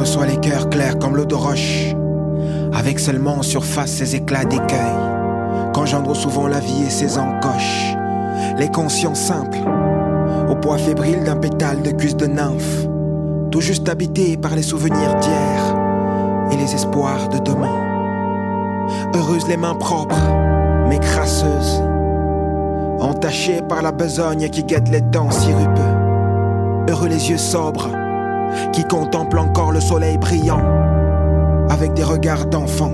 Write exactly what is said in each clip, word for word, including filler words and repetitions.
reçoit les cœurs clairs comme l'eau de roche, avec seulement en surface ces éclats d'écueil, qu'engendre souvent la vie et ses encoches. Les consciences simples, au poids fébrile d'un pétale de cuisse de nymphe, tout juste habité par les souvenirs d'hier et les espoirs de demain. Heureuses les mains propres, mais crasseuses, entachées par la besogne qui guette les temps sirupeux. Heureux les yeux sobres, qui contemplent encore le soleil brillant, avec des regards d'enfants.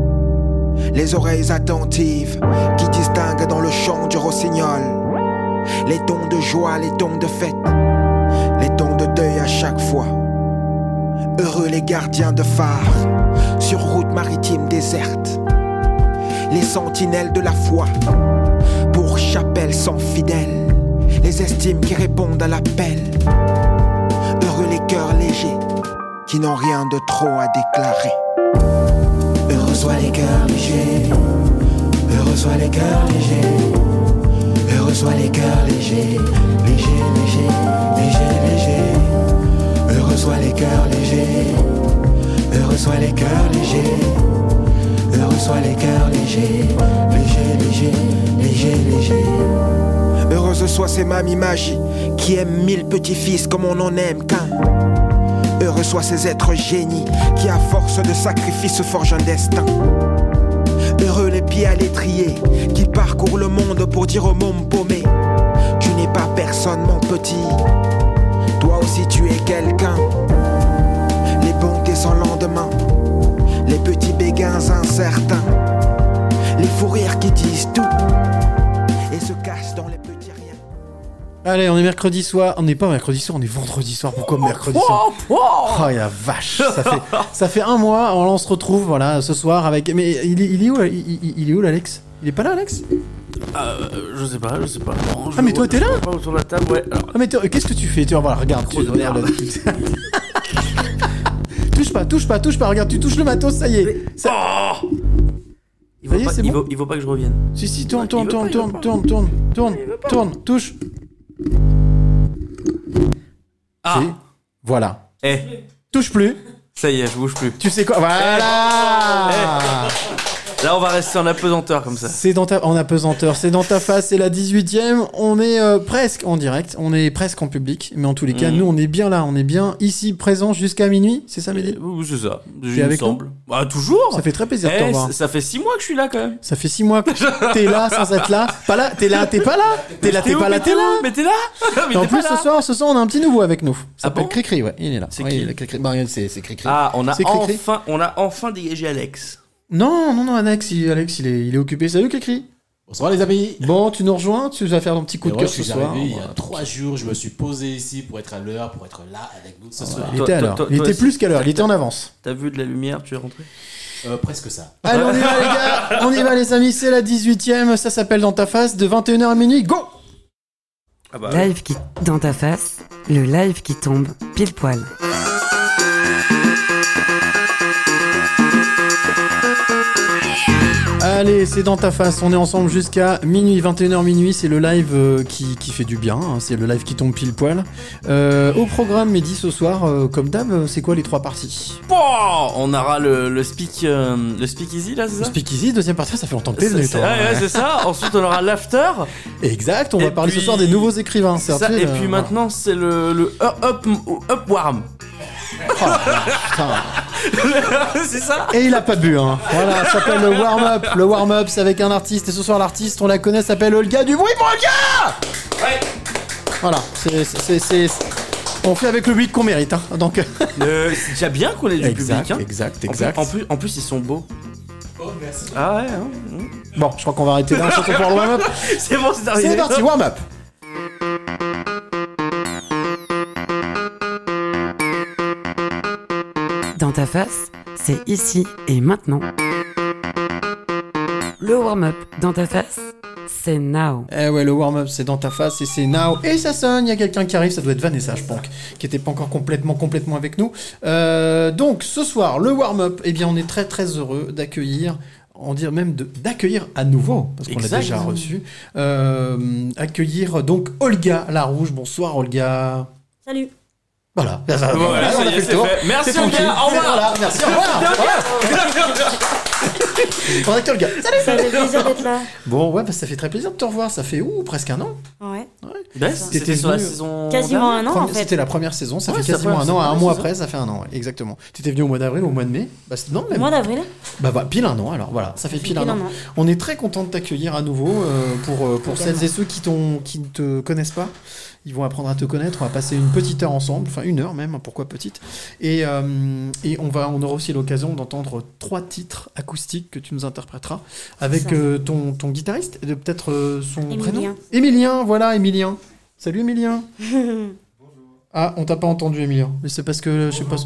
Les oreilles attentives, qui distinguent dans le chant du rossignol les tons de joie, les tons de fête, les tons de deuil à chaque fois. Heureux les gardiens de phare, sur route maritime déserte, les sentinelles de la foi, pour chapelle sans fidèles, les estimes qui répondent à l'appel. Heureux les cœurs légers, qui n'ont rien de trop à déclarer. Heureux soient les cœurs légers, heureux soient les cœurs légers, heureux soient les cœurs légers, légers, légers, légers, légers. Heureux soient les cœurs légers, heureux soient les cœurs légers, heureux soient les cœurs légers, légers, légers, légers, légers. Heureuse soit ces mamies magie qui aiment mille petits-fils comme on en aime qu'un. Heureux soient ces êtres génies qui à force de sacrifices forgent un destin. Heureux les pieds à l'étrier qui parcourent le monde pour dire au môme paumé: tu n'es pas personne mon petit, toi aussi tu es quelqu'un. Les bontés sans lendemain, les petits béguins incertains, les fous rires qui disent tout et se cachent dans les petits riens. Allez, on est mercredi soir. On n'est pas mercredi soir, on est vendredi soir. Pourquoi mercredi soir? Oh la vache, ça fait, ça fait un mois. On se retrouve voilà ce soir avec. Mais il est, il est où il, il, il est où l'Alex? Il est pas là, Alex? Euh, je sais pas, je sais pas. Non, ah mais toi t'es là? Pas autour de la table, ouais. Alors... Ah mais qu'est-ce que tu fais? Tu vas voir, regarde. Tu, regarde. touche pas, touche pas, touche pas. Regarde, tu touches le matos, ça y est. Ça... Oh il vaut, ça y est, pas, c'est il, bon vaut, il vaut pas que je revienne. Si si, tourne, tourne, tourne, tourne, pas, tourne, tourne, tourne, tourne, tourne, touche. Ah si. Voilà. Eh. Touche plus. Ça y est, je bouge plus. Tu sais quoi? Voilà. Eh. Là, on va rester en apesanteur comme ça. C'est dans ta, en apesanteur, c'est dans ta face, c'est la dix-huitième. On est euh, presque en direct, on est presque en public, mais en tous les cas, mmh. nous, on est bien là, on est bien ici, présent jusqu'à minuit. C'est ça, Mehdi? euh, C'est ça. Tu es avec nous Bah, toujours. Ça fait très plaisir de te eh, revoir. Ça fait six mois que je suis là, quand même. Ça fait six mois que t'es là sans être là. Pas là, t'es là, t'es pas là. T'es là, t'es pas là, t'es là. Mais t'es là. Mais en plus, ce soir, ce soir, on a un petit nouveau avec nous. Ça s'appelle bon Cricri, ouais, il est là. C'est ouais, qui il est Cricri. Bah, c'est, c'est Cricri. Ah, on a c'est Cricri. enfin, on a enfin dégagé Alex. Non, non, non, Alex, il, Alex, il est, il est occupé. Salut, Cricri. Bonsoir les amis. Bon, tu nous rejoins, tu vas faire ton petit coup de ouais, cœur je ce suis soir. Arrivé, il y a trois jours, je me suis posé ici pour être à l'heure, pour être là avec vous ce soir. Il était à l'heure. Toi, il toi, était toi, plus qu'à l'heure, il était en avance. T'as vu de la lumière, tu es rentré? Euh, presque ça. Allez, on y va les gars, on y va les amis, c'est la dix-huitième, ça s'appelle Dans ta face, de vingt et une heures à minuit, go! Ah bah, Live qui dans ta face, le live qui tombe pile poil. Allez, c'est Dans ta face, on est ensemble jusqu'à minuit, vingt et une heures minuit, c'est le live euh, qui, qui fait du bien, hein, c'est le live qui tombe pile poil. Euh, au programme, Mehdi, ce soir, euh, comme d'hab, c'est quoi les trois parties? bon, on aura le, le speak, euh, le speak easy là, c'est ça? Speak Easy, deuxième partie, ça fait longtemps que t'es venu, c'est, toi. ouais, ouais, c'est ça. Ensuite, on aura l'after. Exact, on Et va parler puis- ce soir des nouveaux écrivains. C'est ça. un truc, Et euh, puis voilà. maintenant, c'est le, le up, up, up warm. Oh, putain. C'est ça. Et il a pas bu, hein. Voilà, ça s'appelle le warm-up. Le warm-up, c'est avec un artiste. Et ce soir, l'artiste, on la connaît, s'appelle Olga. Du bruit pour Olga. Ouais. Voilà, c'est, c'est, c'est, c'est- on fait avec le public qu'on mérite, hein. Donc. Euh, c'est déjà bien qu'on ait du exact, public. Hein. exact, En exact. plus, en plus, en plus, ils sont beaux. Oh, merci. Ah ouais. Hein. Mmh. Bon, je crois qu'on va arrêter là. Chanson pour le warm-up. C'est bon, c'est arrivé. C'est parti, warm-up. Dans ta face, c'est ici et maintenant. Le warm-up dans ta face, c'est now. Eh ouais, le warm-up, c'est dans ta face et c'est now. Et ça sonne, il y a quelqu'un qui arrive, ça doit être Vanessa, je pense, qui était pas encore complètement, complètement avec nous. Euh, donc, ce soir, le warm-up, eh bien, on est très, très heureux d'accueillir, on dirait même de, d'accueillir à nouveau, parce qu'on l'a Exact. déjà reçu, euh, accueillir donc Olga Larouche. Bonsoir, Olga. Salut. Voilà. Voilà, ça on a y est, fait c'est le tour. fait. Merci, C'est on tranquille. vient. Au revoir. Voilà, merci, au revoir. Voilà. On a que le gars. Ça fait plaisir d'être là. Bon, ouais, bah, ça fait très plaisir de te revoir. Ça fait ouh, presque un an. Ouais. Ouais, T'étais c'était sur la venu- saison. Quasiment un an en Première- fait. C'était la première saison. Ça Ouais, fait c'est la quasiment un première- an. c'est la Un première mois saison. après, ça fait un an. Ouais, exactement. T'étais venu au mois d'avril ou au mois de mai. Bah, c'est non, Au même. mois d'avril. Bah, bah, pile un an. Alors voilà, ça fait Ça fait pile un pile an. un an. On est très content de t'accueillir à nouveau euh, pour euh, pour Également. celles et ceux qui t'ont qui ne te connaissent pas. Ils vont apprendre à te connaître. On va passer une petite heure ensemble, enfin une heure même. Pourquoi petite? Et euh, et on va on aura aussi l'occasion d'entendre trois titres acoustiques que tu nous interpréteras avec ça. euh, ton ton guitariste et de peut-être euh, son Émilien. prénom. Émilien, voilà Émilien. Salut Émilien. Ah, on t'a pas entendu Émilien. Mais c'est parce que je sais pas.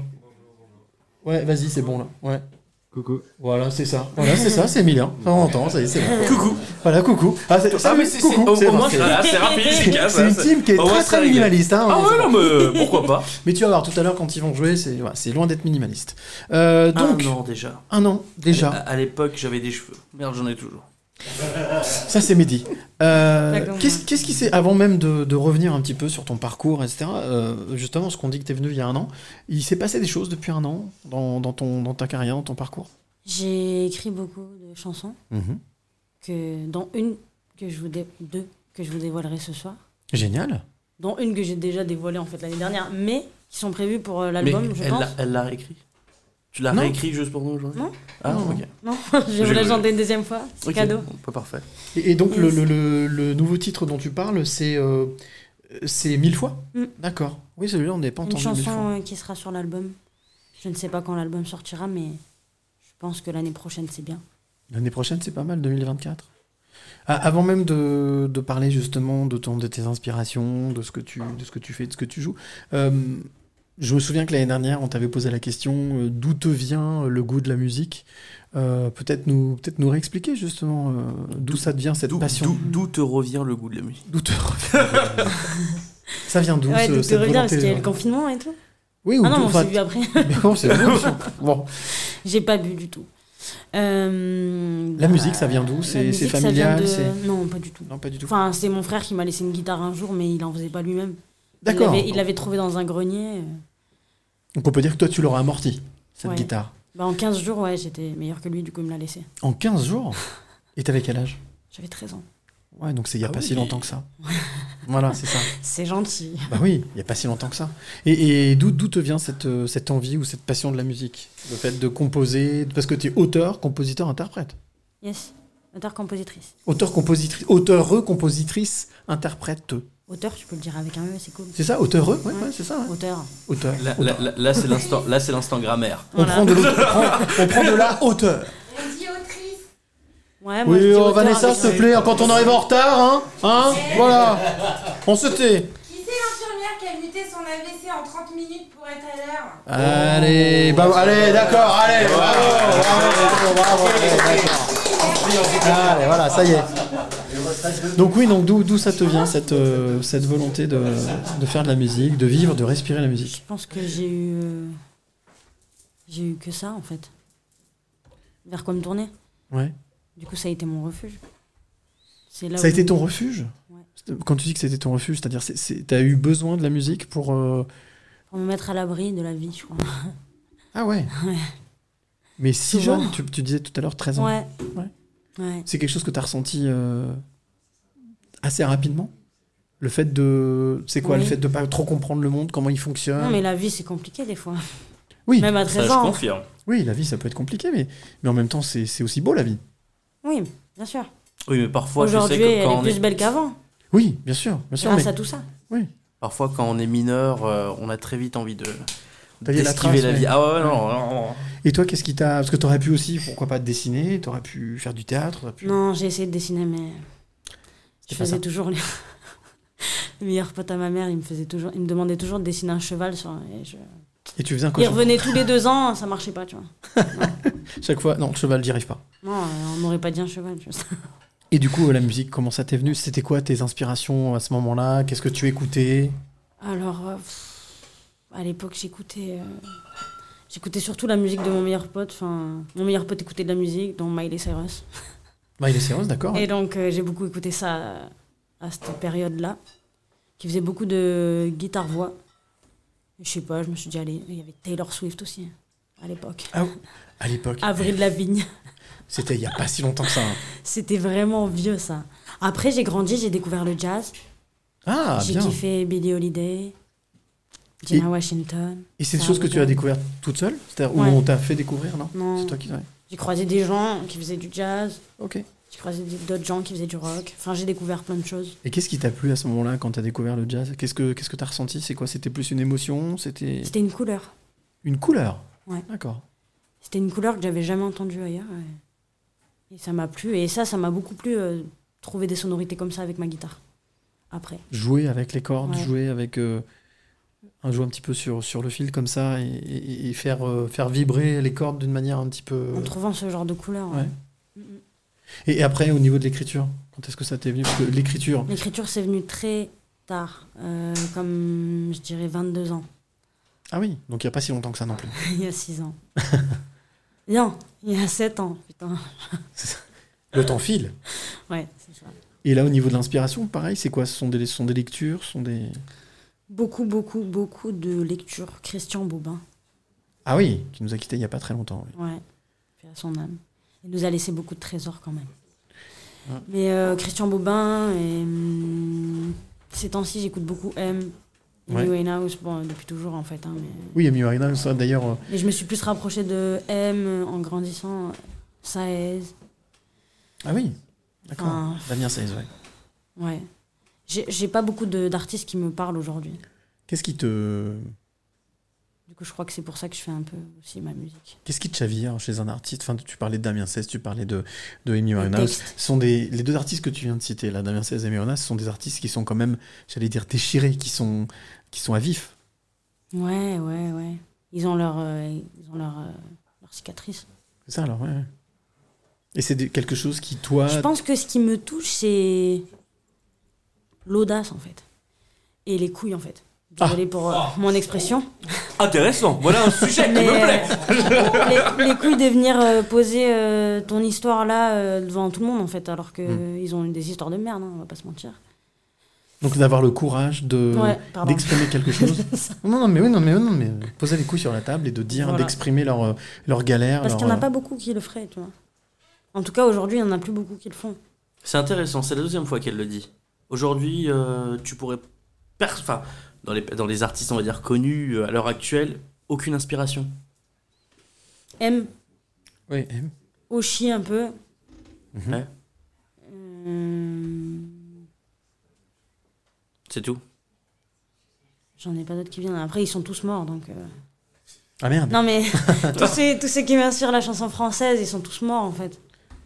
Ouais, vas-y, c'est bon là. Ouais. Coucou. Voilà, c'est ça. Voilà, c'est ça, c'est Émilien. Ça on entend, ça y est, c'est bon. Coucou. Voilà, coucou. Ah, c'est, Ah, salut, mais c'est coucou. c'est- au, C'est au bon, moins, c'est- voilà, c'est rapide, c'est- efficace. c'est une ça, team qui est au moins, très ça très régale. minimaliste. Hein, Ah ouais, non, mais euh, pourquoi pas. Mais tu vas voir tout à l'heure quand ils vont jouer, c'est, voilà, c'est loin d'être minimaliste. Euh, donc, Un an déjà. un an déjà. À, à l'époque, j'avais des cheveux. Merde, j'en ai toujours. Ça, c'est Mehdi. Euh, D'accord. qu'est-ce, qu'est-ce qui s'est, avant même de, de revenir un petit peu sur ton parcours, et cetera, euh, justement, ce qu'on dit que tu es venu il y a un an, il s'est passé des choses depuis un an dans, dans, ton, dans ta carrière, dans ton parcours. J'ai écrit beaucoup de chansons, que, dont une que je vous dé- deux que je vous dévoilerai ce soir, Génial. dont une que j'ai déjà dévoilée en fait l'année dernière, mais qui sont prévues pour euh, Mais l'album, je elle pense. l'a, elle l'a réécrit. Tu l'as Non. réécrit juste pour nous aujourd'hui? Non. Ah, Non, ok. Non, je vais vous la chanter une deuxième fois, c'est Ok, cadeau. bon, pas parfait. Et, et donc, le, Yes. le, le, le nouveau titre dont tu parles, c'est, euh, c'est Mille fois Mm. D'accord. Oui, celui-là, on n'est pas Une entendu mille fois. chanson euh, qui sera sur l'album. Je ne sais pas quand l'album sortira, mais je pense que l'année prochaine c'est bien. L'année prochaine, c'est pas mal, deux mille vingt-quatre. Ah, avant même de, de parler justement de, ton, de tes inspirations, de ce, que tu, de ce que tu fais, de ce que tu joues, euh, je me souviens que l'année dernière, on t'avait posé la question euh, d'où te vient le goût de la musique. Euh, peut-être, nous, peut-être nous réexpliquer justement euh, d'où ça devient cette D'où, passion. d'où- d'où te revient le goût de la musique? D'où te revient Ça vient d'où Ouais, ce- donc tu cette reviens parce volonté qu'il y a de- le confinement et tout. Oui, ou Ah non, tout- mais on enfin, s'est vu après. mais bon, c'est bon. bon. J'ai pas bu du tout. Euh, La bah, musique, ça vient d'où? la C'est, musique, c'est ça vient familial de- c'est... Non, pas du tout. Non, pas du tout. Enfin, c'est mon frère qui m'a laissé une guitare un jour, mais il en faisait pas lui-même. D'accord. Il l'avait, il l'avait trouvé dans un grenier. euh. Donc on peut dire que toi, tu l'auras amorti, cette Ouais. guitare. Bah, en quinze jours, ouais, j'étais meilleur que lui, du coup, il me l'a laissé. En quinze jours. Et t'avais quel âge? J'avais treize ans. Ouais, donc c'est il y a Ah pas oui. si longtemps que ça. Voilà, c'est ça. C'est gentil. Bah oui, il y a pas si longtemps que ça. Et, et d'où, d'où te vient cette, euh, cette envie ou cette passion de la musique? Le fait de composer, parce que tu es auteur, compositeur, interprète. Yes. Auteur-compositrice. Auteur, compositrice, auteur, compositrice, interprète. Auteur, tu peux le dire avec un E, c'est cool. C'est ça, auteur, ouais, ouais, Ouais. c'est ça. Ouais. Auteur. Auteur. Là, auteur. là, là, là, c'est l'instant, là, c'est l'instant grammaire. On, Voilà. prend de l'auteur- on, prend, on prend de la hauteur. On dit autrice. Ouais, moi, je Oui, dis oh, auteur Vanessa, avec s'il te un E. plaît, quand on arrive en retard, hein, hein, voilà, on se tait. Qui c'est l'infirmière qui a muté son A V C en trente minutes pour être à l'heure? Allez, bah, allez, d'accord, allez, bravo, bravo, bravo, allez, d'accord. Allez, voilà, ça y est. Donc oui, donc d'où, d'où ça te vient, cette, euh, cette volonté de, de faire de la musique, de vivre, de respirer la Je musique? pense que j'ai eu. euh, J'ai eu que ça, en fait. Vers quoi me tourner. Ouais. Du coup, ça a été mon refuge. C'est là Ça a où- été ton refuge? Ouais. Quand tu dis que c'était ton refuge, c'est-à-dire c'est, c'est, t'as eu besoin de la musique pour... euh, Pour me mettre à l'abri de la vie, je crois. Ah ouais. Ouais. Mais si Souvent. jeune, tu, tu disais tout à l'heure treize ans. Ouais. Ouais. Ouais. C'est quelque chose que tu as ressenti euh, assez rapidement? Le fait de... C'est quoi? Oui. Le fait de pas trop comprendre le monde, comment il fonctionne? Non, mais la vie, c'est compliqué des fois. Oui, Même à Ça, treize je ans. confirme. oui, la vie, ça peut être compliqué, mais, mais en même temps, c'est, c'est aussi beau, la vie. Oui, bien sûr. Oui, mais parfois, je sais Aujourd'hui, que elle quand est on plus est, belle qu'avant. Oui, bien sûr, bien sûr. Grâce mais... à tout ça. Oui. parfois, quand on est mineur, euh, on a très vite envie de Tailler la d'esquiver trace, la ouais. vie. Ah ouais, non, non, non. Et toi, qu'est-ce qui t'a... Parce que t'aurais pu aussi, pourquoi pas, dessiner, t'aurais pu faire du théâtre, t'aurais pu... Non, j'ai essayé de dessiner, mais je C'est pas faisais ça. toujours les... le meilleur pote à ma mère. Il me faisait toujours, il me demandait toujours de dessiner un cheval sur. Et je... Et tu faisais un Il cochon. revenait tous les deux ans, ça marchait pas, tu vois. Chaque fois, non, le cheval, j'y arrive pas. Non, euh, on n'aurait pas dit un cheval. Tu vois. Et du coup, euh, la musique, comment ça t'est venu? C'était quoi tes inspirations à ce moment-là? Qu'est-ce que tu écoutais? Alors, euh, pff, à l'époque, j'écoutais, euh, j'écoutais surtout la musique de mon meilleur pote. Enfin, mon meilleur pote écoutait de la musique, dont Miley Cyrus. Miley Cyrus, d'accord. Et donc, euh, j'ai beaucoup écouté ça à, à cette période-là, qui faisait beaucoup de guitare-voix. Je sais pas, je me suis dit, allez, il y avait Taylor Swift aussi, à l'époque. Ah, à l'époque. Avril Lavigne. C'était il y a pas si longtemps que ça. Hein. C'était vraiment vieux, ça. Après, j'ai grandi, j'ai découvert le jazz. Ah, j'ai bien. kiffé Billie Holiday, Gina Et- Washington. Et c'est des Sarah choses que tu as Vaughan. découvertes toute seule? C'est-à-dire, Ouais. où on t'a fait découvrir, non? Non. C'est toi qui... Ouais. J'ai croisé des gens qui faisaient du jazz. Ok. J'ai croisé d'autres gens qui faisaient du rock. Enfin, j'ai découvert plein de choses. Et qu'est-ce qui t'a plu à ce moment-là quand t'as découvert le jazz? Qu'est-ce que qu'est-ce que t'as ressenti? C'est quoi? C'était plus une émotion? C'était C'était une couleur. une couleur? Ouais. D'accord. C'était une couleur que j'avais jamais entendue ailleurs. Et, et ça m'a plu. Et ça, ça m'a beaucoup plu, euh, trouver des sonorités comme ça avec ma guitare. Après. Jouer avec les cordes, Ouais. jouer avec... Euh, un jouer un petit peu sur, sur le fil comme ça et, et- et faire, euh, faire vibrer les cordes d'une manière un petit peu... En trouvant ce genre de couleur. Ouais. Mm, mm. Et, et après, au niveau de l'écriture, quand est-ce que ça t'est venu? Parce que l'écriture... L'écriture, c'est venu très tard. euh, comme, je dirais, vingt-deux ans. Ah oui, donc il n'y a pas si longtemps que ça non plus. Il y a six ans. Non, il y a sept ans. Putain. Le temps file. Ouais, c'est ça. Et là, au niveau de l'inspiration, pareil, c'est quoi? Ce sont des, ce sont des lectures, ce sont des... Beaucoup, beaucoup, beaucoup de lectures. Christian Bobin. Ah oui, qui nous a quittés il n'y a pas très longtemps. Oui. Ouais, fait à son âme. Il nous a laissé beaucoup de trésors quand même. Ouais. Mais euh, Christian Bobin, et hum, ces temps-ci, j'écoute beaucoup M. Ouais. Amy Winehouse, bon, depuis toujours en fait. Hein, mais... Oui, Amy Winehouse, ça, d'ailleurs... euh, Et je me suis plus rapprochée de M en grandissant. Saez. Ah oui, d'accord. Enfin, Damien Saez, ouais. ouais. J'ai j'ai pas beaucoup de- d'artistes qui me parlent aujourd'hui. Qu'est-ce qui te... Du coup, je crois que c'est pour ça que je fais un peu aussi ma musique. Qu'est-ce qui te chavire chez un artiste? Enfin, tu parlais de Damien Saez, tu parlais de, de Amy Les Winehouse. textes. Ce sont des, les deux artistes que tu viens de citer, là, Damien Saez et Amy Winehouse, ce sont des artistes qui sont quand même, j'allais dire, déchirés, qui sont, qui sont à vif. Ouais, ouais, ouais. Ils ont leur, euh, ils ont leur, euh, leur cicatrice. C'est ça, alors, ouais. ouais. Et c'est des- quelque chose qui, toi... Je pense que ce qui me touche, c'est l'audace, en fait. Et les couilles, en fait. Désolée pour euh, mon expression. Intéressant, voilà un sujet qui Mais, me plaît. euh, les, les couilles de venir euh, poser euh, ton histoire là euh, devant tout le monde, en fait, alors qu'ils Mm. ils ont des histoires de merde, hein, on va pas se mentir. Donc d'avoir le courage de Ouais, pardon. d'exprimer quelque chose. non, non, mais oui, non, mais, non, mais poser les couilles sur la table et de dire, Voilà. d'exprimer leur, euh, leur galère. Parce leur, qu'il n'y en a euh, pas beaucoup qui le feraient, tu vois. En tout cas, aujourd'hui, il n'y en a plus beaucoup qui le font. C'est intéressant, c'est la deuxième fois qu'elle le dit. Aujourd'hui, euh, tu pourrais... pers- Enfin, dans les, dans les artistes, on va dire, connus euh, à l'heure actuelle, aucune inspiration. M, Oui, M. Oshi un peu. Mhm. Ouais. Euh, C'est tout. J'en ai pas d'autres qui viennent. Après, ils sont tous morts, donc... euh, Ah merde. Non, mais tous, ceux, tous ceux qui m'inspirent la chanson française, ils sont tous morts, en fait.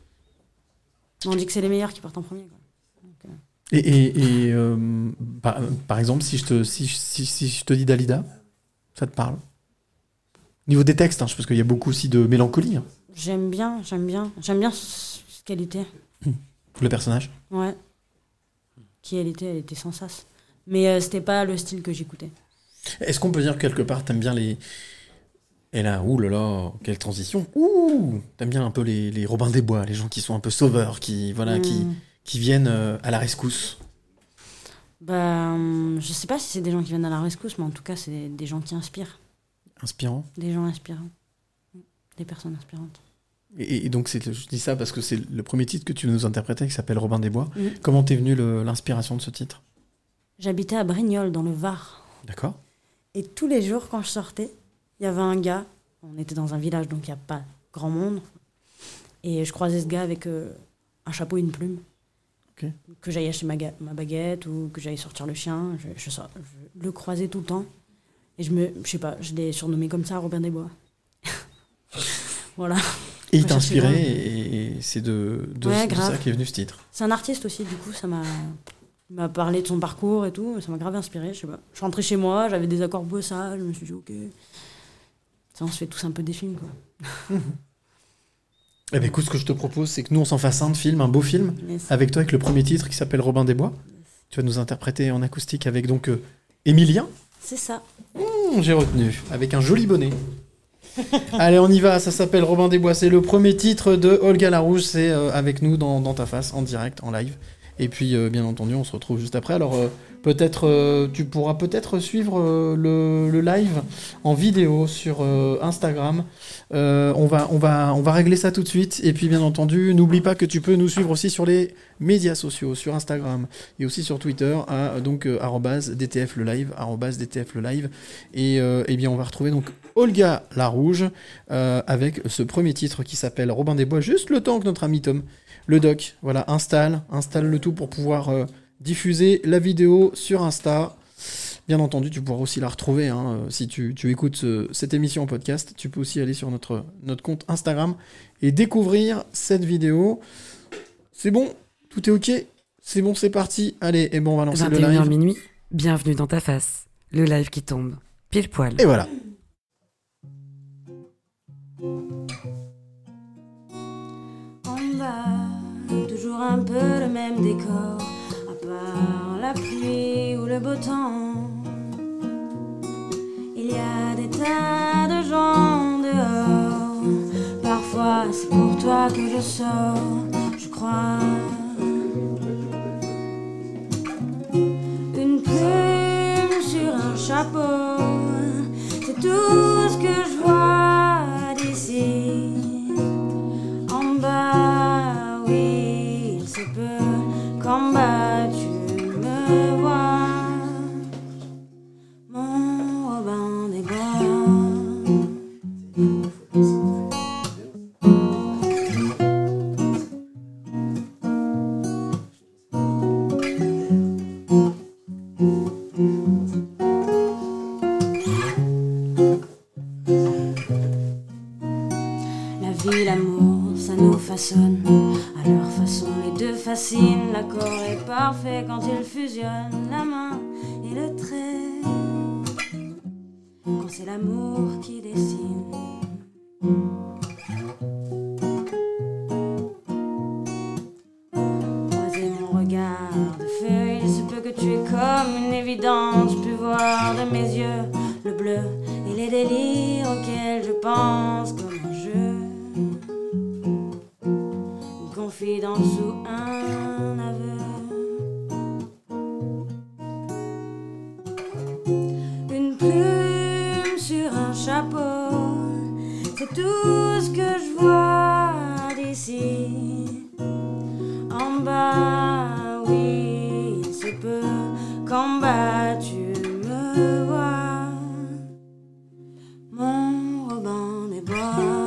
On dit que c'est les meilleurs qui partent en premier, quoi. Et, et, et, euh, par, par exemple, si je, te, si, si, si je te dis Dalida, ça te parle? Niveau des textes, hein, parce qu'il y a beaucoup aussi de mélancolie. Hein, J'aime bien, j'aime bien. J'aime bien ce ce qu'elle était. le personnage. Ouais. Qui elle était, elle était sans sas. Mais euh, c'était pas le style que j'écoutais. Est-ce qu'on peut dire que quelque part, t'aimes bien les... Et là, ouh là là, quelle transition. Ouh, t'aimes bien un peu les, les Robin des Bois, les gens qui sont un peu sauveurs, qui, voilà, qui, Hmm. qui viennent euh, à la rescousse. Bah, hum, je sais pas si c'est des gens qui viennent à la rescousse, mais en tout cas, c'est des gens qui inspirent. Inspirant. Des gens inspirants. Des personnes inspirantes. Et, et donc, c'est, je dis ça parce que c'est le premier titre que tu nous interprétais qui s'appelle Robin des Bois. Mhm. Comment t'es venu le- l'inspiration de ce titre? J'habitais à Brignoles, dans le Var. D'accord. Et tous les jours, quand je sortais, il y avait un gars. On était dans un village, donc il n'y a pas grand monde. Et je croisais ce gars avec euh, un chapeau et une plume. Ok. Que j'aille acheter ma, ga- ma baguette ou que j'aille sortir le chien. Je, je, sors- je le croisais tout le temps. Et je me, je sais pas, je l'ai surnommé comme ça, Robin des Bois. Voilà. Et il Moi, t'a je suis inspiré là. et, et c'est de, de, Ouais, de grave. ça qu'est venu ce titre. C'est un artiste aussi, du coup, ça m'a, il m'a parlé de son parcours et tout, ça m'a grave inspiré, je sais pas. Je suis rentrée chez moi, j'avais des accords beaux, ça, je me suis dit, ok. Ça, on se fait tous un peu des films, quoi. Eh ben écoute, ce que je te propose, c'est que nous, on s'en fasse un de film, un beau film, Yes. avec toi, avec le premier titre qui s'appelle Robin des Bois. Tu vas nous interpréter en acoustique avec donc euh, Émilien. C'est ça. Mmh, j'ai retenu, avec un joli bonnet. Allez, on y va, ça s'appelle Robin des Bois. C'est le premier titre de Olga Larouche, c'est euh, avec nous dans, dans ta face, en direct, en live. Et puis, euh, bien entendu, on se retrouve juste après. Alors, euh, Peut-être, euh, tu pourras peut-être suivre euh, le, le live en vidéo sur euh, Instagram. Euh, on va, on va, on va régler ça tout de suite. Et puis, bien entendu, n'oublie pas que tu peux nous suivre aussi sur les médias sociaux, sur Instagram et aussi sur Twitter, à donc euh, arobase D T F le live, arobase D T F le live. Et euh, eh bien, on va retrouver donc Olga Larouge euh, avec ce premier titre qui s'appelle Robin des Bois. Juste le temps que notre ami Tom, le doc, voilà, installe, installe le tout pour pouvoir euh, diffuser la vidéo sur Insta. Bien entendu, tu pourras aussi la retrouver hein, si tu, tu écoutes euh, cette émission en podcast. Tu peux aussi aller sur notre, notre compte Instagram et découvrir cette vidéo. C'est bon, tout est ok, c'est bon, c'est parti. Allez, et bon, on va lancer le vingt et une heures live. minuit, bienvenue dans ta face. Le live qui tombe, pile poil. Et voilà. En bas, toujours un peu le même décor, à part la pluie ou le beau temps. Il y a des tas de gens dehors, parfois c'est pour toi que je sors, je crois. Une plume sur un chapeau, c'est tout ce que je vois d'ici. En bas, oui, il se peut qu'en bas tu me vois. Mon Robin des Bois. La vie, l'amour, ça nous façonne. À leur façon, les deux fascinent. L'accord est parfait quand ils fusionnent. La main et le trait. Quand c'est l'amour qui dessine. Croiser mon regard de feu, il se peut que tu es comme une évidence. Pu voir de mes yeux le bleu et les délires auxquels je pense comme un jeu. Une confidence ou un aveu. Une plume sur un chapeau, c'est tout ce que je vois d'ici. En bas, oui, il se peut qu'en bas tu me vois. Mon Robin des Bois.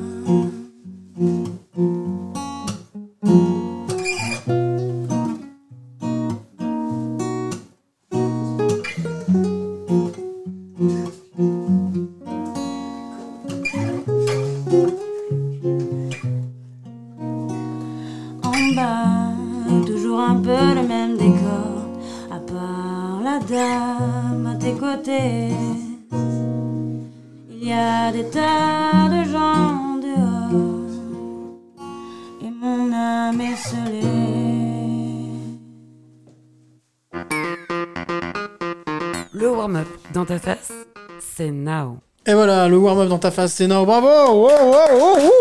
En bas, toujours un peu le même décor, à part la dame à tes côtés. Il y a des tas de gens dehors, et mon âme est scellée. Le warm-up dans ta face, c'est now. Et voilà, le warm-up dans ta face, c'est now. Bravo! Wow, wow, wow, wow, wow, wow.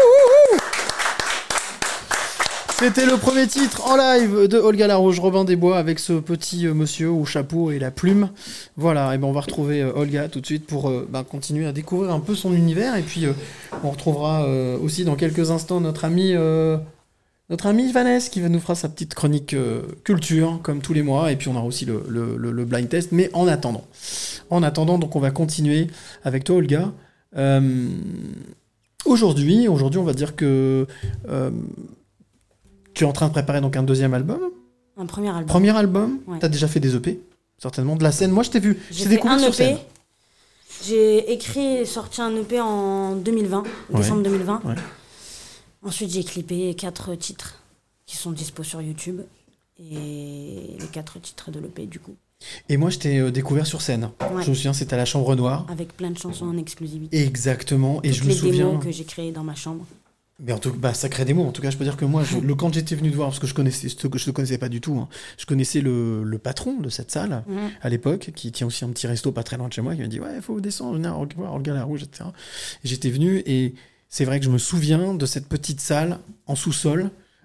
C'était le premier titre en live de Olga Larouge, Robin des Bois, avec ce petit euh, monsieur au chapeau et la plume. Voilà, et ben on va retrouver euh, Olga tout de suite pour euh, ben, continuer à découvrir un peu son univers. Et puis euh, on retrouvera euh, aussi dans quelques instants notre ami, euh, notre ami Vanessa qui va nous fera sa petite chronique euh, culture, comme tous les mois. Et puis on aura aussi le, le, le, le blind test. Mais en attendant, en attendant, donc on va continuer avec toi, Olga. Euh, aujourd'hui, aujourd'hui, on va dire que euh, tu es en train de préparer donc un deuxième album. Un premier album. Premier album. Ouais. T'as déjà fait des E P, certainement de la scène. Moi, je t'ai vu. J'ai J'ai fait découvert un sur E P. scène. J'ai écrit et sorti un E P en deux mille vingt, Ouais. décembre deux mille vingt. Ouais. Ensuite, j'ai clippé quatre titres qui sont dispo sur YouTube. Et les quatre titres de l'E P, du coup. Et moi, je t'ai euh, découvert sur scène. Ouais. Je me souviens, c'était à la Chambre Noire. Avec plein de chansons en exclusivité. Exactement. Et Toutes je me les souviens. démos que j'ai créées dans ma chambre. Mais en tout cas, bah, sacré démo. En tout cas, je peux dire que moi, je- le, quand j'étais venu te voir, parce que je connaissais, je te, je te connaissais pas du tout, hein, je connaissais le, le patron de cette salle Mhm. à l'époque, qui tient aussi un petit resto pas très loin de chez moi, qui m'a dit ouais, il faut descendre, venir voir Olga Larouge, et cetera. Et j'étais venu et c'est vrai que je me souviens de cette petite salle en sous-sol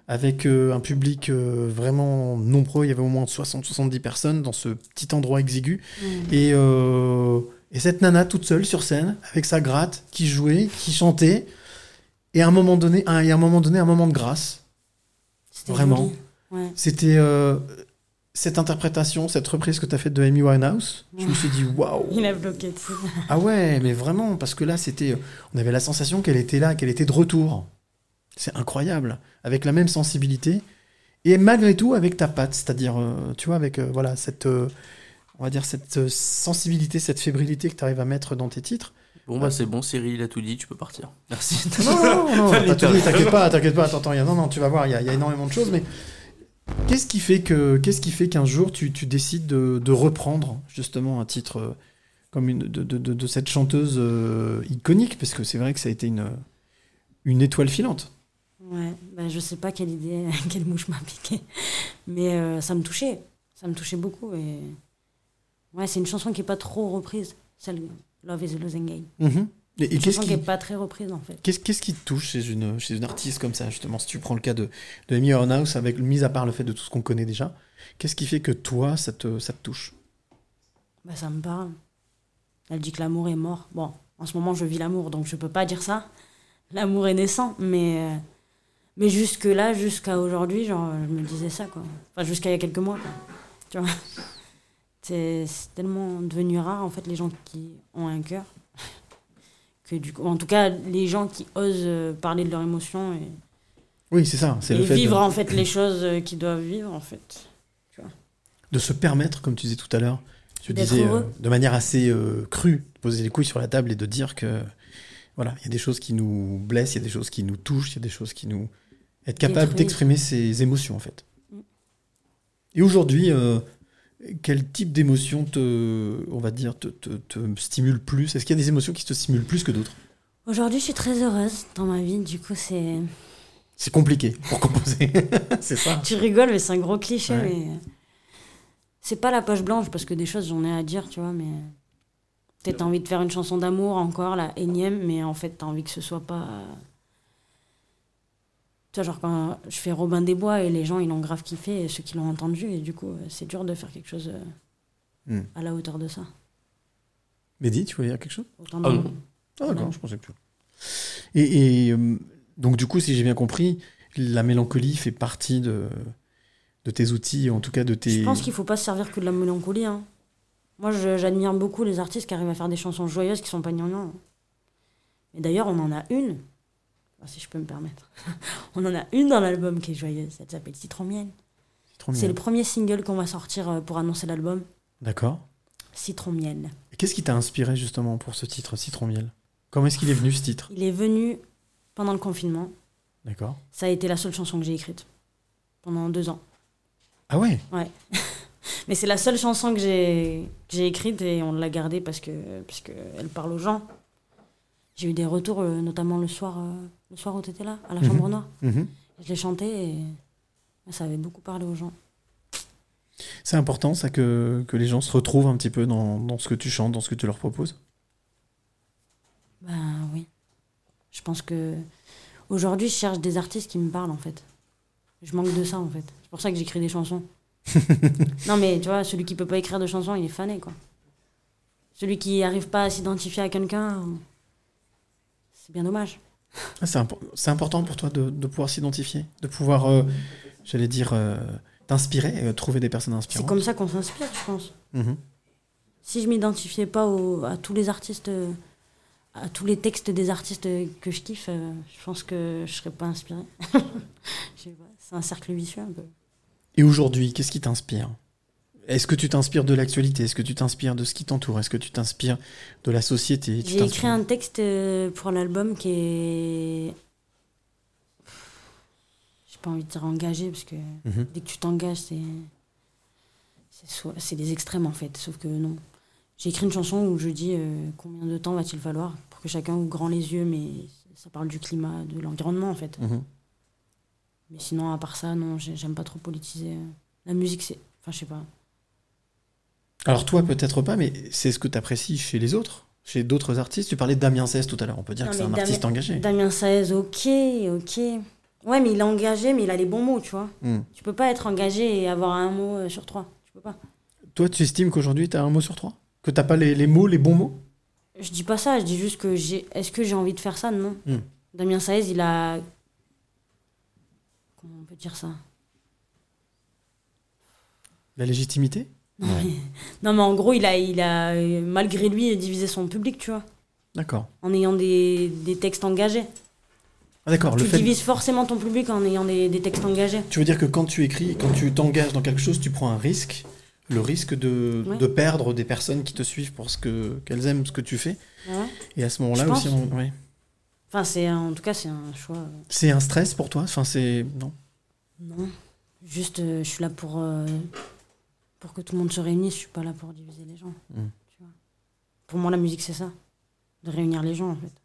avec euh, un public euh, vraiment nombreux. Il y avait au moins soixante à soixante-dix personnes dans ce petit endroit exigu. Mm. Et, euh, et cette nana toute seule sur scène, avec sa gratte, qui jouait, qui chantait. Et à un moment donné, un, et à un moment donné, un moment de grâce. C'était Vraiment. joli. Ouais. C'était euh, cette interprétation, cette reprise que tu as faite de Amy Winehouse. Je me suis dit, waouh! Il a bloqué dessus. Ah ouais, mais vraiment, parce que là, c'était, on avait la sensation qu'elle était là, qu'elle était de retour. C'est incroyable, avec la même sensibilité, et malgré tout avec ta patte, c'est-à-dire, euh, tu vois, avec euh, voilà cette, euh, on va dire cette euh, sensibilité, cette fébrilité que tu arrives à mettre dans tes titres. Bon, bah c'est bon, Cyril il a tout dit, tu peux partir. Merci. Non, non, non, Fallait pas tout pas. dit, t'inquiète pas, t'inquiète pas, attends, attends, y a- non, non, tu vas voir, il y, a- il y a énormément de choses, mais qu'est-ce qui fait que, qu'est-ce qui fait qu'un jour tu, tu décides de, de reprendre justement un titre euh, comme une de, de, de, de cette chanteuse euh, iconique, parce que c'est vrai que ça a été une une étoile filante. Ouais, bah, je sais pas quelle idée, quelle mouche m'a piqué. Mais euh, ça me touchait. Ça me touchait beaucoup. Et... ouais, c'est une chanson qui est pas trop reprise. Celle Love is a Losing Game. Mhm. Et, et Une qu'est-ce chanson qui qui, est pas très reprise en fait. qu'est-ce, qu'est-ce qui te touche chez une, chez une artiste comme ça, justement, si tu prends le cas de, de Amy Winehouse, avec, mis à part le fait de tout ce qu'on connaît déjà, qu'est-ce qui fait que toi, ça te, ça te touche? Bah, ça me parle. Elle dit que l'amour est mort. Bon, en ce moment, je vis l'amour, donc je peux pas dire ça. L'amour est naissant, mais, euh, mais jusque-là, jusqu'à aujourd'hui, genre, je me disais ça, quoi. Enfin, jusqu'à il y a quelques mois, quoi. Tu vois. C'est, c'est tellement devenu rare, en fait, les gens qui ont un cœur. Que du coup, en tout cas, les gens qui osent euh, parler de leurs émotions et, Oui, c'est ça. C'est et le fait vivre, de, en fait, les choses euh, qu'ils doivent vivre, en fait. de se permettre, comme tu disais tout à l'heure, tu D'être disais euh, heureux. de manière assez euh, crue, de poser les couilles sur la table et de dire que voilà, il y a des choses qui nous blessent, il y a des choses qui nous touchent, il y a des choses qui nous... Être capable Détruisent. d'exprimer ses émotions, en fait. Mm. Et aujourd'hui, euh, quel type d'émotion te, on va dire, te, te, te stimule plus? Est-ce qu'il y a des émotions qui te stimulent plus que d'autres? Aujourd'hui, je suis très heureuse dans ma vie, du coup, c'est... C'est compliqué pour composer, c'est ça. Tu rigoles, mais c'est un gros cliché, Ouais. mais... C'est pas la poche blanche, parce que des choses, j'en ai à dire, tu vois, mais... Peut-être t'as envie de faire une chanson d'amour, encore, la énième, mais en fait, t'as envie que ce soit pas... Tu vois, genre, quand je fais Robin des Bois, et les gens, ils l'ont grave kiffé, et ceux qui l'ont entendu, et du coup, c'est dur de faire quelque chose euh, Hmm. à la hauteur de ça. Mehdi, tu voulais dire quelque chose? Autant Ah de- non. Ah d'accord, je pensais plus. Et, et, euh, donc du coup, si j'ai bien compris, la mélancolie fait partie de, de tes outils, en tout cas de tes... Je pense qu'il faut pas se servir que de la mélancolie, hein. Moi, je- j'admire beaucoup les artistes qui arrivent à faire des chansons joyeuses qui sont pas gnangnans. Et d'ailleurs, on en a une, enfin, si je peux me permettre. On en a une dans l'album qui est joyeuse. Elle s'appelle Citron Miel. C'est trop C'est mignon. le premier single qu'on va sortir euh, pour annoncer l'album. D'accord. Citron Miel. Et qu'est-ce qui t'a inspiré justement pour ce titre, Citron Miel? Comment est-ce qu'il est venu ce titre? Il est venu pendant le confinement. D'accord. Ça a été la seule chanson que j'ai écrite pendant deux ans. Ah ouais? Ouais. Mais c'est la seule chanson que j'ai que j'ai écrite et on l'a gardée parce que parce que elle parle aux gens. J'ai eu des retours, euh, notamment le soir, euh, le soir où tu étais là, à la Mhm. Chambre Noire. Mhm. Je l'ai chantée et ça avait beaucoup parlé aux gens. C'est important ça que, que les gens se retrouvent un petit peu dans, dans ce que tu chantes, dans ce que tu leur proposes? Ben oui. Je pense que aujourd'hui, je cherche des artistes qui me parlent en fait. Je manque de ça en fait. C'est pour ça que j'écris des chansons. Non mais tu vois, celui qui peut pas écrire de chansons, il est fané quoi. Celui qui arrive pas à s'identifier à quelqu'un, euh, c'est bien dommage. Ah, c'est, impo- c'est important pour toi de, de pouvoir s'identifier, de pouvoir, euh, j'allais dire, euh, t'inspirer, euh, trouver des personnes C'est inspirantes. comme ça qu'on s'inspire, je pense. Mhm. Si je m'identifiais pas au- à tous les artistes, euh, à tous les textes des artistes que je kiffe, euh, je pense que je serais pas inspirée. Je sais pas, c'est un cercle vicieux un peu. Et aujourd'hui, qu'est-ce qui t'inspire? Est-ce que tu t'inspires de l'actualité? Est-ce que tu t'inspires de ce qui t'entoure? Est-ce que tu t'inspires de la société? Tu J'ai t'inspires- écrit un texte euh, pour l'album qui est... J'ai pas envie de dire engagé, parce que Mhm. dès que tu t'engages, c'est... C'est, soit... c'est des extrêmes, en fait. Sauf que non. J'ai écrit une chanson où je dis euh, combien de temps va-t-il falloir pour que chacun ouvre grand les yeux, mais ça parle du climat, de l'environnement, en fait. Mhm. Mais sinon, à part ça, non, j'ai- j'aime pas trop politiser. La musique, c'est... Enfin, je sais pas. Alors toi, peut-être pas, mais c'est ce que tu apprécies chez les autres, chez d'autres artistes. Tu parlais de Damien Cesse tout à l'heure, on peut dire Non, que c'est mais un Damien- artiste engagé. Damien Saez, ok, ok. Ouais, mais il est engagé, mais il a les bons mots, tu vois. Hmm. Tu peux pas être engagé et avoir un mot euh, sur trois. Tu peux pas. Toi, tu estimes qu'aujourd'hui, tu as un mot sur trois? Que t'as pas les, les mots, les bons mots? Je dis pas ça, je dis juste que j'ai. Est-ce que j'ai envie de faire ça? Non. Hmm. Damien Saez, il a. Comment on peut dire ça? La légitimité? Non, mais... non, mais en gros, il a, il a euh, malgré lui divisé son public, tu vois. D'accord. En ayant des, des textes engagés. Ah, d'accord. Le Tu fait... divises forcément ton public en ayant des, des textes engagés. Tu veux dire que quand tu écris, quand tu t'engages dans quelque chose, tu prends un risque, le risque de, Ouais. de perdre des personnes qui te suivent pour ce que qu'elles aiment ce que tu fais. Ouais. Et à ce moment-là Je aussi, pense. on- ouais. Enfin, c'est en tout cas, c'est un choix. euh, C'est un stress pour toi. Enfin, c'est non. Non. Juste, euh, je suis là pour, euh, pour que tout le monde se réunisse. Je suis pas là pour diviser les gens. Mm. Tu vois. Pour moi, la musique, c'est ça. De réunir les gens, en fait.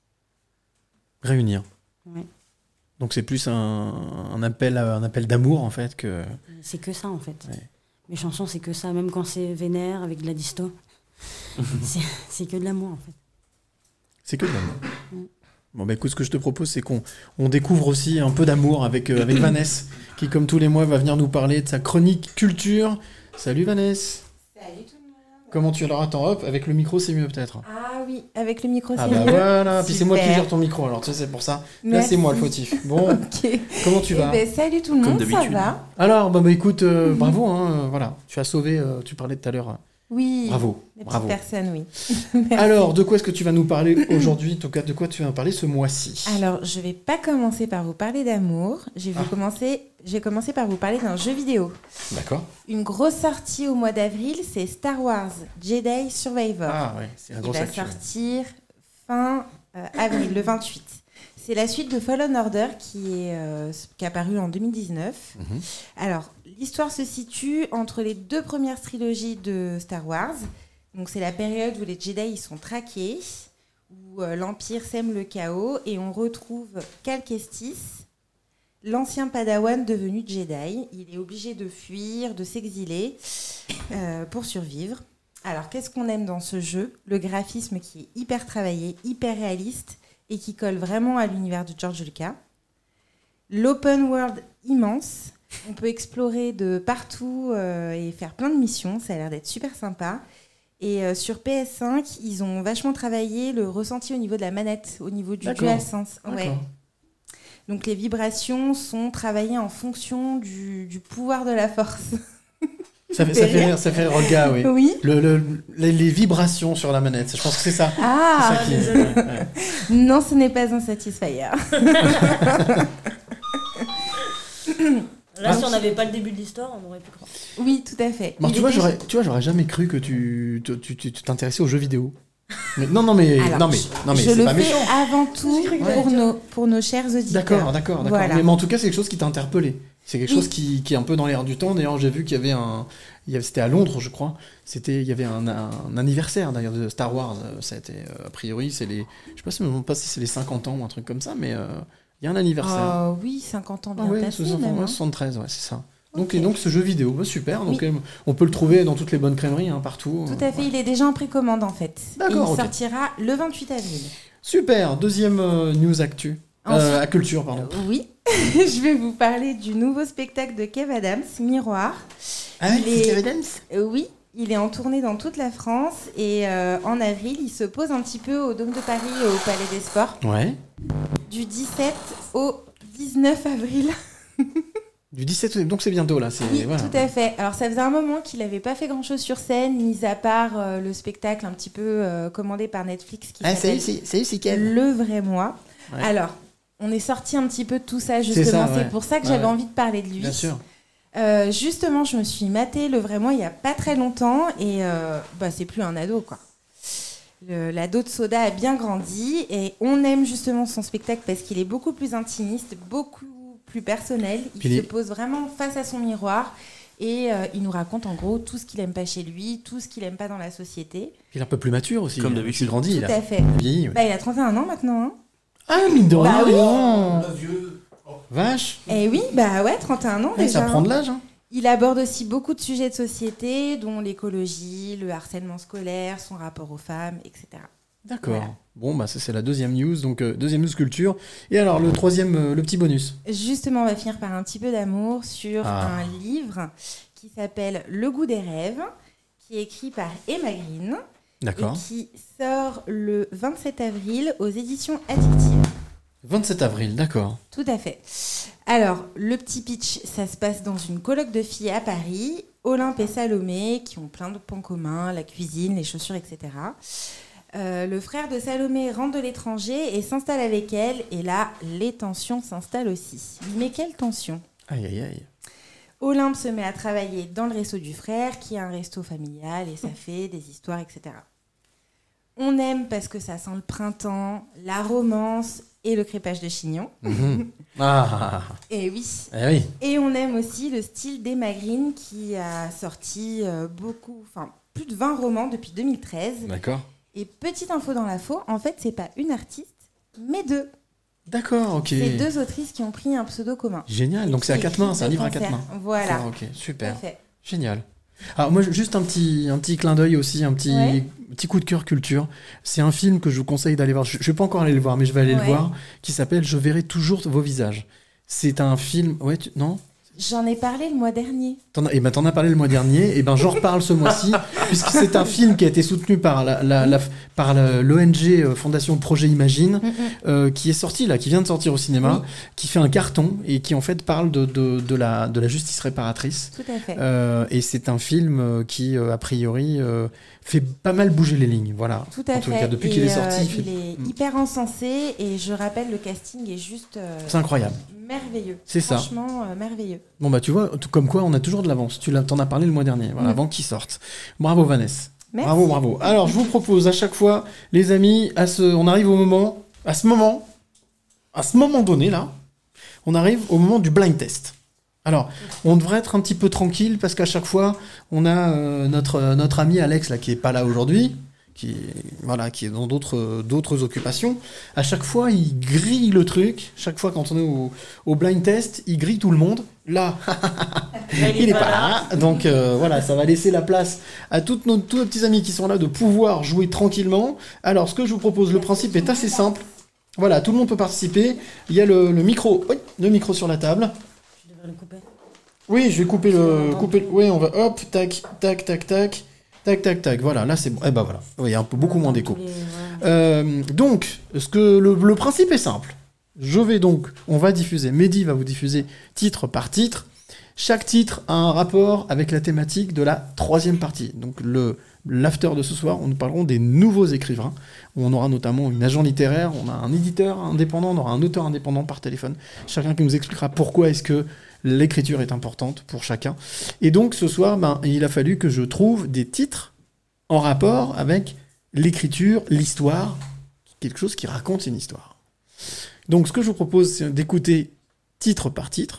Réunir. Ouais. Donc c'est plus un, un appel, à- un appel d'amour en fait que. C'est que ça, en fait. Ouais. Mes chansons, c'est que ça. Même quand c'est vénère, avec de la disto. c'est, c'est que de l'amour, en fait. C'est que de l'amour. Mm. Bon bah écoute, ce que je te propose, c'est qu'on on découvre aussi un peu d'amour avec euh, avec Vanessa, qui comme tous les mois va venir nous parler de sa chronique culture. Salut Vanessa. Salut tout le monde. Comment tu alors attends hop avec le micro c'est mieux peut-être. Ah oui, avec le micro, Ah c'est bah mieux. voilà, puis c'est moi qui Super. gère ton micro alors tu sais c'est pour ça. Là Merci. c'est moi le fautif. Bon, Ok. comment tu Eh vas? ben, salut tout le Comme monde, ça d'habitude. va? Alors bah, bah écoute euh, bravo hein, euh, voilà, tu as sauvé euh, tu parlais tout à l'heure. euh, Oui. Bravo. Les petites Bravo. personnes, oui. Alors, de quoi est-ce que tu vas nous parler aujourd'hui? En tout cas, de quoi tu vas nous parler ce mois-ci? Alors, je vais pas commencer par vous parler d'amour. Je vais, Ah. vous commencer, je vais commencer par vous parler d'un jeu vidéo. D'accord. Une grosse sortie au mois d'avril, c'est Star Wars Jedi Survivor. Ah ouais, c'est un Il gros va actu. sortir fin euh, avril, le vingt-huit. C'est la suite de Fallen Order qui est, euh, qui est apparue en deux mille dix-neuf. Mhm. Alors, l'histoire se situe entre les deux premières trilogies de Star Wars. Donc, c'est la période où les Jedi ils sont traqués, où euh, l'Empire sème le chaos, et on retrouve Cal Kestis, l'ancien Padawan devenu Jedi. Il est obligé de fuir, de s'exiler euh, pour survivre. Alors, qu'est-ce qu'on aime dans ce jeu? Le graphisme qui est hyper travaillé, hyper réaliste, et qui colle vraiment à l'univers de George Lucas. L'open world immense. On peut explorer de partout euh, et faire plein de missions. Ça a l'air d'être super sympa. Et euh, sur P S cinq, ils ont vachement travaillé le ressenti au niveau de la manette, au niveau du D'accord. DualSense. Ouais. D'accord. Donc les vibrations sont travaillées en fonction du, du pouvoir de la force. Ça fait, ça fait rire, ça fait rire le gars, oui. Oui. Le, le- les, les vibrations sur la manette, je pense que c'est ça. Ah, C'est ça qui est- ouais, ouais. non, ce n'est pas un Satisfyer. Là, Ah, si on n'avait pas le début de l'histoire, on aurait pu croire. Oui, tout à fait. Bon, Il tu vois, était- j'aurais, tu vois, j'aurais jamais cru que tu, tu, tu- tu t'intéressais aux jeux vidéo. Mais, non, non, mais, Alors, non, mais, non, mais je c'est le pas fais méchant. avant tout cru que pour, t'allais nos, pour nos chers auditeurs. D'accord, d'accord, d'accord. Voilà. Mais, mais en tout cas, c'est quelque chose qui t'a interpellé. C'est quelque Oui. chose qui, qui est un peu dans l'air du temps. D'ailleurs, j'ai vu qu'il y avait un, il y avait, c'était à Londres, je crois. C'était, il y avait un, un anniversaire d'ailleurs de Star Wars. Euh, Ça a été, euh, a priori, c'est les, je sais pas si, pas si c'est les cinquante ans ou un truc comme ça, mais euh, il y a un anniversaire. Ah oui, cinquante ans bien Ah ouais, passés, soixante- même, ouais, hein. soixante-treize, ouais, c'est ça. Donc, Ok. et donc ce jeu vidéo, bah, super. Donc, Oui. euh, on peut le trouver dans toutes les bonnes crèmeries, hein, partout. Tout à fait, il est déjà en précommande en fait. D'accord, Et il ok. sortira le vingt-huit avril. Super. Deuxième euh, news actu. Euh, Ensuite- à culture, pardon. Oui, je vais vous parler du nouveau spectacle de Kev Adams, Miroir. Ah ouais, c'est Kev Adams. Euh, oui, il est en tournée dans toute la France et euh, en avril, il se pose un petit peu au Dôme de Paris et au Palais des Sports Ouais. du dix-sept au dix-neuf avril. Du dix-sept, donc c'est bientôt là. C'est, Oui, voilà. tout à fait. Alors ça faisait un moment qu'il n'avait pas fait grand-chose sur scène, mis à part euh, le spectacle un petit peu euh, commandé par Netflix qui s'appelle salut, c'est Kev. Le Vrai Moi. Ouais. Alors, on est sorti un petit peu de tout ça C'est justement. ça, C'est ouais. pour ça que Ouais, j'avais ouais. envie de parler de lui. Bien sûr. Euh, justement, je me suis maté Le Vrai Moi il n'y a pas très longtemps et euh, bah, c'est plus un ado quoi. Le- L'ado de Soda a bien grandi et on aime justement son spectacle parce qu'il est beaucoup plus intimiste, beaucoup plus personnel. Il Puis se il est- pose vraiment face à son miroir et euh, il nous raconte en gros tout ce qu'il aime pas chez lui, tout ce qu'il aime pas dans la société. Il est un peu plus mature aussi. Comme il- d'habitude. Il grandit, Tout il a à fait. vieilli. ouais. Bah, il a trente et un ans maintenant. Hein. Ah, mine de Bah rien, oui. non. Le vieux. Vache. Et oui, bah ouais, trente et un ans Ouais, déjà. ça prend hein. de l'âge. Hein. Il aborde aussi beaucoup de sujets de société, dont l'écologie, le harcèlement scolaire, son rapport aux femmes, et cetera. D'accord. Voilà. Bon, bah ça c'est la deuxième news, donc euh, deuxième news culture. Et alors le troisième, euh, le petit bonus. Justement, on va finir par un petit peu d'amour sur Ah. un livre qui s'appelle Le goût des rêves, qui est écrit par Emma Green D'accord. et qui sort le vingt-sept avril aux éditions Addictive. vingt-sept avril, d'accord. Tout à fait. Alors, le petit pitch, ça se passe dans une coloc de filles à Paris, Olympe et Salomé, qui ont plein de points communs, la cuisine, les chaussures, et cetera. Euh, le frère de Salomé rentre de l'étranger et s'installe avec elle, et là, les tensions s'installent aussi. Mais quelle tension ? Aïe, aïe, aïe. Olympe se met à travailler dans le resto du frère, qui est un resto familial, et ça fait des histoires, et cetera. On aime parce que ça sent le printemps, la romance et le crépage de chignon. Mhm. Ah, Et oui. eh oui. Et on aime aussi le style d'Emma Green qui a sorti euh, beaucoup, enfin plus de vingt romans depuis deux mille treize. D'accord. Et petite info dans l'info, en fait, c'est pas une artiste, mais deux. D'accord, ok. C'est deux autrices qui ont pris un pseudo commun. Génial, donc c'est à Qui quatre mains, écrivent c'est un des livre à quatre concerts. mains. Voilà. D'accord, ok, Tout à super. fait. Génial. Alors moi, juste un petit, un petit clin d'œil aussi, un petit, Ouais. petit coup de cœur culture. C'est un film que je vous conseille d'aller voir. Je ne vais pas encore aller le voir, mais je vais aller le Ouais. voir, qui s'appelle « Je verrai toujours vos visages ». C'est un film... Ouais, tu... non J'en ai parlé le mois dernier. T'en as... Eh ben, t'en as parlé le mois dernier, et ben j'en reparle ce mois-ci, puisque c'est un film qui a été soutenu par la, la, la- par la- l'O N G euh, Fondation Projet Imagine, Mm-mm. euh, qui est sorti là, qui vient de sortir au cinéma, Oui. qui fait un carton et qui en fait parle de, de, de, la, de la justice réparatrice. Tout à fait. Euh, et c'est un film euh, qui, euh, a priori, euh, fait pas mal bouger les lignes. Voilà. Tout à en tout fait. cas, depuis Et, qu'il est euh, sorti, il fait- il est Mm. hyper encensé et je rappelle, le casting est juste euh, c'est incroyable. merveilleux. C'est ça. Franchement, euh, merveilleux. Bon bah tu vois, tout comme quoi on a toujours de l'avance. Tu l'as- t'en as parlé le mois dernier, voilà, Mm. avant qu'il sorte. Bravo Vanessa. Merci. Bravo, bravo. Alors je vous propose à chaque fois, les amis, à ce, on arrive au moment, à ce moment, à ce moment donné là, on arrive au moment du blind test. Alors, on devrait être un petit peu tranquille parce qu'à chaque fois, on a euh, notre, euh, notre ami Alex là qui est pas là aujourd'hui, qui est, voilà, qui est dans d'autres euh, d'autres occupations. À chaque fois, il grille le truc. Chaque fois, quand on est au, au blind test, il grille tout le monde. Là, il est pas là. Donc euh, voilà, ça va laisser la place à toutes nos, tous nos petits amis qui sont là de pouvoir jouer tranquillement. Alors, ce que je vous propose, le principe est assez simple. Voilà, tout le monde peut participer. Il y a le, le micro, oui, le micro sur la table. Je devrais le couper. Oui, je vais couper le, couper. le- Oui, on va, hop, tac, tac, tac, tac, tac, tac, tac. Voilà, là c'est bon. Eh ben voilà, Oui, il y a un peu beaucoup moins d'écho. Euh, donc, ce que le, le principe est simple. Je vais donc, on va diffuser. Mehdi va vous diffuser titre par titre. Chaque titre a un rapport avec la thématique de la troisième partie. Donc le l'after de ce soir, on nous parlerons des nouveaux écrivains. On aura notamment une agent littéraire, on a un éditeur indépendant, on aura un auteur indépendant par téléphone. Chacun qui nous expliquera pourquoi est-ce que l'écriture est importante pour chacun. Et donc ce soir, ben, il a fallu que je trouve des titres en rapport avec l'écriture, l'histoire, quelque chose qui raconte une histoire. Donc ce que je vous propose, c'est d'écouter titre par titre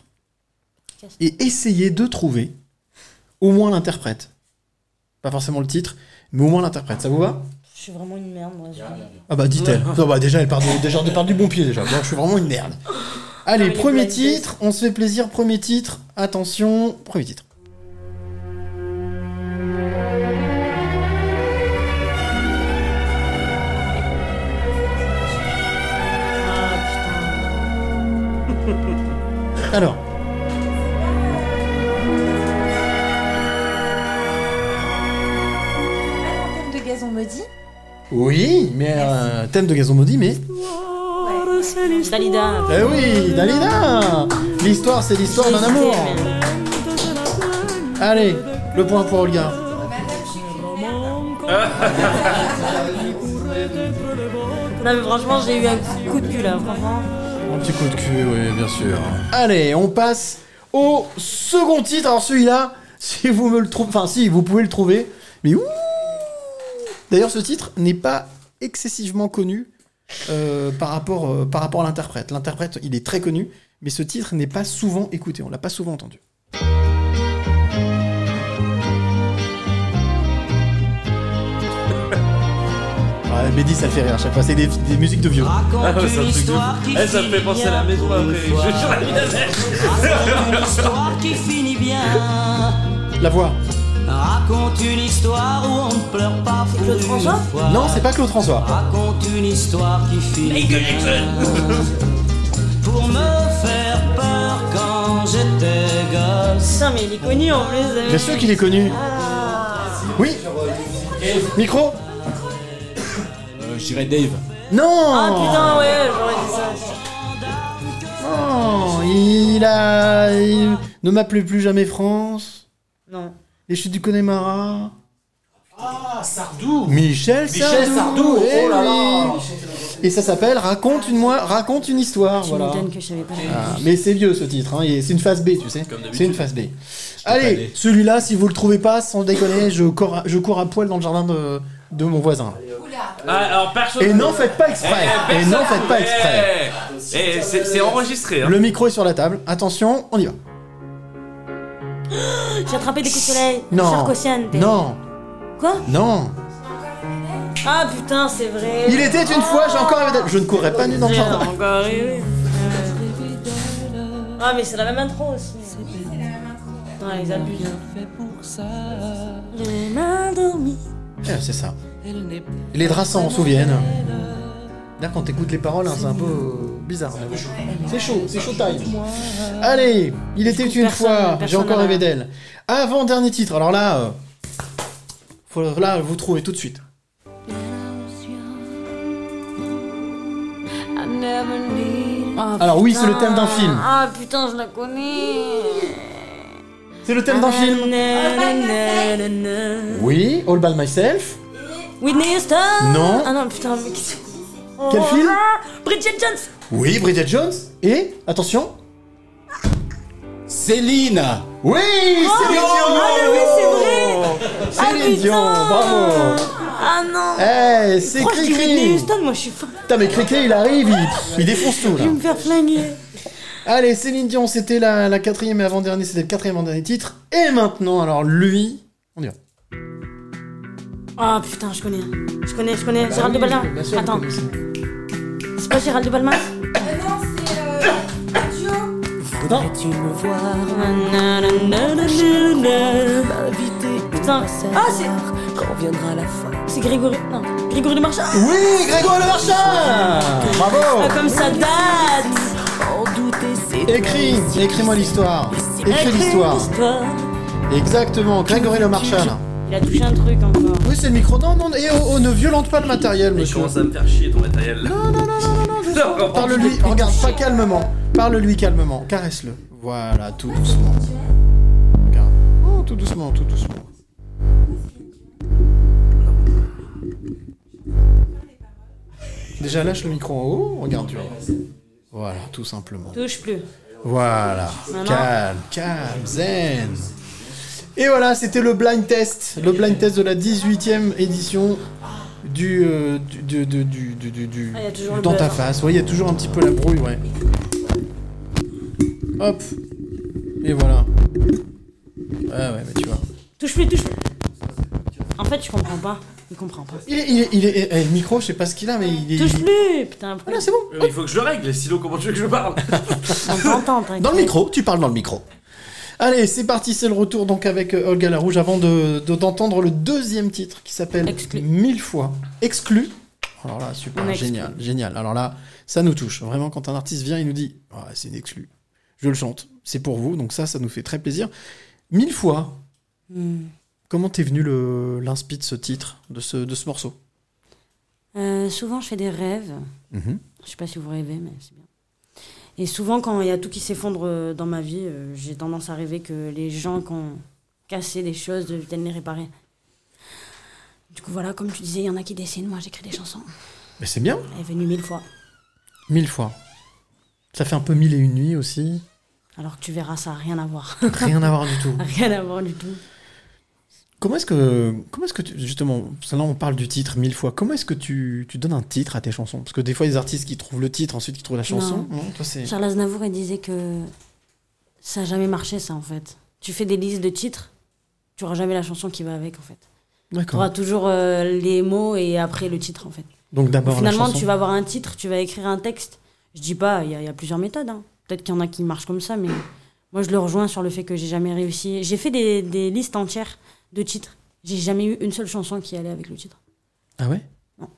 et essayer de trouver au moins l'interprète. Pas forcément le titre, mais au moins l'interprète. Ça vous va ? Je suis vraiment une merde, moi. je- Ah bah dit-elle. Non, bah déjà, elle part, du, déjà, elle part du bon pied déjà. Bon, je suis vraiment une merde. Allez, Ah, les premier blind tests. titre, on se fait plaisir, premier titre. Attention, premier titre. Ah, Alors, Thème de Gazon maudit. oui, mais euh, thème de Gazon maudit, mais... putain. Dalida. Eh oui, Dalida. L'histoire, c'est l'histoire d'un amour. Allez, le point pour Olga. Non, mais franchement, j'ai eu un coup de cul là, franchement. Un petit coup de cul, oui, bien sûr. Allez, on passe au second titre. Alors celui-là, si vous me le trouvez, enfin si, vous pouvez le trouver. Mais ouh. D'ailleurs, ce titre n'est pas excessivement connu euh, par rapport euh, par rapport à l'interprète. L'interprète, il est très connu, mais ce titre n'est pas souvent écouté. On l'a pas souvent entendu. Ouais, Mehdi, ça le fait rire à chaque fois. C'est des, des musiques de vieux. Ah ouais, c'est un truc de fou. Eh, ça me fait penser à la maison après. Je sur la vie Raconte une histoire qui finit bien. La voix. Raconte une histoire où on ne pleure pas pour Claude une François fois. Non, c'est pas Claude François. Raconte une histoire qui finit bien. Pour me faire peur quand j'étais gosse. Putain, mais il est connu en plus. Bien sûr qu'il est connu. Oui. Micro. Euh, je dirais Dave. Non. Ah putain, ouais, j'aurais dit ça. Oh, il a... il ne m'appelez plus jamais France. Non. Les chutes du Connemara. Ah, Sardou. Michel Sardou. Michel Sardou. Eh Oh là là. oui. Et ça s'appelle Raconte une, moi... Raconte une histoire. Tu Voilà. m'étonnes que je savais pas. Ah, mais c'est vieux ce titre, hein. et c'est une phase B, tu sais. Comme d'habitude. C'est une phase B. pas Allez, allé. celui-là, si vous le trouvez pas, sans déconner, je cours à, je cours à poil dans le jardin de, de mon voisin. Ah, alors personne. Et n'en faites pas exprès. Eh, Et personne- n'en faites pas exprès. Eh, eh, c'est c'est enregistré. Hein. Le micro est sur la table. Attention, on y va. J'ai attrapé des coups de soleil. Non. Sarkosian. des- Non. Quoi? Non. Ah putain, c'est vrai. Il était une fois, j'ai encore rêvé d'elle. Je ne courrais pas nu dans le J'ai jardin. encore rêvé. Ah, mais c'est la même intro aussi. Non, ils abusent. J'ai mal dormi. Eh, c'est ça. Et les draps s'en souviennent. Là, quand t'écoutes les paroles, hein, c'est un peu euh, bizarre. C'est chaud, c'est chaud time. Allez, il était une personne- fois, j'ai personne encore n'a- rêvé d'elle. Avant dernier titre. Alors là, euh, faut là vous trouver tout de suite. Ah, Alors oui, putain. c'est le thème d'un film. Ah putain, je la connais. C'est le thème d'un film. Oui, All by Myself. Whitney Houston. Non. Ah non, putain, mais qu'est-ce que- Quel Oh, film? ah, Bridget Jones. Oui, Bridget Jones. Et attention. Céline. Oui, Céline Dion. Ah mais oui, c'est vrai. Céline Ah, Dion, putain. bravo. Ah non. Eh, c'est Pourquoi je dis Whitney Cricri. Houston, moi je suis fan. Putain, mais Cricri, il arrive, il, il défonce tout Je là. vais me faire flinguer. Allez, Céline Dion, c'était la, la quatrième et avant-dernier, c'était le quatrième et avant-dernier titre. Et maintenant, alors lui, on y va. Ah putain, je connais. Je connais, je connais. Gérald de Balmain. Bien sûr, Attends, vous connaissez. c'est pas Gérald de Balmain? non, c'est euh, Joe. Non. Putain. Ah, c'est. C'est Grégory. Non, Grégory de Marchand. Oui, Grégoire Le Marchand. Bravo. Ah, comme ça date. Écris, écris-moi l'histoire. Écris l'histoire. Exactement, Grégory Le Marchand. Il a touché un truc encore. Oui, c'est le micro. Non, non, et oh, oh, ne violente pas le matériel, Mais il monsieur. commence à me faire chier ton matériel. là. Non, non, non, non, non, non, Non, Parle-lui, regarde, pas calmement. Parle-lui calmement, caresse-le. Voilà, tout doucement. Regarde. Oh, tout doucement, tout doucement. Déjà, lâche le micro en haut, regarde, tu vois. Voilà, tout simplement. Touche plus. Voilà, Maintenant. calme, calme, zen. Et voilà, c'était le blind test, le blind test de la dix-huitième édition du, euh, du, du, du, du, du, du- du- Ah, y a toujours du le dans ta buzz. face. Ouais, il y a toujours un petit peu la brouille, ouais. Hop. Et voilà. Ah ouais, mais tu vois. Touche plus, touche plus. En fait, je comprends pas. Il comprend pas. Il est, il est, il est, eh, le micro, je sais pas ce qu'il a, mais il est... Touche plus, putain. Voilà, c'est bon. Euh, Il faut que je le règle, sinon comment tu veux que je parle? On t'entend, t'inquiète. Dans le micro, tu parles dans le micro. Allez, c'est parti, c'est le retour donc avec euh, Olga la Rouge avant de, de- d'entendre le deuxième titre qui s'appelle Exclu. Mille fois. Exclu. Alors là, super, On exclut. génial, génial. Alors là, ça nous touche. Vraiment, quand un artiste vient, il nous dit ah, c'est une exclu. Je le chante, c'est pour vous, donc ça, ça nous fait très plaisir. Mille fois. Hmm. Comment t'es venu le, l'inspi de ce titre, de ce, de ce morceau? Euh, souvent, je fais des rêves. Mhm. Je sais pas si vous rêvez, mais c'est bien. Et souvent, quand il y a tout qui s'effondre euh, dans ma vie, euh, j'ai tendance à rêver que les gens qui ont cassé des choses viennent les réparer. Du coup, voilà, comme tu disais, il y en a qui dessinent, moi j'écris des chansons. Mais c'est bien, Elle est venue mille fois. mille fois. Ça fait un peu mille et une nuits aussi. Alors que tu verras, ça n'a rien à voir. Rien à voir du tout. Rien à voir du tout. Comment est-ce que, comment est-ce que tu, justement, parce que là on parle du titre mille fois, comment est-ce que tu, tu donnes un titre à tes chansons? Parce que des fois, il y a des artistes qui trouvent le titre, ensuite qui trouvent la chanson. Non. Non, toi c'est... Charles Aznavour, il disait que ça n'a jamais marché, ça, en fait. Tu fais des listes de titres, tu n'auras jamais la chanson qui va avec, en fait. Tu D'accord. auras toujours euh, les mots et après le titre, en fait. Donc d'abord la Finalement, chanson. tu vas avoir un titre, tu vas écrire un texte. Je dis pas, il y, a- il y a plusieurs méthodes. Hein. Peut-être qu'il y en a qui marchent comme ça, mais moi, je le rejoins sur le fait que j'ai jamais réussi. J'ai fait des, des listes entières de titre. J'ai jamais eu une seule chanson qui allait avec le titre. Ah ouais? Non.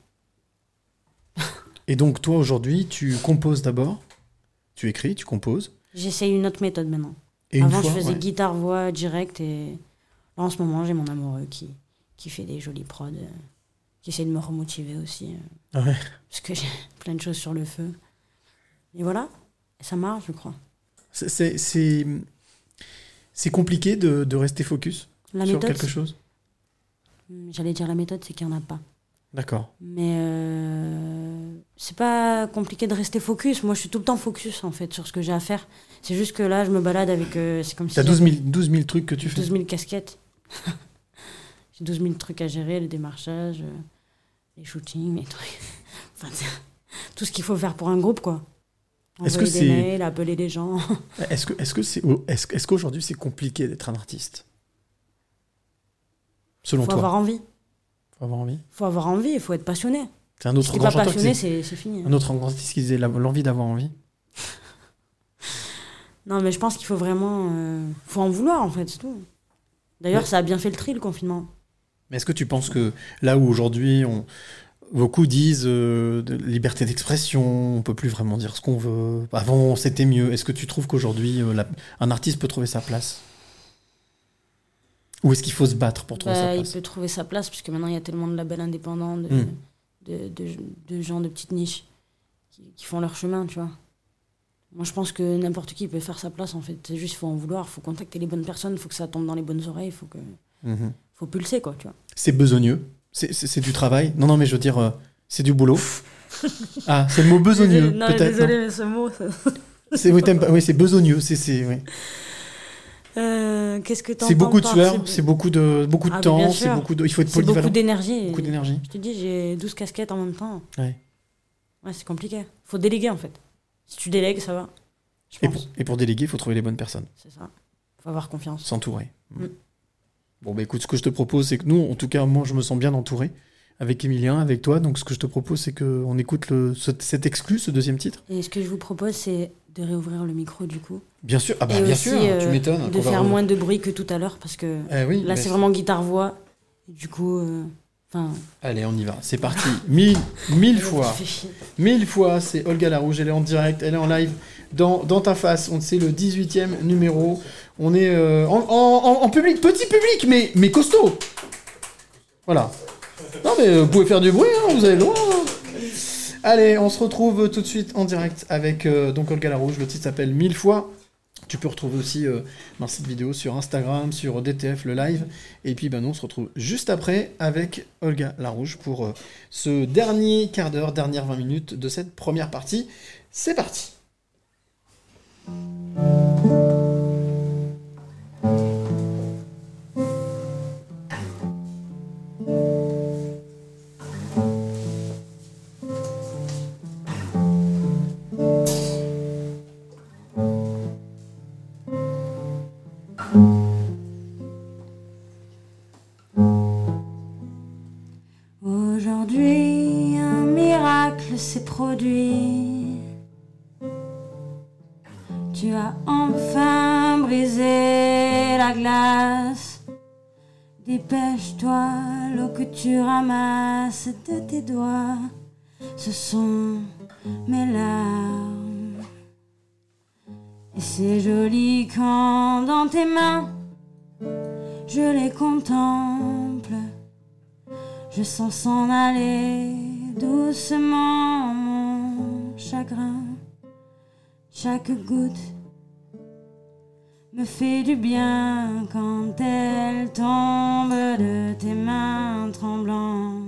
Et donc, toi, aujourd'hui, tu composes d'abord, tu écris, tu composes. J'essaye une autre méthode maintenant. Et Avant, une fois, je faisais ouais. guitare-voix direct et là, en ce moment, j'ai mon amoureux qui, qui fait des jolies prods, euh, qui essaie de me remotiver aussi. Euh, Ah ouais. Parce que j'ai plein de choses sur le feu. Et voilà, et ça marche, je crois. C'est, c'est, c'est, c'est compliqué de, de rester focus La sur méthode, quelque chose. J'allais dire la méthode, c'est qu'il n'y en a pas. D'accord. Mais euh, c'est pas compliqué de rester focus. Moi, je suis tout le temps focus, en fait, sur ce que j'ai à faire. C'est juste que là, je me balade avec... Euh, c'est comme si T'as douze mille, douze mille trucs que tu fais. douze mille casquettes. J'ai douze mille trucs à gérer, le démarchage, euh, les shootings, les trucs. Enfin, c'est tout ce qu'il faut faire pour un groupe, quoi. Est-ce Envoyer que des c'est- mails, appeler les gens. Est-ce que, est-ce que c'est, est-ce, est-ce qu'aujourd'hui c'est compliqué d'être un artiste? Selon Faut toi. avoir envie. Faut avoir envie. Faut avoir envie, il faut être passionné. C'est un autre Si t'es grand pas chanteur qui passionné, disait- c'est, c'est fini. Un autre grand artiste qui disait la- l'envie d'avoir envie. Non, mais je pense qu'il faut vraiment... euh, faut en vouloir, en fait, c'est tout. D'ailleurs, Mais- ça a bien fait le tri, le confinement. Mais est-ce que tu penses que là où aujourd'hui on... beaucoup disent euh, de liberté d'expression, on peut plus vraiment dire ce qu'on veut. Avant c'était mieux. Est-ce que tu trouves qu'aujourd'hui euh, la- un artiste peut trouver sa place? Ou est-ce qu'il faut se battre pour trouver Bah, sa il place? peut trouver sa place, puisque maintenant, il y a tellement de labels indépendants, de, Mm. de, de, de gens de petites niches qui, qui font leur chemin, tu vois. Moi, je pense que n'importe qui peut faire sa place, en fait. C'est juste, il faut en vouloir, il faut contacter les bonnes personnes, il faut que ça tombe dans les bonnes oreilles, il faut que... Mhm. faut pulser, quoi, tu vois. C'est besogneux. C'est, c'est, c'est du travail. Non, non, mais je veux dire, euh, c'est du boulot. Ah, c'est le mot besogneux, non, mais peut-être. désolé, non mais ce mot... ça- C'est, oui, t'aimes pas- oui, c'est besogneux. C'est, c'est, oui. Euh, qu'est-ce que t'entends C'est beaucoup de par- sueur, c'est- c'est beaucoup de, beaucoup de Ah, mais temps, bien c'est sûr. beaucoup de, il faut être C'est polyvalent. beaucoup d'énergie. Beaucoup d'énergie. Je te dis, j'ai douze casquettes en même temps. Ouais. Ouais, c'est compliqué. Faut déléguer, en fait. Si tu délègues, ça va. Je Et pense. pour, et pour déléguer, il faut trouver les bonnes personnes. C'est ça. Faut avoir confiance. S'entourer. Mm. Bon, bah écoute, ce que je te propose, c'est que nous, en tout cas, moi, je me sens bien entouré avec Emilien, avec toi. Donc, ce que je te propose, c'est qu'on écoute le, ce- cet exclu, ce deuxième titre. Et ce que je vous propose, c'est de réouvrir le micro, du coup. Bien sûr. Ah, bah, Et bien aussi, sûr, euh, tu m'étonnes. De qu'on va faire re- moins de bruit que tout à l'heure, parce que Eh oui, là, mais c'est vraiment guitare-voix. Et Du coup, euh, enfin... Allez, on y va. C'est parti. Mille, mille fois. Mille fois, c'est Olga Larouche. Elle est en direct, elle est en live dans, dans ta face. On sait le dix-huitième numéro. On est euh, en, en- en public, petit public, mais, mais costaud. Voilà. Non, mais euh, vous pouvez faire du bruit, hein, vous avez le droit. hein. Allez, on se retrouve tout de suite en direct avec euh, donc Olga Larouche. Le titre s'appelle Mille fois. Tu peux retrouver aussi euh, dans cette vidéo sur Instagram, sur D T F le live. Et puis ben, nous, on se retrouve juste après avec Olga Larouche pour euh, ce dernier quart d'heure, dernière vingt minutes de cette première partie. C'est parti. Aujourd'hui, un miracle s'est produit. Tu as enfin brisé la glace. Dépêche-toi, l'eau que tu ramasses de tes doigts, ce sont mes larmes. Et c'est joli quand dans tes mains, je les contemple. Je sens s'en aller doucement mon chagrin. Chaque goutte me fait du bien quand elle tombe de tes mains tremblantes.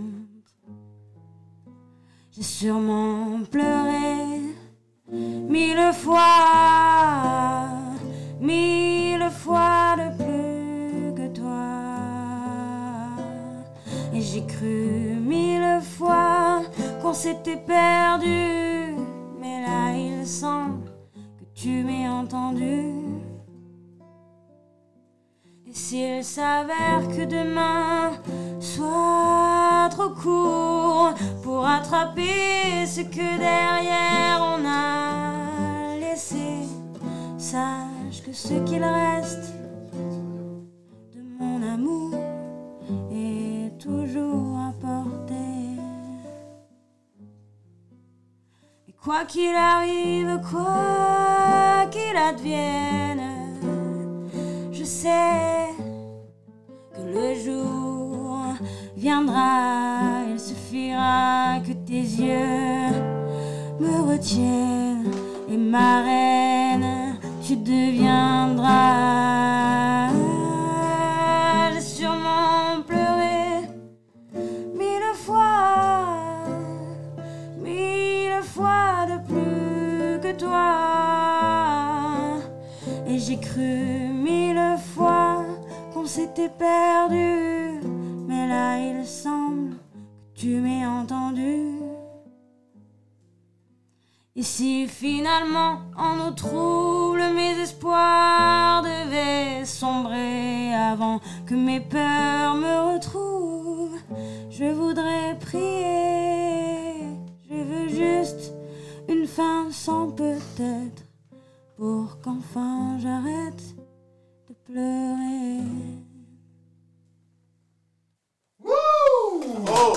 J'ai sûrement pleuré mille fois, mille fois de plus que toi. Et j'ai cru mille fois qu'on s'était perdu, mais là il semble que tu m'aies entendu. Et s'il s'avère que demain soit trop court pour attraper ce que derrière on a laissé, sache que ce qu'il reste de mon amour toujours à portée. Et quoi qu'il arrive, quoi qu'il advienne, je sais que le jour viendra, il suffira que tes yeux me retiennent et ma reine, tu deviendras. J'ai sûrement pleuré mille fois, mille fois de plus que toi, et j'ai cru mille fois qu'on s'était perdu, mais là il semble que tu m'aies entendu. Et si finalement en nos troubles mes espoirs devaient sombrer avant que mes peurs me retrouvent, je voudrais prier, je veux juste une fin sans peut-être, pour qu'enfin j'arrête de pleurer. Oh.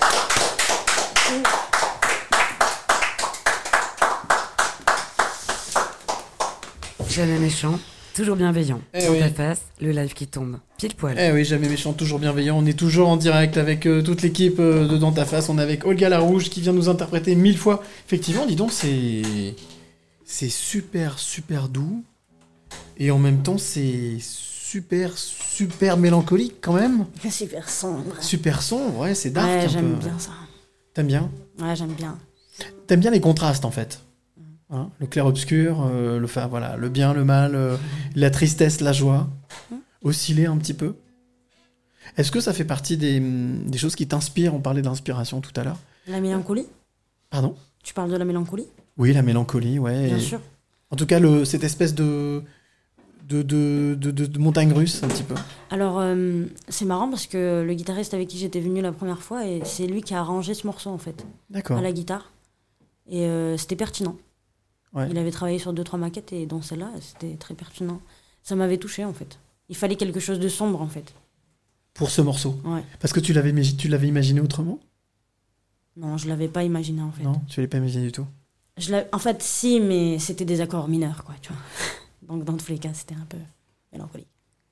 Jamais méchant, toujours bienveillant. Eh Dans oui. ta face, le live qui tombe. Pile poil. Eh oui, jamais méchant, toujours bienveillant. On est toujours en direct avec euh, toute l'équipe euh, de Dans ta face. On est avec Olga Larouge qui vient nous interpréter mille fois. Effectivement, dis donc, c'est c'est super super doux et en même temps c'est super super mélancolique quand même. Super sombre. Super sombre, ouais, c'est dark. Ouais, un j'aime peu. bien ça. T'aimes bien? Ouais, j'aime bien. T'aimes bien les contrastes en fait. Hein, le clair-obscur, euh, le, enfin, voilà, le bien, le mal, euh, la tristesse, la joie, osciller un petit peu. Est-ce que ça fait partie des, des choses qui t'inspirent? On parlait d'inspiration tout à l'heure. La mélancolie? Pardon? Tu parles de la mélancolie? Oui, la mélancolie, ouais. Bien Et- sûr. En tout cas, le, cette espèce de de, de, de, de- de montagne russe, un petit peu. Alors, euh, c'est marrant parce que le guitariste avec qui j'étais venu la première fois, et c'est lui qui a arrangé ce morceau en fait, D'accord. à la guitare. Et euh, c'était pertinent. Ouais. Il avait travaillé sur deux trois maquettes et dans celle-là, c'était très pertinent. Ça m'avait touché en fait. Il fallait quelque chose de sombre en fait. Pour ce morceau. Ouais. Parce que tu l'avais, imagi- tu l'avais imaginé autrement? Non, je l'avais pas imaginé en fait. Non, tu l'avais pas imaginé du tout. Je l'avais- en fait, si, mais c'était des accords mineurs quoi, tu vois. Donc dans tous les cas, c'était un peu mélancolique.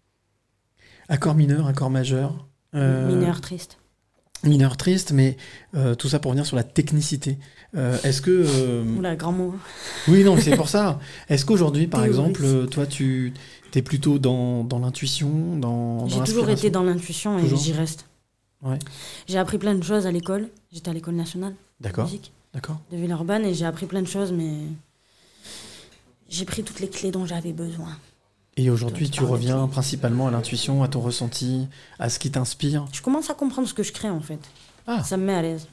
Accord mineur, accord majeur. euh, Mineur triste. Mineur triste, mais euh, tout ça pour revenir sur la technicité. Euh, Est-ce que... euh, Oula, grand mot. Oui, non, c'est pour ça. Est-ce qu'aujourd'hui, par Théorie. exemple, euh, toi, tu es plutôt dans, dans l'intuition, dans, dans J'ai toujours l'inspiration? été dans l'intuition et Toujours j'y reste. Ouais. J'ai appris plein de choses à l'école. J'étais à l'école nationale de D'accord, musique d'accord. de Villeurbanne et j'ai appris plein de choses, mais j'ai pris toutes les clés dont j'avais besoin. Et aujourd'hui, Toi, tu tu parles de reviens clés. principalement à l'intuition, à ton ressenti, à ce qui t'inspire. Je commence à comprendre ce que je crée en fait. Ah. Ça me met à l'aise.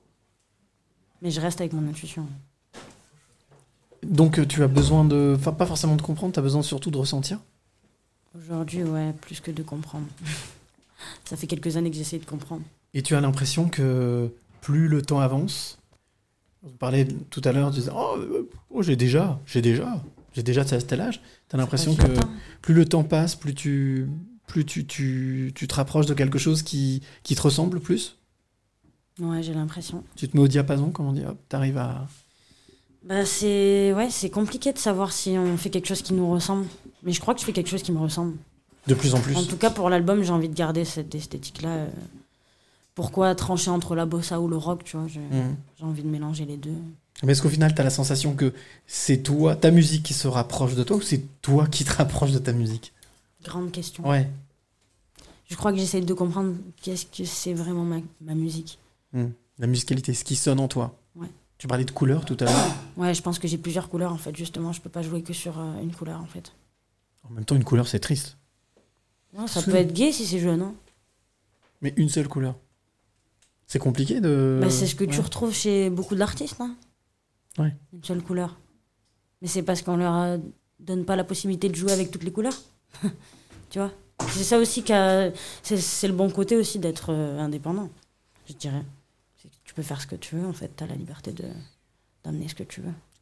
Mais je reste avec mon intuition. Donc, euh, tu as besoin de... Enfin, pas forcément de comprendre, tu as besoin surtout de ressentir. Aujourd'hui, ouais, plus que de comprendre. Ça fait quelques années que j'essaie de comprendre. Et tu as l'impression que plus le temps avance, on parlait tout à l'heure, tu disais, oh, euh, oh, j'ai déjà, j'ai déjà, j'ai déjà tel tel âge. Tu as l'impression pas que du temps. plus le temps passe, plus tu, plus tu, tu, tu te rapproches de quelque chose qui, qui te ressemble plus. Ouais, j'ai l'impression. Tu te mets au diapason, comme on dit, hop, t'arrives à... Bah c'est ouais, c'est compliqué de savoir si on fait quelque chose qui nous ressemble. Mais je crois que je fais quelque chose qui me ressemble. De plus en plus. En tout cas, pour l'album, j'ai envie de garder cette esthétique-là. euh. Pourquoi trancher entre la bossa ou le rock, tu vois? J'ai Mhm. j'ai envie de mélanger les deux. Mais est-ce qu'au final, tu as la sensation que c'est toi, ta musique qui se rapproche de toi, ou c'est toi qui te rapproches de ta musique? Grande question. Ouais. Je crois que j'essaie de comprendre qu'est-ce que c'est vraiment ma, ma musique. Hmm. La musicalité, ce qui sonne en toi. Ouais. Tu parlais de couleurs tout à l'heure. Ouais, je pense que j'ai plusieurs couleurs en fait. Justement, je peux pas jouer que sur euh, une couleur en fait. En même temps, une couleur, c'est triste. Non, ça C'est- peut être gay si c'est jeune. Hein. Mais une seule couleur. C'est compliqué de... Bah, c'est ce que tu Ouais. retrouves chez beaucoup d'artistes. Hein. Ouais. Une seule couleur. Mais c'est parce qu'on leur euh, donne pas la possibilité de jouer avec toutes les couleurs. Tu vois? C'est ça aussi qui a... C'est c'est le bon côté aussi d'être euh, indépendant, je dirais. C'est que tu peux faire ce que tu veux en fait. T'as la liberté de d'amener ce que tu veux.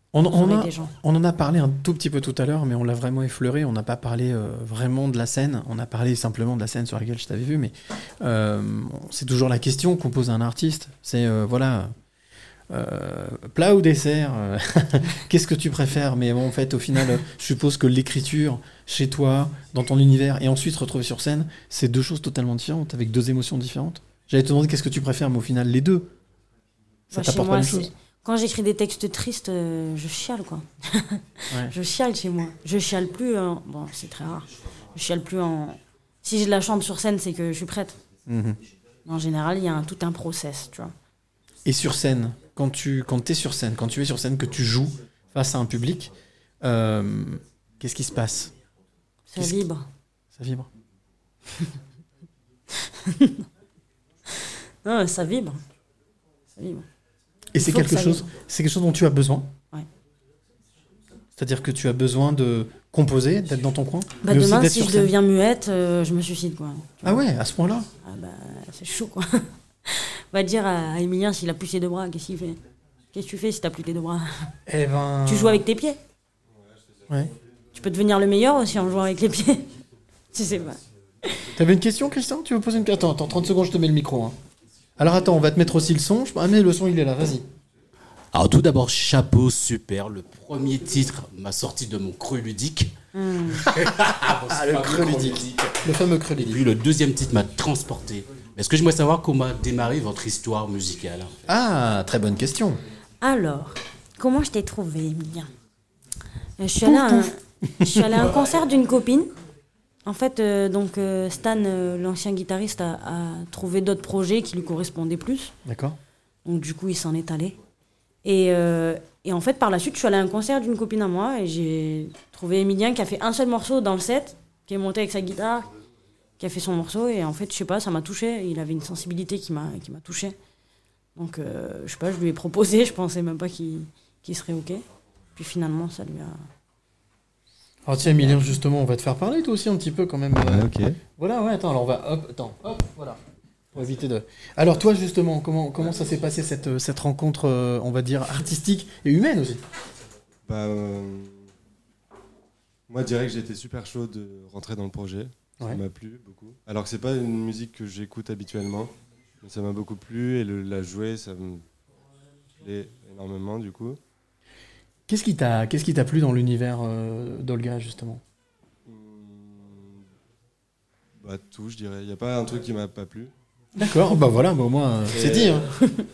On, vous on aurez a, des gens. on en a parlé un tout petit peu tout à l'heure, mais on l'a vraiment effleuré. On n'a pas parlé euh, vraiment de la scène. On a parlé simplement de la scène sur laquelle je t'avais vu. Mais euh, c'est toujours la question qu'on pose à un artiste. C'est, euh, voilà, euh, plat ou dessert euh, qu'est-ce que tu préfères? Mais bon, en fait, au final, euh, je suppose que l'écriture, chez toi, dans ton univers, et ensuite se retrouver sur scène, c'est deux choses totalement différentes, avec deux émotions différentes. J'allais te demander qu'est-ce que tu préfères, mais au final, les deux, ça Moi, chez t'apporte moi, pas la même c'est- chose. Quand j'écris des textes tristes, euh, je chiale, quoi. Ouais. Je chiale chez moi. Je chiale plus. en- Bon, c'est très rare. Je chiale plus en. Si je la chante sur scène, c'est que je suis prête. Mhm. En général, il y a un- tout un process, tu vois. Et sur scène, quand tu quand es sur scène, quand tu es sur scène, que tu joues face à un public, euh, qu'est-ce qui se passe? Ça Qu'est-ce- vibre. Ça vibre. Non, ça vibre. Ça vibre. Et Il c'est faut que quelque ça chose, vibre. c'est quelque chose dont tu as besoin. Ouais. C'est-à-dire que tu as besoin de composer, d'être dans ton coin. Bah, mais aussi demain, d'être si sur je scène. deviens muette, euh, je me suicide, quoi. Ah ouais, à ce point-là. Ah bah, c'est chaud, quoi. On va dire à à Emilien s'il a plus ses deux bras, qu'est-ce qu'il fait? Qu'est-ce que tu fais si t'as plus tes deux bras? Eh ben. Tu joues avec tes pieds. Ouais. Tu peux devenir le meilleur aussi en jouant avec les pieds. Tu sais pas. T'avais une question, Christian? Tu veux poser une question? Attends, attends, trente secondes, je te mets le micro. hein. Alors attends, on va te mettre aussi le son. Je- Ah mais le son, il est là, vas-y. Alors tout d'abord, chapeau, super. Le premier titre m'a sorti de mon creux ludique. Ah, le creux ludique. Le fameux creux Et ludique. puis le deuxième titre m'a transporté. Est-ce que j'aimerais savoir comment a démarré votre histoire musicale? Ah, très bonne question. Alors, comment je t'ai trouvé, Emilien? Euh, Je suis allée à un, je suis allée à un concert d'une copine. En fait, euh, donc euh, Stan, euh, l'ancien guitariste, a, a trouvé d'autres projets qui lui correspondaient plus. D'accord. Donc du coup, il s'en est allé. Et, euh, et en fait, par la suite, je suis allée à un concert d'une copine à moi et j'ai trouvé Emilien qui a fait un seul morceau dans le set, qui est monté avec sa guitare, qui a fait son morceau. Et en fait, je sais pas, ça m'a touché. Il avait une sensibilité qui m'a qui m'a touché. Donc, euh, je sais pas, je lui ai proposé. Je pensais même pas qu'il qu'il serait OK. Puis finalement, ça lui a... Alors tiens, Emilien, justement, on va te faire parler toi aussi un petit peu quand même. euh, ok. Voilà, ouais, attends, alors on va, hop, attends, hop, voilà. Pour éviter de... Alors toi, justement, comment, comment ça s'est passé cette, euh, cette rencontre, euh, on va dire, artistique et humaine aussi? Bah, euh, moi, je dirais que j'ai été super chaud de rentrer dans le projet. Ça Ouais. m'a plu beaucoup. Alors que c'est pas une musique que j'écoute habituellement, mais ça m'a beaucoup plu et le, la jouer, ça me plaît énormément du coup. Qu'est-ce qui t'a, qu'est-ce qui t'a plu dans l'univers euh, d'Olga, justement? Hum, Bah tout, je dirais. Il n'y a pas un truc qui m'a pas plu. D'accord, bah voilà, bah au moins, euh, c'est Et- dit. Hein.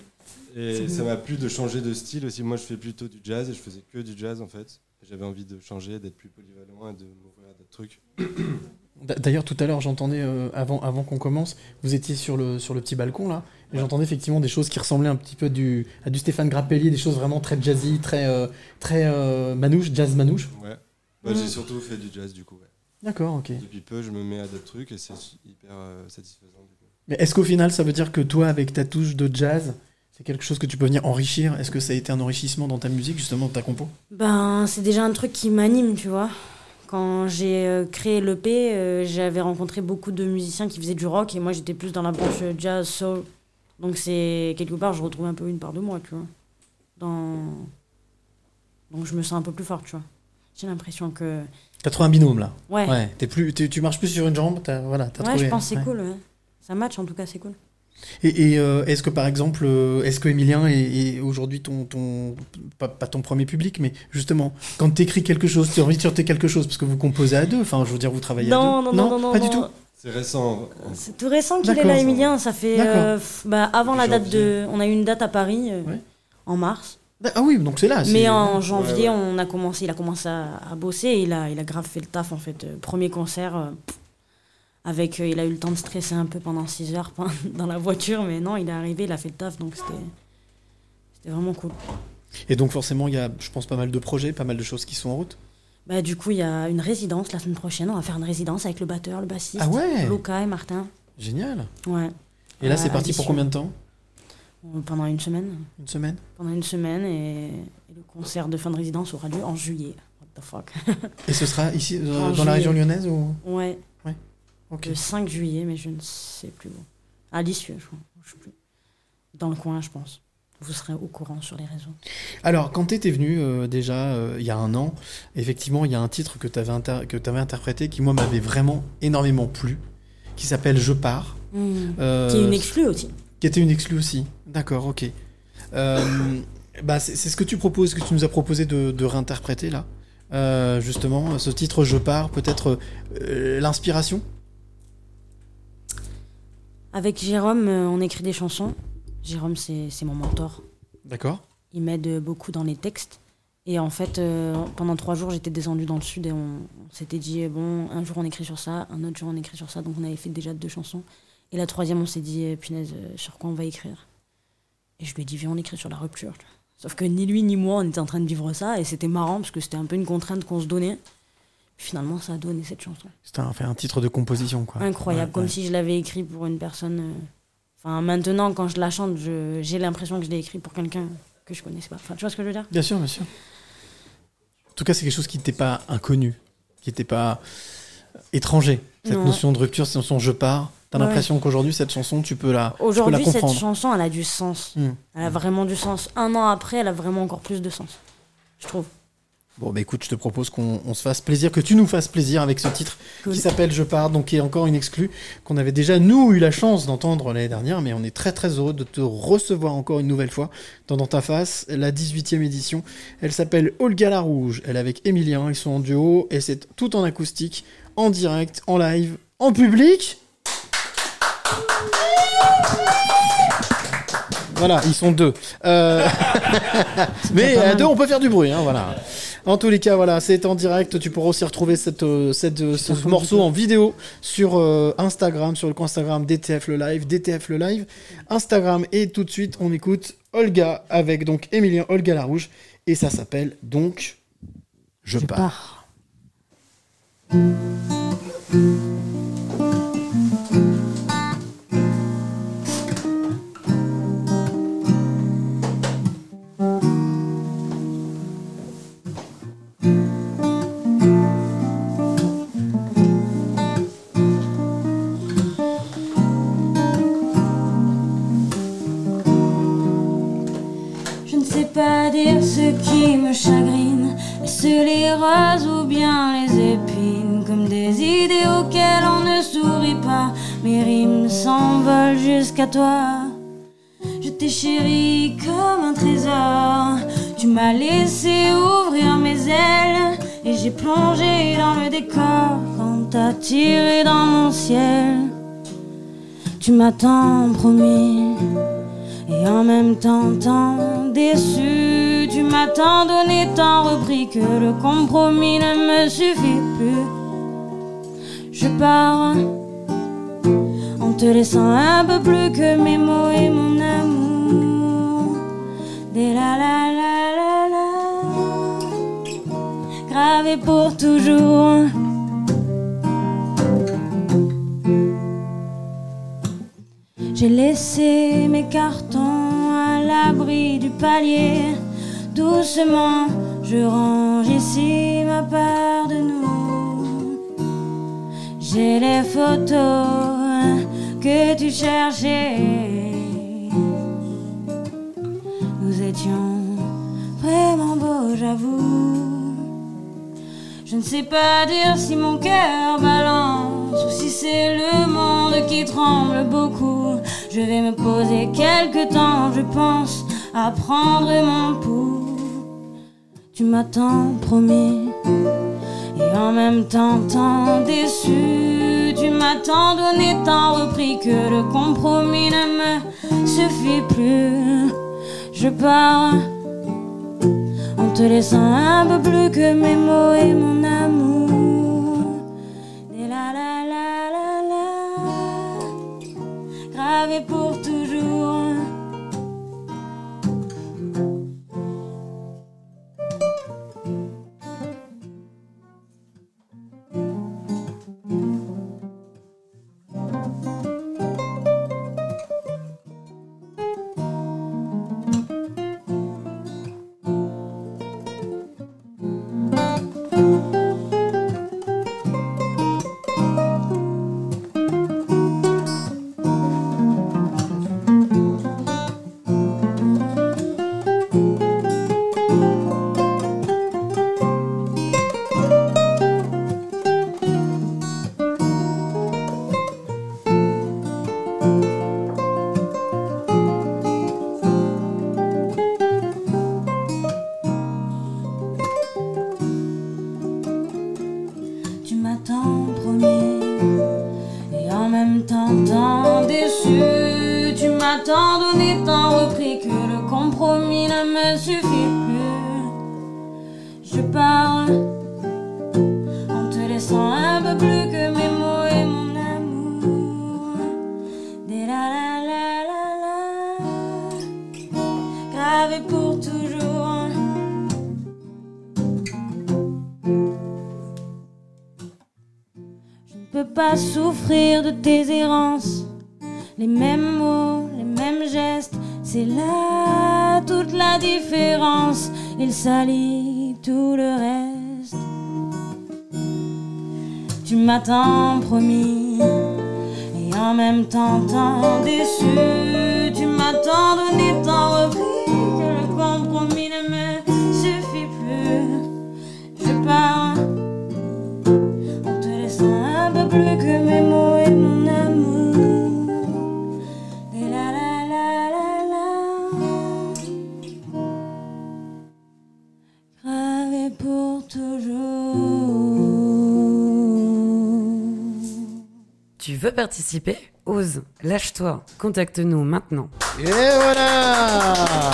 Et ça m'a plu de changer de style aussi. Moi, je fais plutôt du jazz et je faisais que du jazz en fait. J'avais envie de changer, d'être plus polyvalent et de m'ouvrir à d'autres trucs. D- D'ailleurs, tout à l'heure, j'entendais, euh, avant, avant qu'on commence, vous étiez sur le, sur le petit balcon, là, et j'entendais effectivement des choses qui ressemblaient un petit peu du, à du Stéphane Grappelli, des choses vraiment très jazzy, très, euh, très euh, manouche, jazz manouche. Ouais. Bah, j'ai surtout fait du jazz du coup. Ouais. D'accord, ok. Depuis peu, je me mets à d'autres trucs et c'est hyper euh, satisfaisant du coup. Mais est-ce qu'au final, ça veut dire que toi, avec ta touche de jazz, c'est quelque chose que tu peux venir enrichir? Est-ce que ça a été un enrichissement dans ta musique, justement, dans ta compo? Ben, c'est déjà un truc qui m'anime, tu vois. Quand j'ai euh, créé l'E P, euh, j'avais rencontré beaucoup de musiciens qui faisaient du rock et moi j'étais plus dans la branche euh, jazz, soul. Donc c'est quelque part, je retrouve un peu une part de moi, tu vois. Dans... Donc je me sens un peu plus forte, tu vois. J'ai l'impression que... T'as trouvé un binôme, là. Ouais, ouais, T'es plus, t'es- tu marches plus sur une jambe, t'as, voilà, t'as trouvé... je pense que c'est ouais. cool, ouais. Ça match en tout cas, c'est cool. Et, et, euh, est-ce que par exemple, euh, est-ce que Emilien est, est aujourd'hui ton, ton pas, pas ton premier public, mais justement, quand tu écris quelque chose, tu as envie de chanter quelque chose parce que vous composez à deux, enfin, je veux dire, vous travaillez à Non, deux. non, non, non, non, pas non. du tout. C'est récent. C'est tout récent qu'il est D'accord. là, Emilien. Ça fait... D'accord. euh, f- bah, avant la date de... On a eu une date à Paris, euh, Ouais. en mars. Ah oui, donc c'est là. c'est- Mais en janvier, Ouais, ouais. on a commencé, il a commencé à, à bosser et il a, il a grave fait le taf en fait. Euh, Premier concert, euh, pff, avec, euh, il a eu le temps de stresser un peu pendant six heures pendant- dans la voiture, mais non, il est arrivé, il a fait le taf, donc c'était, c'était vraiment cool. Et donc forcément, il y a, je pense, pas mal de projets, pas mal de choses qui sont en route. Bah, du coup, il y a une résidence la semaine prochaine, on va faire une résidence avec le batteur, le bassiste, Ah ouais. Luca et Martin. Génial. Ouais. Et là, À- c'est à parti pour Lisieux. combien de temps? Euh, Pendant une semaine. Une semaine? Pendant une semaine et, et le concert de fin de résidence aura lieu en juillet. What the fuck. Et ce sera ici, euh, En dans la région juillet. lyonnaise ou... Ouais. Ok. Le cinq juillet, mais je ne sais plus où. À Lisieux, je crois. Je sais plus. Dans le coin, je pense. vous serez au courant sur les réseaux. Alors, quand tu étais venu euh, déjà euh, il y a un an, effectivement, il y a un titre que tu avais inter- que t'avais interprété qui, moi, m'avait vraiment énormément plu, qui s'appelle Je pars. Mmh. Euh, Qui est une exclue aussi. Qui était une exclue aussi. D'accord, ok. Euh, bah, c'est, c'est ce que tu proposes, que tu nous as proposé de, de réinterpréter là. Euh, justement, ce titre Je pars, peut-être euh, l'inspiration. Avec Jérôme, euh, on écrit des chansons. Jérôme, c'est, c'est mon mentor. D'accord. Il m'aide beaucoup dans les textes. Et en fait, euh, pendant trois jours, j'étais descendue dans le sud et on, on s'était dit, bon, un jour on écrit sur ça, un autre jour on écrit sur ça. Donc on avait fait déjà deux chansons. Et la troisième, on s'est dit, eh, punaise, euh, sur quoi on va écrire? Et je lui ai dit, viens, on écrit sur la rupture. Sauf que ni lui ni moi, on était en train de vivre ça. Et c'était marrant parce que c'était un peu une contrainte qu'on se donnait. Puis finalement, ça a donné cette chanson. C'était un, fait un titre de composition, quoi. Incroyable, Ouais, comme ouais. si je l'avais écrit pour une personne. euh, Enfin, maintenant, quand je la chante, je, j'ai l'impression que je l'ai écrit pour quelqu'un que je connaissais pas. Enfin, tu vois ce que je veux dire? Bien sûr, bien sûr. En tout cas, c'est quelque chose qui n'était pas inconnu, qui n'était pas étranger. Cette Non. notion de rupture, cette notion Je pars. T'as Ouais. l'impression qu'aujourd'hui, cette chanson, tu peux la, tu peux la Aujourd'hui, cette comprendre. chanson, elle a du sens. Hmm. Elle a vraiment du sens. Un an après, elle a vraiment encore plus de sens. Je trouve. Bon, bah écoute, je te propose qu'on on se fasse plaisir, que tu nous fasses plaisir avec ce titre Cool. qui s'appelle Je pars, donc qui est encore une exclue, qu'on avait déjà, nous, eu la chance d'entendre l'année dernière, mais on est très très heureux de te recevoir encore une nouvelle fois dans Dans ta face, la dix-huitième édition. Elle s'appelle Olga la Rouge, elle est avec Emilien, ils sont en duo, et c'est tout en acoustique, en direct, en live, en public. Voilà, ils sont deux. Euh, Mais à deux, on peut faire du bruit, hein, voilà. En tous les cas, voilà, c'est en direct. Tu pourras aussi retrouver cette, euh, cette, euh, ce morceau en vidéo sur euh, Instagram, sur le compte Instagram D T F le live, D T F le live, Instagram. Et tout de suite, on écoute Olga avec donc Emilien, Olga la Rouge, et ça s'appelle donc Je, Je pars. pars. Je ne sais pas dire ce qui me chagrine, est-ce les roses ou bien les épines, comme des idées auxquelles on ne sourit pas. Mes rimes s'envolent jusqu'à toi. Je t'ai chéri comme un trésor. Tu m'as laissé ouvrir mes ailes et j'ai plongé dans le décor quand t'as tiré dans mon ciel. Tu m'as tant promis et en même temps tant déçu. Tu m'as tant donné, tant repris que le compromis ne me suffit plus. Je pars en te laissant un peu plus que mes mots et mon amour. Des la la la la la, gravé pour toujours. J'ai laissé mes cartons à l'abri du palier. Doucement, je range ici ma part de nous. J'ai les photos que tu cherchais. Nous étions vraiment beaux, j'avoue. Je ne sais pas dire si mon cœur balance ou si c'est le monde qui tremble beaucoup. Je vais me poser quelque temps, je pense, à prendre mon pouls. Tu m'as tant promis et en même temps tant déçu. Tu m'as tant donné, tant repris que le compromis ne me suffit plus. Je pars en te laissant un peu plus que mes mots et mon amour. Et la la la la la, gravé pour toujours. me suffit plus. Je pars en te laissant un peu plus que mes mots et mon amour. Des la la la la la, gravé pour toujours. Je ne peux pas souffrir de tes errances. Les mêmes mots, les mêmes gestes, c'est là toute la différence. Il salit tout le reste. Tu m'as tant promis et en même temps tant déçu. Tu m'as tant donné, tant repris que le compromis ne me suffit plus. Je pars en te laissant un peu plus que mes mots et mon amour. Tu veux participer? Ose, lâche-toi, contacte-nous maintenant. Et voilà.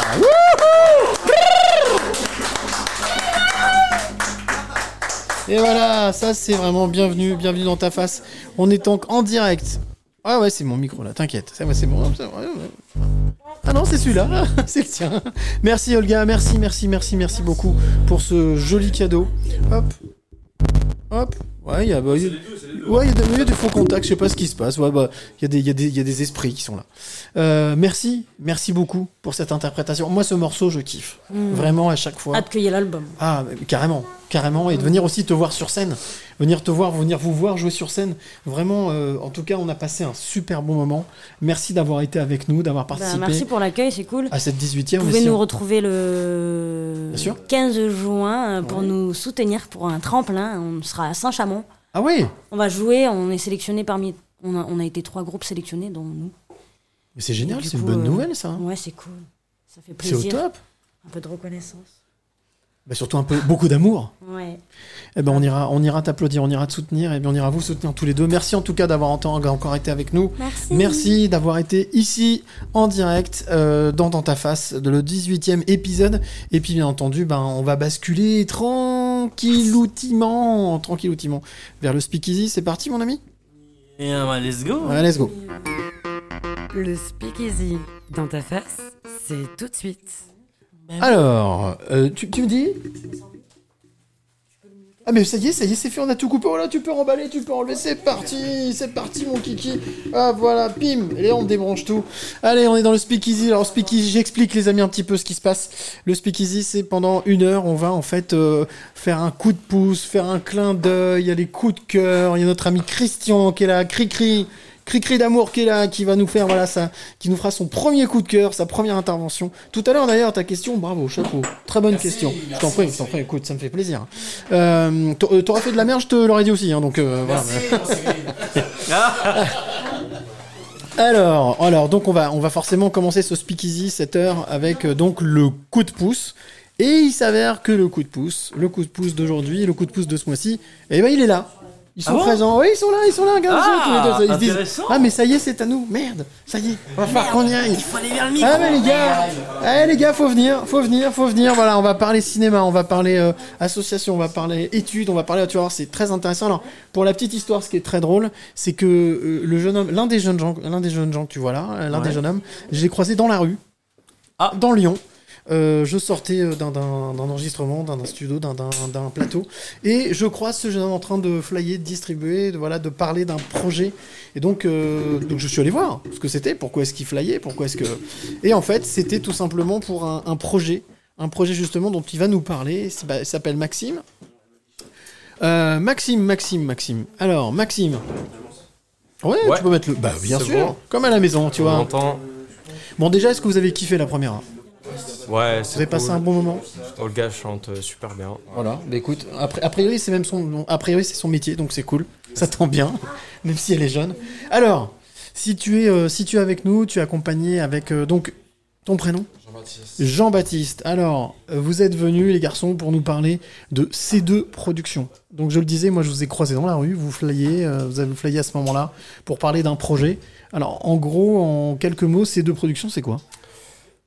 Et voilà, ça c'est vraiment bienvenue, bienvenue dans ta face. On est donc en direct. Ah ouais, c'est mon micro là, t'inquiète. Ça va, c'est bon. Ça va, ouais. Ah non, c'est celui-là, c'est le tien. Merci Olga, merci, merci, merci, merci beaucoup pour ce joli cadeau. Hop, hop. Ouais, il y a, bah, y a, ouais, y a, des, y a des faux contacts, je sais pas ce qui se passe. Ouais, bah, il y a des, il y a des, il y a des esprits qui sont là. Euh, merci, merci beaucoup pour cette interprétation. Moi, ce morceau, je kiffe. Mmh. Vraiment, à chaque fois. Hâte qu'il y ait l'album. Ah, carrément, carrément. Et de venir aussi te voir sur scène. Venir te voir, venir vous voir jouer sur scène. Vraiment, euh, en tout cas, on a passé un super bon moment. Merci d'avoir été avec nous, d'avoir participé. Bah, merci pour l'accueil, c'est cool. À cette dix-huitième. Vous pouvez nous retrouver le quinze juin pour ouais. nous soutenir pour un tremplin. On sera à Saint-Chamond. Ah oui. On va jouer, on est sélectionné parmi... On a, on a été trois groupes sélectionnés, dont nous. Mais c'est génial, c'est coup, une bonne euh... nouvelle, ça. Ouais, c'est cool. Ça fait plaisir. C'est au top. Un peu de reconnaissance. Bah surtout un peu, beaucoup d'amour. Ouais. Eh ben on ira, on ira t'applaudir, on ira te soutenir, et bien on ira vous soutenir tous les deux. Merci en tout cas d'avoir encore été avec nous. Merci. Merci d'avoir été ici en direct euh, dans Dans ta face, de le dix-huitième épisode. Et puis bien entendu, ben on va basculer tranquilloutimement, tranquilloutimement vers le speakeasy. C'est parti mon ami. Et yeah, bah, let's go. Ouais, let's go. Le speakeasy dans ta face, c'est tout de suite. Alors, euh, tu, tu me dis? Ah mais ça y est, ça y est, c'est fait, on a tout coupé. Oh là, tu peux remballer, tu peux enlever, c'est parti, c'est parti mon kiki. Ah voilà, pim, et là on débranche tout. Allez, on est dans le speakeasy. Alors speakeasy, j'explique les amis un petit peu ce qui se passe. Le speakeasy, c'est pendant une heure, on va en fait euh, faire un coup de pouce, faire un clin d'œil, il y a les coups de cœur, il y a notre ami Christian qui est là, cri-cri. Cri-cri d'amour qui est là, qui va nous faire, voilà, ça, qui nous fera son premier coup de cœur, sa première intervention. Tout à l'heure, d'ailleurs, ta question, bravo, chapeau. Très bonne merci, question. Merci. Je t'en prie, je t'en prie, écoute, ça me fait plaisir. Euh, t'aurais fait de la merde, je te l'aurais dit aussi, hein, donc, euh, merci, voilà. alors, alors, donc, on va, on va forcément commencer ce speakeasy, cette heure, avec, euh, donc, le coup de pouce. Et il s'avère que le coup de pouce, le coup de pouce d'aujourd'hui, le coup de pouce de ce mois-ci, eh ben, il est là. Ils sont ah bon présents, oui, ils sont là, ils sont là, regarde, ah, tous les deux. Ils intéressant. Disent, ah mais ça y est, c'est à nous, merde, ça y est, va falloir qu'on y aille. Il faut aller vers le micro. Ah mais les gars, ah, les gars, faut venir, faut venir, faut venir. Voilà, on va parler cinéma, on va parler euh, association, on va parler études, on va parler, tu vois, c'est très intéressant. Alors pour la petite histoire, ce qui est très drôle, c'est que euh, le jeune homme, l'un des jeunes gens, l'un des jeunes gens que tu vois là, l'un ouais. des jeunes hommes, je l'ai croisé dans la rue, ah. dans Lyon. Euh, je sortais d'un, d'un, d'un enregistrement, d'un, d'un studio, d'un, d'un, d'un plateau, et je croise ce jeune homme en train de flyer, de distribuer, de, voilà, de parler d'un projet. Et donc, euh, donc je suis allé voir ce que c'était, pourquoi est-ce qu'il flyait, pourquoi est-ce que... Et en fait, c'était tout simplement pour un, un projet, un projet justement dont il va nous parler. Il s'appelle Maxime. Euh, Maxime, Maxime, Maxime. Alors, Maxime. Ouais, ouais. Tu peux mettre le... Bah, bien c'est sûr, bon. Comme à la maison, tu On vois. entend. Bon, déjà, est-ce que vous avez kiffé la première ? Ouais, c'est Vous avez cool. passé un bon moment. Olga chante super bien. Voilà, bah écoute, a priori c'est même son, a priori c'est son métier, donc c'est cool. Ça tombe bien, même si elle est jeune. Alors, si tu es, euh, si tu es avec nous, tu es accompagné avec euh, donc ton prénom. Jean-Baptiste. Jean-Baptiste. Alors, euh, vous êtes venus les garçons pour nous parler de C deux Productions. Donc je le disais, moi je vous ai croisé dans la rue, vous flyez, euh, vous avez flyé à ce moment-là pour parler d'un projet. Alors en gros, en quelques mots, C deux Productions, c'est quoi ?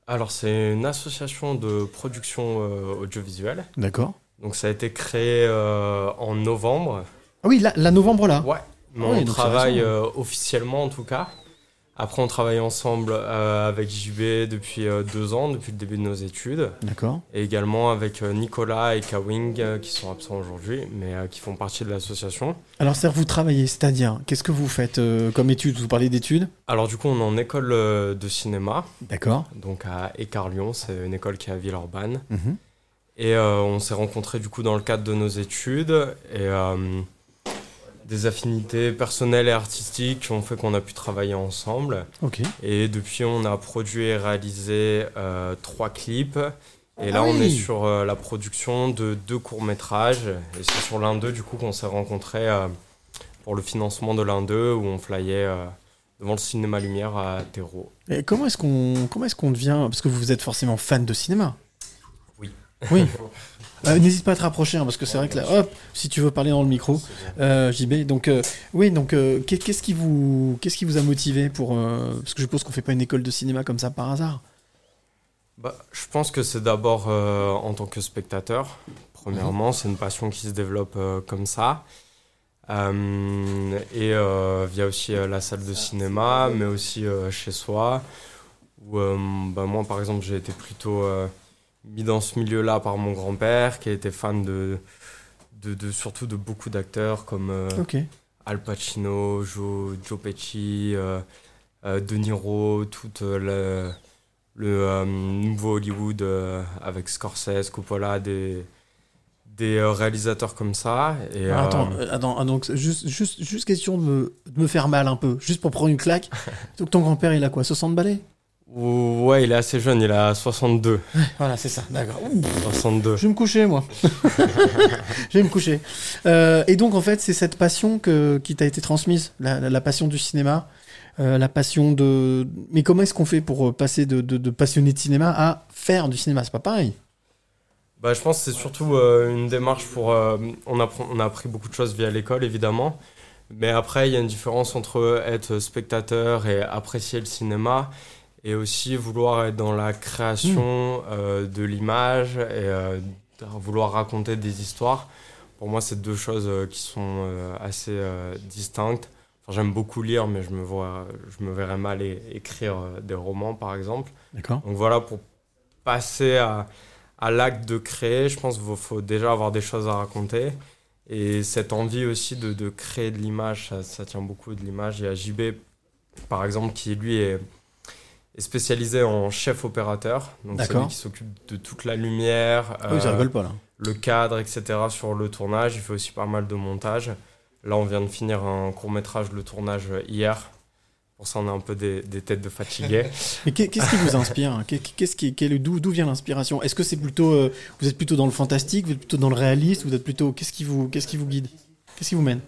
Alors, c'est une association de production euh, audiovisuelle. D'accord. Donc, ça a été créé euh, en novembre. Ah oui, la, la novembre là. Ouais, mais Ah oui, on donc c'est travaille récent. euh, officiellement en tout cas. Après, on travaille ensemble euh, avec J B depuis euh, deux ans, depuis le début de nos études. D'accord. Et également avec euh, Nicolas et Kawing euh, qui sont absents aujourd'hui, mais euh, qui font partie de l'association. Alors, c'est vous travaillez, c'est-à-dire, qu'est-ce que vous faites euh, comme études? Vous parlez d'études? Alors du coup, on est en école euh, de cinéma. D'accord. Donc à Écart-Lyon, c'est une école qui est à Villeurbanne. Mhm. Et euh, on s'est rencontrés du coup dans le cadre de nos études. Et euh, des affinités personnelles et artistiques qui ont fait qu'on a pu travailler ensemble. Ok. Et depuis, on a produit et réalisé euh, trois clips. Et là, Ah on oui. est sur euh, la production de deux courts-métrages. Et c'est sur l'un d'eux, du coup, qu'on s'est rencontrés euh, pour le financement de l'un d'eux, où on flyait euh, devant le cinéma Lumière à Terreau. Et comment est-ce qu'on comment est-ce qu'on devient, parce que vous êtes forcément fan de cinéma? Oui. Oui. Euh, N'hésite pas à te rapprocher, hein, parce que c'est vrai que là, hop, si tu veux parler dans le micro, euh, J B. Donc, euh, oui, donc, euh, qu'est- qu'est-ce qui vous, qu'est-ce qui vous a motivé pour, euh, parce que je suppose qu'on fait pas une école de cinéma comme ça par hasard. Bah, je pense que c'est d'abord euh, en tant que spectateur. Premièrement, c'est une passion qui se développe euh, comme ça. Euh, et euh, via aussi euh, la salle de cinéma, mais aussi euh, chez soi. Où, euh, bah, moi, par exemple, j'ai été plutôt euh, mis dans ce milieu-là par mon grand-père, qui était fan de, de, de surtout de beaucoup d'acteurs comme euh, Ok. Al Pacino, Joe, Joe Pesci, euh, euh, De Niro, tout euh, le, le euh, nouveau Hollywood euh, avec Scorsese, Coppola, des, des euh, réalisateurs comme ça. Et, Ah, attends, euh, euh, attends, ah, donc juste, juste, juste question de me, de me faire mal un peu, juste pour prendre une claque. Donc ton grand-père, il a quoi, soixante balais? ouais, il est assez jeune, il a soixante-deux. Voilà, c'est ça, d'accord. soixante-deux. Je vais me coucher, moi. Je vais me coucher. Euh, et donc, en fait, c'est cette passion que, qui t'a été transmise, la, la, la passion du cinéma, euh, la passion de... Mais comment est-ce qu'on fait pour passer de, de, de passionné de cinéma à faire du cinéma? C'est pas pareil. Bah, je pense que c'est surtout euh, une démarche pour... euh, on, apprend, on a appris beaucoup de choses via l'école, évidemment. Mais après, il y a une différence entre être spectateur et apprécier le cinéma, et aussi vouloir être dans la création euh, de l'image et euh, vouloir raconter des histoires. Pour moi, c'est deux choses euh, qui sont euh, assez euh, distinctes. Enfin, j'aime beaucoup lire, mais je me, vois, je me verrais mal é- écrire euh, des romans, par exemple. D'accord. Donc voilà, pour passer à, à l'acte de créer, je pense qu'il faut, faut déjà avoir des choses à raconter. Et cette envie aussi de, de créer de l'image, ça, ça tient beaucoup de l'image. Il y a J B, par exemple, qui lui est... est spécialisé en chef opérateur, donc c'est D'accord. lui qui s'occupe de toute la lumière, Ah oui, ça rigole pas, là. le cadre, et cetera sur le tournage. Il fait aussi pas mal de montage. Là, on vient de finir un court-métrage, le tournage hier. Pour ça, on a un peu des, des têtes de fatigués. Mais qu'est- qu'est-ce qui vous inspire, hein? Qu'est- Qu'est-ce qui, quel- d'où, d'où vient l'inspiration? Est-ce que c'est plutôt, euh, vous êtes plutôt dans le fantastique, vous êtes plutôt dans le réaliste, vous êtes plutôt, qu'est-ce qui vous, qu'est-ce qui vous guide? Qu'est-ce qui vous mène?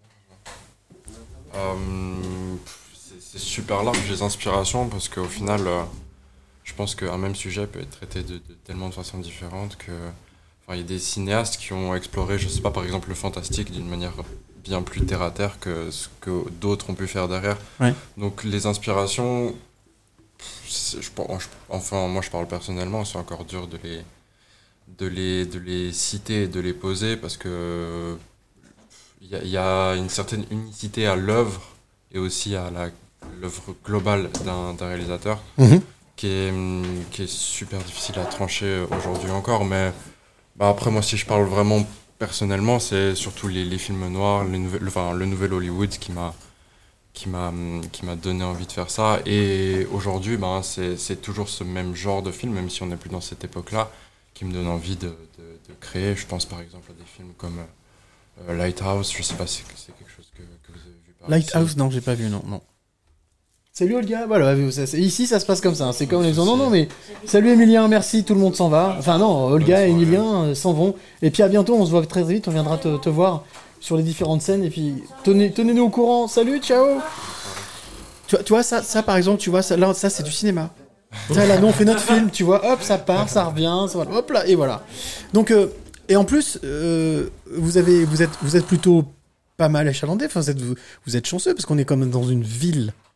Euh, c'est- c'est super large les inspirations parce qu'au final, euh, je pense qu'un même sujet peut être traité de, de tellement de façons différentes que, enfin, il y a des cinéastes qui ont exploré, je sais pas, par exemple le fantastique d'une manière bien plus terre à terre que ce que d'autres ont pu faire derrière. Ouais. Donc les inspirations, c'est- je, pense- je- enfin moi je parle personnellement, c'est encore dur de les, de les, de les citer et de les poser parce que il y, a- il y a une certaine unicité à l'œuvre et aussi à la, l'œuvre globale d'un, d'un réalisateur Mhm. qui, est, hum, qui est super difficile à trancher aujourd'hui encore. Mais bah, après, moi, si je parle vraiment personnellement, c'est surtout les, les films noirs, les nouvelles, enfin, le nouvel Hollywood qui m'a, qui, m'a, hum, qui m'a donné envie de faire ça. Et aujourd'hui, bah, c'est, c'est toujours ce même genre de film, même si on n'est plus dans cette époque-là, qui me donne envie de, de, de créer. Je pense par exemple à des films comme euh, Lighthouse. Je sais pas si c'est quelque chose que, que vous avez vu par Lighthouse, ici. non, j'ai pas vu, non, non. Salut Olga, voilà, ça, c'est- ici ça se passe comme ça, hein. C'est comme les gens, non, non, mais salut Emilien, merci, tout le monde s'en va. Enfin non, Olga et Emilien euh, s'en vont. Et puis à bientôt, on se voit très vite, on viendra te, te voir sur les différentes scènes. Et puis tenez, tenez-nous au courant, salut, ciao. Tu vois, tu vois ça, ça par exemple, tu vois, ça, là, ça c'est du cinéma. Ça, là, nous on fait notre film, tu vois, hop, ça part, ça revient, ça, voilà, hop là, et voilà. Donc, euh, et en plus, euh, vous, avez, vous, êtes, vous êtes plutôt pas mal achalandé, enfin, vous êtes, vous, vous êtes chanceux parce qu'on est quand même dans une ville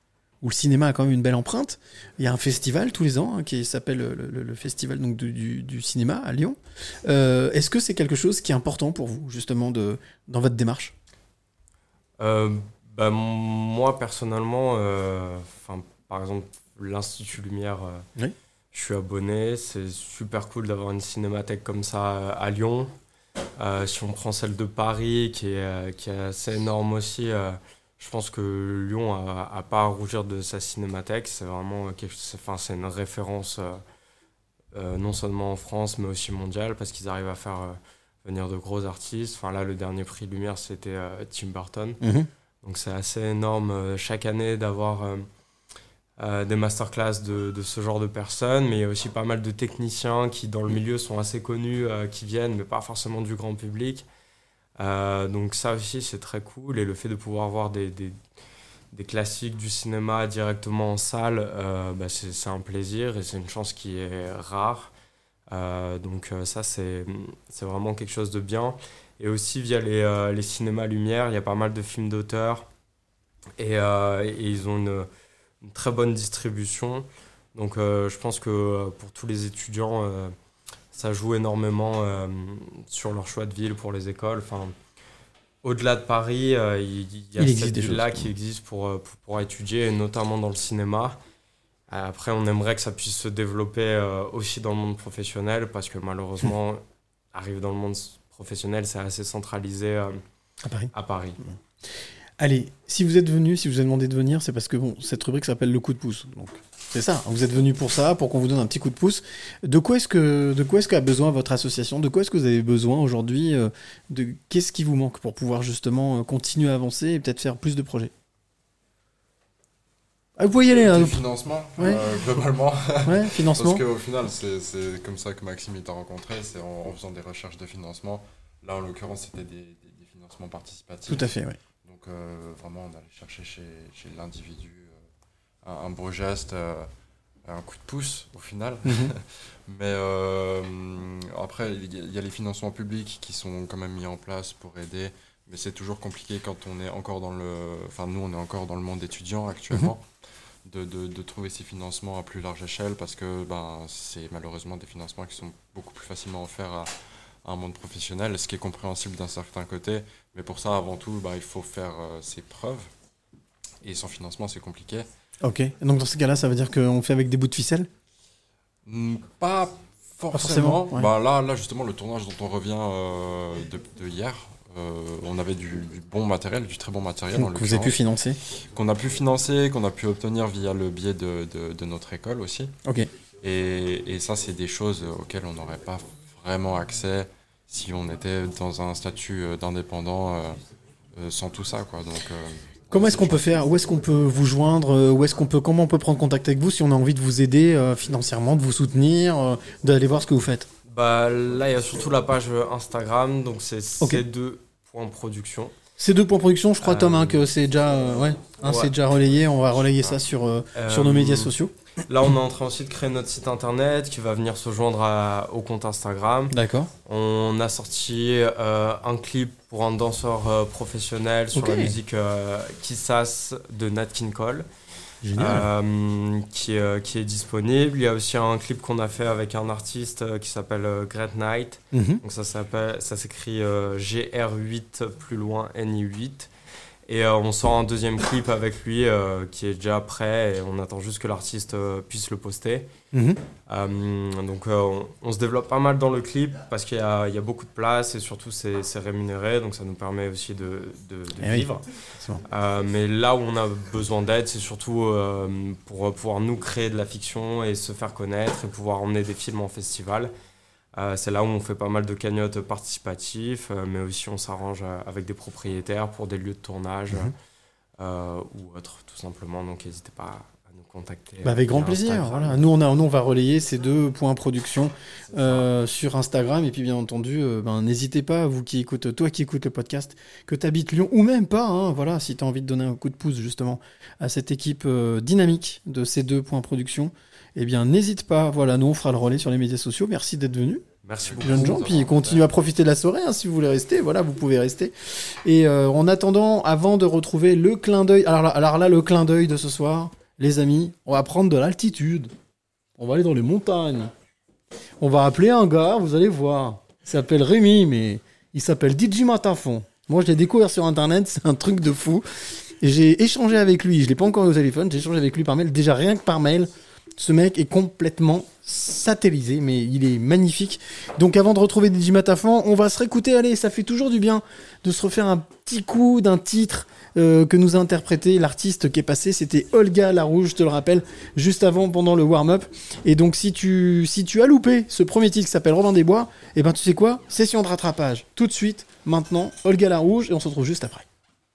où le cinéma a quand même une belle empreinte. Il y a un festival tous les ans hein, qui s'appelle le, le, le festival donc, du, du, du cinéma à Lyon. Euh, est-ce que c'est quelque chose qui est important pour vous, justement, de, dans votre démarche ? euh, bah, Moi, personnellement, euh, par exemple, l'Institut Lumière, euh, oui. je suis abonné. C'est super cool d'avoir une cinémathèque comme ça euh, à Lyon. Euh, si on prend celle de Paris, qui est, euh, qui est assez énorme aussi, euh, je pense que Lyon n'a pas à rougir de sa cinémathèque. C'est vraiment quelque chose, enfin, c'est une référence euh, euh, non seulement en France, mais aussi mondiale, parce qu'ils arrivent à faire euh, venir de gros artistes. Enfin, là, le dernier prix Lumière, c'était euh, Tim Burton. Mm-hmm. Donc c'est assez énorme euh, chaque année d'avoir euh, euh, des masterclass de, de ce genre de personnes, mais il y a aussi pas mal de techniciens qui, dans le milieu, sont assez connus, euh, qui viennent, mais pas forcément du grand public. Euh, donc ça aussi, c'est très cool. Et le fait de pouvoir voir des, des, des classiques du cinéma directement en salle, euh, bah c'est, c'est un plaisir et c'est une chance qui est rare. Euh, donc euh, ça, c'est, c'est vraiment quelque chose de bien. Et aussi, via les, euh, les cinémas Lumière, il y a pas mal de films d'auteur et, euh, et ils ont une, une très bonne distribution. Donc euh, je pense que pour tous les étudiants, euh, ça joue énormément euh, sur leur choix de ville pour les écoles. Enfin, au-delà de Paris, euh, il, il y a il cette ville-là qui existe pour, pour, pour étudier, et notamment dans le cinéma. Après, on aimerait que ça puisse se développer euh, aussi dans le monde professionnel, parce que malheureusement, mmh. arriver dans le monde professionnel, c'est assez centralisé euh, à Paris. À Paris. Mmh. Allez, si vous êtes venu, si vous avez demandé de venir, c'est parce que bon, cette rubrique s'appelle le coup de pouce. Donc, c'est ça, vous êtes venu pour ça, pour qu'on vous donne un petit coup de pouce. De quoi est-ce que, de quoi est-ce qu'a besoin votre association ? De quoi est-ce que vous avez besoin aujourd'hui ? De qu'est-ce qui vous manque pour pouvoir justement continuer à avancer et peut-être faire plus de projets ? Ah, vous pouvez y aller là. Du financement, ouais. euh, globalement. Ouais, financement. Parce qu'au final, c'est, c'est comme ça que Maxime t'a rencontré, c'est en, en faisant des recherches de financement. Là, en l'occurrence, c'était des, des, des financements participatifs. Tout à fait, oui. Donc, euh, vraiment, on allait chercher chez, chez l'individu euh, un, un beau geste, euh, un coup de pouce, au final. Mm-hmm. Mais euh, après, il y a les financements publics qui sont quand même mis en place pour aider. Mais c'est toujours compliqué quand on est encore dans le... Enfin, nous, on est encore dans le monde étudiant actuellement. Mm-hmm. De, de, de trouver ces financements à plus large échelle, parce que ben, c'est malheureusement des financements qui sont beaucoup plus facilement offerts à, à un monde professionnel, ce qui est compréhensible d'un certain côté, mais pour ça avant tout ben, il faut faire euh, ses preuves, et sans financement c'est compliqué. Ok, donc dans ce cas là ça veut dire qu'on fait avec des bouts de ficelle ? mmh, Pas forcément, Pas forcément ouais. ben, là, là justement le tournage dont on revient euh, de, de hier, Euh, on avait du, du bon matériel, du très bon matériel. Donc vous avez pu financer ? Qu'on a pu financer, qu'on a pu obtenir via le biais de, de, de notre école aussi. Ok. Et, et ça, c'est des choses auxquelles on n'aurait pas vraiment accès si on était dans un statut d'indépendant euh, euh, sans tout ça, quoi. Donc, euh, comment est-ce qu'on peut faire ? Où est-ce qu'on peut vous joindre ? Où est-ce qu'on peut, comment on peut prendre contact avec vous si on a envie de vous aider euh, financièrement, de vous soutenir, euh, d'aller voir ce que vous faites ? Bah, là, il y a surtout la page Instagram, donc c'est okay. C deux point production. C deux point production, je crois, euh, Tom, hein, que c'est déjà, euh, ouais, hein, ouais. c'est déjà relayé. On va relayer ça sur, euh, euh, sur nos médias sociaux. Là, on est en train aussi de créer notre site internet qui va venir se joindre à, au compte Instagram. D'accord. On a sorti euh, un clip pour un danseur euh, professionnel sur okay. la musique euh, Kissas de Nat King Cole. Euh, qui, euh, qui est disponible. Il y a aussi un clip qu'on a fait avec un artiste euh, qui s'appelle euh, Great Night. Mm-hmm. Donc ça, s'appelle, ça s'écrit euh, G R huit plus loin N I huit. Et euh, on sort un deuxième clip avec lui euh, qui est déjà prêt et on attend juste que l'artiste euh, puisse le poster. Mm-hmm. Euh, donc euh, on, on se développe pas mal dans le clip parce qu'il y a, il y a beaucoup de place et surtout c'est, c'est rémunéré, donc ça nous permet aussi de, de, de eh vivre. Oui. Euh, mais là où on a besoin d'aide, c'est surtout euh, pour pouvoir nous créer de la fiction et se faire connaître et pouvoir emmener des films en festival. Euh, c'est là où on fait pas mal de cagnottes participatifs, euh, mais aussi on s'arrange avec des propriétaires pour des lieux de tournage mmh. euh, ou autres, tout simplement. Donc n'hésitez pas à nous contacter. Bah avec grand plaisir. Voilà. Nous, on a, nous, on va relayer ces deux points production euh, sur Instagram. Et puis, bien entendu, euh, ben, n'hésitez pas, vous qui écoutez, toi qui écoutes le podcast, que tu habites Lyon ou même pas, hein, voilà, si tu as envie de donner un coup de pouce justement à cette équipe euh, dynamique de ces deux points production. Eh bien, n'hésite pas. Voilà, nous, on fera le relais sur les médias sociaux. Merci d'être venu. Merci beaucoup. Jeunes gens, puis continuez à profiter de la soirée. Hein, si vous voulez rester, voilà, vous pouvez rester. Et euh, en attendant, avant de retrouver le clin d'œil, alors là, alors là, le clin d'œil de ce soir, les amis, on va prendre de l'altitude. On va aller dans les montagnes. On va appeler un gars, vous allez voir. Il s'appelle Rémi, mais il s'appelle D J Matafon. Moi, je l'ai découvert sur Internet, c'est un truc de fou. Et j'ai échangé avec lui, je ne l'ai pas encore eu au téléphone, j'ai échangé avec lui par mail. Déjà, rien que par mail, ce mec est complètement satellisé, mais il est magnifique. Donc avant de retrouver D J Matafan, on va se réécouter. Allez, ça fait toujours du bien de se refaire un petit coup d'un titre euh, que nous a interprété l'artiste qui est passé. C'était Olga Larouche, je te le rappelle, juste avant, pendant le warm-up. Et donc si tu, si tu as loupé ce premier titre qui s'appelle Robin des Bois, et ben tu sais quoi, session de rattrapage. Tout de suite, maintenant, Olga Larouche, et on se retrouve juste après.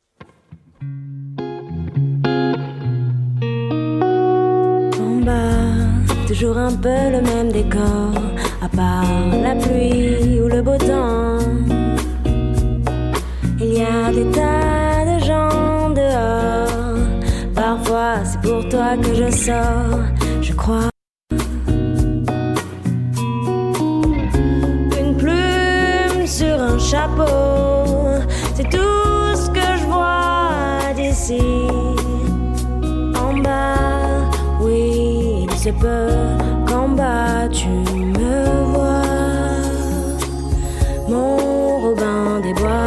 Toujours un peu le même décor, à part la pluie ou le beau temps. Il y a des tas de gens dehors. Parfois c'est pour toi que je sors, je crois. Une plume sur un chapeau, c'est tout ce que je vois d'ici. En bas, oui, il se peut qu'en bas tu me vois, mon Robin des Bois.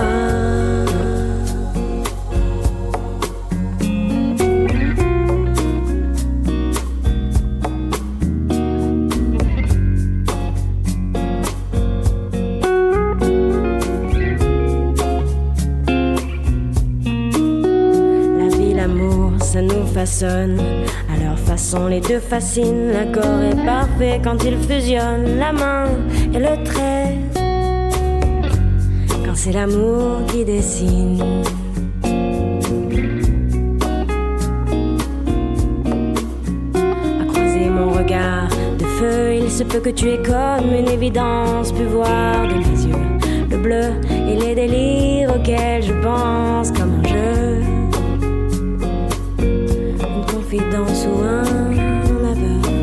La vie, l'amour, ça nous façonne. À leur façon, les deux fascinent. L'accord est parfait quand ils fusionnent. La main et le trait, quand c'est l'amour qui dessine. À croiser mon regard de feu, il se peut que tu aies comme une évidence pu voir de mes yeux le bleu et les délires auxquels je pense comme un jeu. Confidence ou un aveu.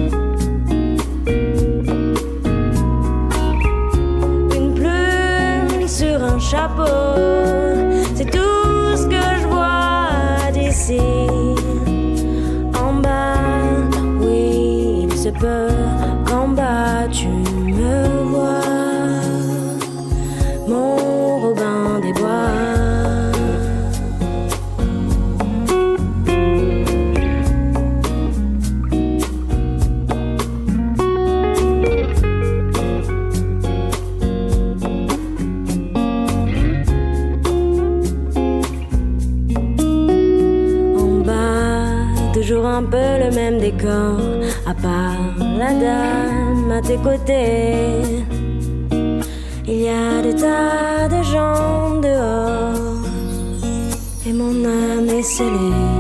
Une plume sur un chapeau, c'est tout ce que je vois d'ici. En bas, oui, il se peut qu'en bas tu me vois, mon Robin des Bois. Toujours un peu le même décor, à part la dame à tes côtés. Il y a des tas de gens dehors, et mon âme est scellée.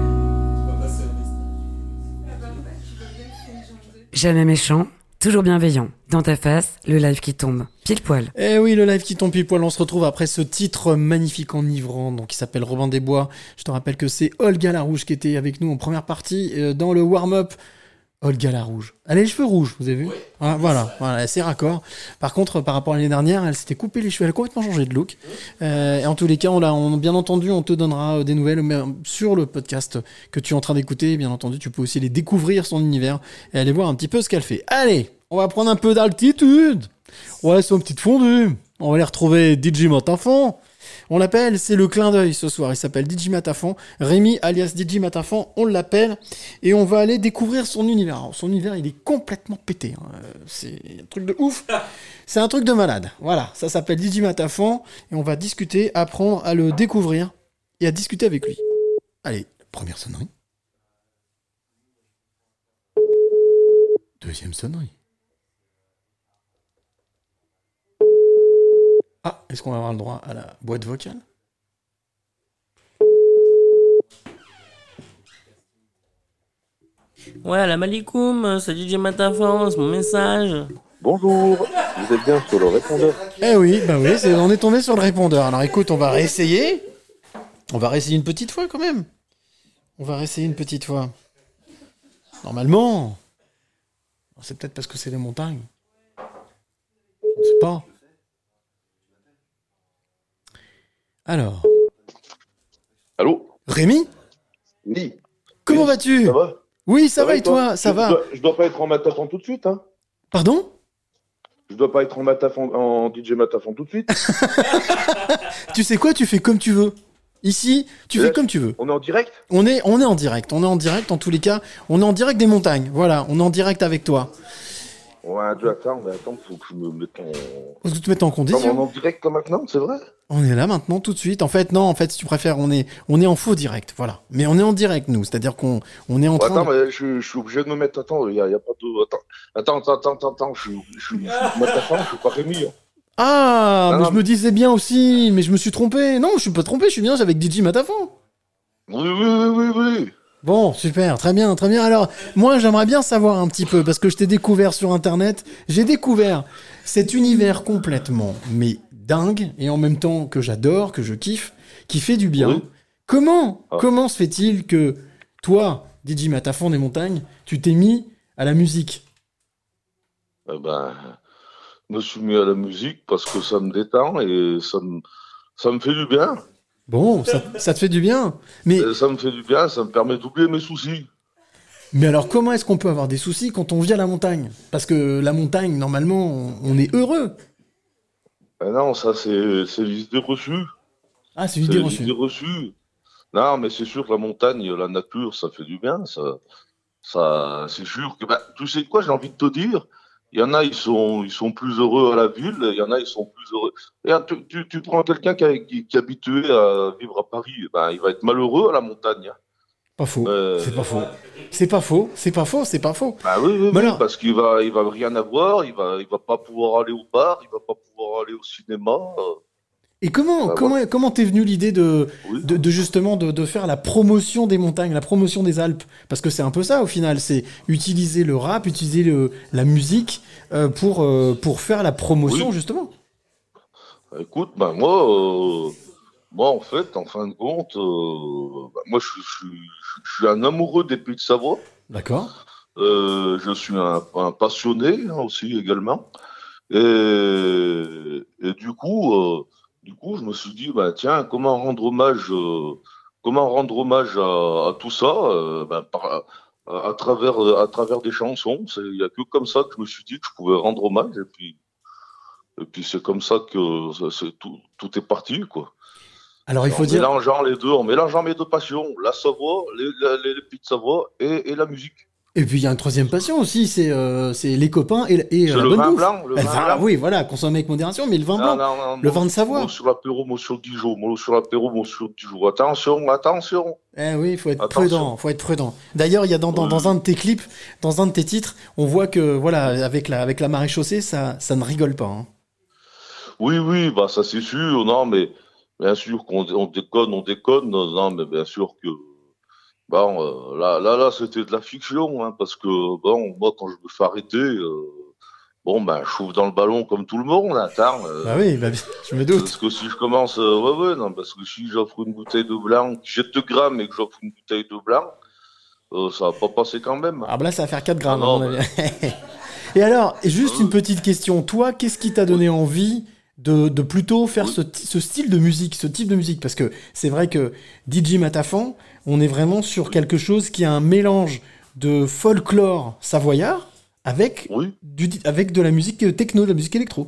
Jamais méchant, toujours bienveillant. Dans ta face, le live qui tombe. Pile poil. Eh oui, le live qui tombe pile poil. On se retrouve après ce titre magnifique enivrant, donc qui s'appelle Robin des Bois. Je te rappelle que c'est Olga Larouche qui était avec nous en première partie euh, dans le warm-up. Olga Larouche. Elle a les cheveux rouges, vous avez vu? Oui. Ah, voilà, voilà, c'est raccord. Par contre, par rapport à l'année dernière, elle s'était coupé les cheveux, elle a complètement changé de look. Euh, et en tous les cas, on l'a, on, bien entendu, on te donnera des nouvelles mais sur le podcast que tu es en train d'écouter. Bien entendu, tu peux aussi les découvrir, son univers, et aller voir un petit peu ce qu'elle fait. Allez, on va prendre un peu d'altitude. Ouais, c'est une petite fondue. On va aller retrouver D J Matafan. On l'appelle, c'est le clin d'œil ce soir. Il s'appelle D J Matafan. Rémi alias D J Matafan, on l'appelle. Et on va aller découvrir son univers. Alors, son univers, il est complètement pété. Hein. C'est un truc de ouf. C'est un truc de malade. Voilà, ça s'appelle D J Matafan. Et on va discuter, apprendre à le découvrir et à discuter avec lui. Allez, première sonnerie. Deuxième sonnerie. Ah, est-ce qu'on va avoir le droit à la boîte vocale? Ouais, la malikoum, c'est D J Matafan, c'est mon message. Bonjour, vous êtes bien sur le répondeur. Eh oui, bah oui, c'est, on est tombé sur le répondeur. Alors écoute, on va réessayer. On va réessayer une petite fois quand même. On va réessayer une petite fois. Normalement, c'est peut-être parce que c'est les montagnes. Je ne sais pas. Alors. Allô? Rémi? Oui. Comment oui, vas-tu? Ça va? Oui, ça va et toi? Ça je, va. dois, je dois pas être en matafon tout de suite, hein. Pardon? Je dois pas être en matafon, en D J matafon tout de suite. Tu sais quoi? Tu fais comme tu veux. Ici, tu là, fais comme tu veux. On est en direct? On est, on est en direct. On est en direct en tous les cas. On est en direct des montagnes. Voilà, on est en direct avec toi. Ouais, tu attends, mais attends, faut que je me mette en. Faut que tu te mettes en condition. Non, on est en direct comme maintenant, c'est vrai? On est là maintenant tout de suite. En fait, non, en fait, si tu préfères, on est, on est en faux direct, voilà. Mais on est en direct, nous. C'est-à-dire qu'on on est en train Attends, de... mais je, je suis obligé de me mettre. Attends, il y, a y a pas de. Attends, attends, attends, attends, attends, je suis, je suis, je suis matafon, je suis pas Rémi. Hein. Ah, Non, mais non, je me disais bien aussi, mais je me suis trompé. Non, je suis pas trompé, je suis bien avec D J Matafon. Oui, oui, oui, oui, oui. Bon, super, très bien, très bien. Alors, moi, j'aimerais bien savoir un petit peu, parce que je t'ai découvert sur Internet, j'ai découvert cet univers complètement, mais dingue, et en même temps que j'adore, que je kiffe, qui fait du bien. Oui. Comment, Ah. comment se fait-il que toi, D J Matafon des montagnes, tu t'es mis à la musique? Eh ben, je me suis mis à la musique parce que ça me détend et ça me, ça me fait du bien. Bon, ça, ça te fait du bien. Mais, Et ça me fait du bien, ça me permet d'oublier mes soucis. mais alors, comment est-ce qu'on peut avoir des soucis quand on vit à la montagne? Parce que la montagne, normalement, on, on est heureux. Ben non, ça c'est c'est l'idée reçue. Ah, c'est une idée reçue. l'idée reçue. Non, mais c'est sûr que la montagne, la nature, ça fait du bien. Ça, ça, c'est sûr que, ben, tu sais quoi, j'ai envie de te dire, il y en a, ils sont, ils sont plus heureux à la ville, il y en a, ils sont plus heureux. Regarde, tu, tu, tu prends quelqu'un qui, a- qui, qui est habitué à vivre à Paris, ben, il va être malheureux à la montagne. hein. Pas faux. Euh, C'est pas faux. C'est pas faux. C'est pas faux. C'est pas faux. Bah oui, oui, Mais oui, alors- parce qu'il va, il va rien avoir, il va, il va pas pouvoir aller au bar, il va pas pouvoir aller au cinéma. euh. Et comment, Bah, comment, comment t'es venu l'idée de, de, de justement de, de faire la promotion des montagnes, la promotion des Alpes? Parce que c'est un peu ça au final, c'est utiliser le rap, utiliser le, la musique euh, pour, euh, pour faire la promotion Oui. justement. Écoute, ben moi, euh, moi en fait, en fin de compte, euh, ben, moi je, suis- je, suis- je suis un amoureux des Pays de Savoie. D'accord. Euh, je suis un, un passionné hein, aussi également. Et, et du coup, euh, du coup, je me suis dit, ben tiens, comment rendre hommage, euh, comment rendre hommage à, à tout ça, euh, ben, par, à, à travers, à travers des chansons. C'est- Il y a que comme ça que je me suis dit que je pouvais rendre hommage. Et puis, et puis c'est comme ça que ça- c'est tout, tout est parti, quoi. Alors il faut en dire. mélangeant les deux, en mélangeant mes deux passions, la Savoie, les, les, les Pays de Savoie et, et la musique. Et puis il y a une troisième passion aussi, c'est euh, c'est les copains et, et C'est la le bonne vin bouffe. blanc, le Eh, vin enfin, blanc. oui, voilà, consommer avec modération, mais le vin blanc, Non, non, non, le moi, vin de Savoie. moi sur l'apéro, moi sur Dijon, moi sur l'apéro, moi sur Dijon. Attention, attention. Eh oui, il faut être Attention. prudent, faut être prudent. D'ailleurs, il y a dans, dans, dans un de tes clips, dans un de tes titres, on voit que voilà, avec la avec la marée chaussée, ça ça ne rigole pas. hein. Oui, oui, bah ça c'est sûr, non, mais bien sûr qu'on on déconne, on déconne, non, mais bien sûr que bon, euh, là, là, là, c'était de la fiction, hein, parce que bon, moi quand je me fais arrêter, euh, bon ben, je souffle dans le ballon comme tout le monde, attends. euh, Bah oui, bah, je me doute. Parce que si je commence, euh, ouais, ouais, non, parce que si j'offre une bouteille de blanc, que j'ai deux grammes et que j'offre une bouteille de blanc, euh, ça va pas passer quand même. Ah bah là, ça va faire quatre grammes, Ah non, à mon avis. Et alors, juste une petite question. Toi, qu'est-ce qui t'a donné envie de, de plutôt faire ce, ti- ce style de musique, ce type de musique? Parce que c'est vrai que D J Matafan, on est vraiment sur quelque chose qui a un mélange de folklore savoyard avec, du, avec de la musique techno, de la musique électro.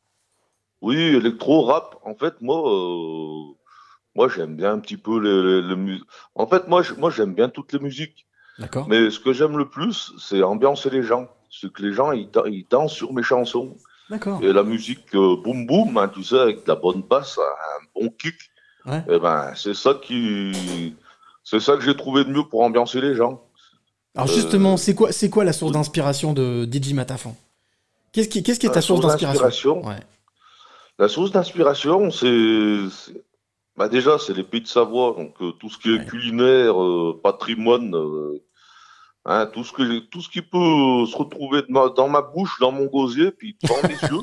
Oui, électro, rap, en fait, moi, euh, moi j'aime bien un petit peu les, les, les mus- En fait, moi, je- moi j'aime bien toutes les musiques. D'accord. Mais ce que j'aime le plus, c'est ambiancer les gens. C'est que les gens, ils, da- ils dansent sur mes chansons. D'accord. Et la musique euh, boum boum, hein, tu sais, avec de la bonne basse, un bon kick. Ouais. Et ben, c'est ça qui, c'est ça que j'ai trouvé de mieux pour ambiancer les gens. Alors Euh, justement, c'est quoi, c'est quoi la source d'inspiration de D J Matafan? Qu'est-ce qui, qu'est-ce qui est ta La source source d'inspiration? d'inspiration Ouais. La source d'inspiration, c'est, c'est- bah déjà, c'est les Pays de Savoie, donc euh, tout ce qui est culinaire, euh, patrimoine, euh, hein, tout ce que, tout ce qui peut se retrouver de ma- dans ma bouche, dans mon gosier, puis devant mes yeux,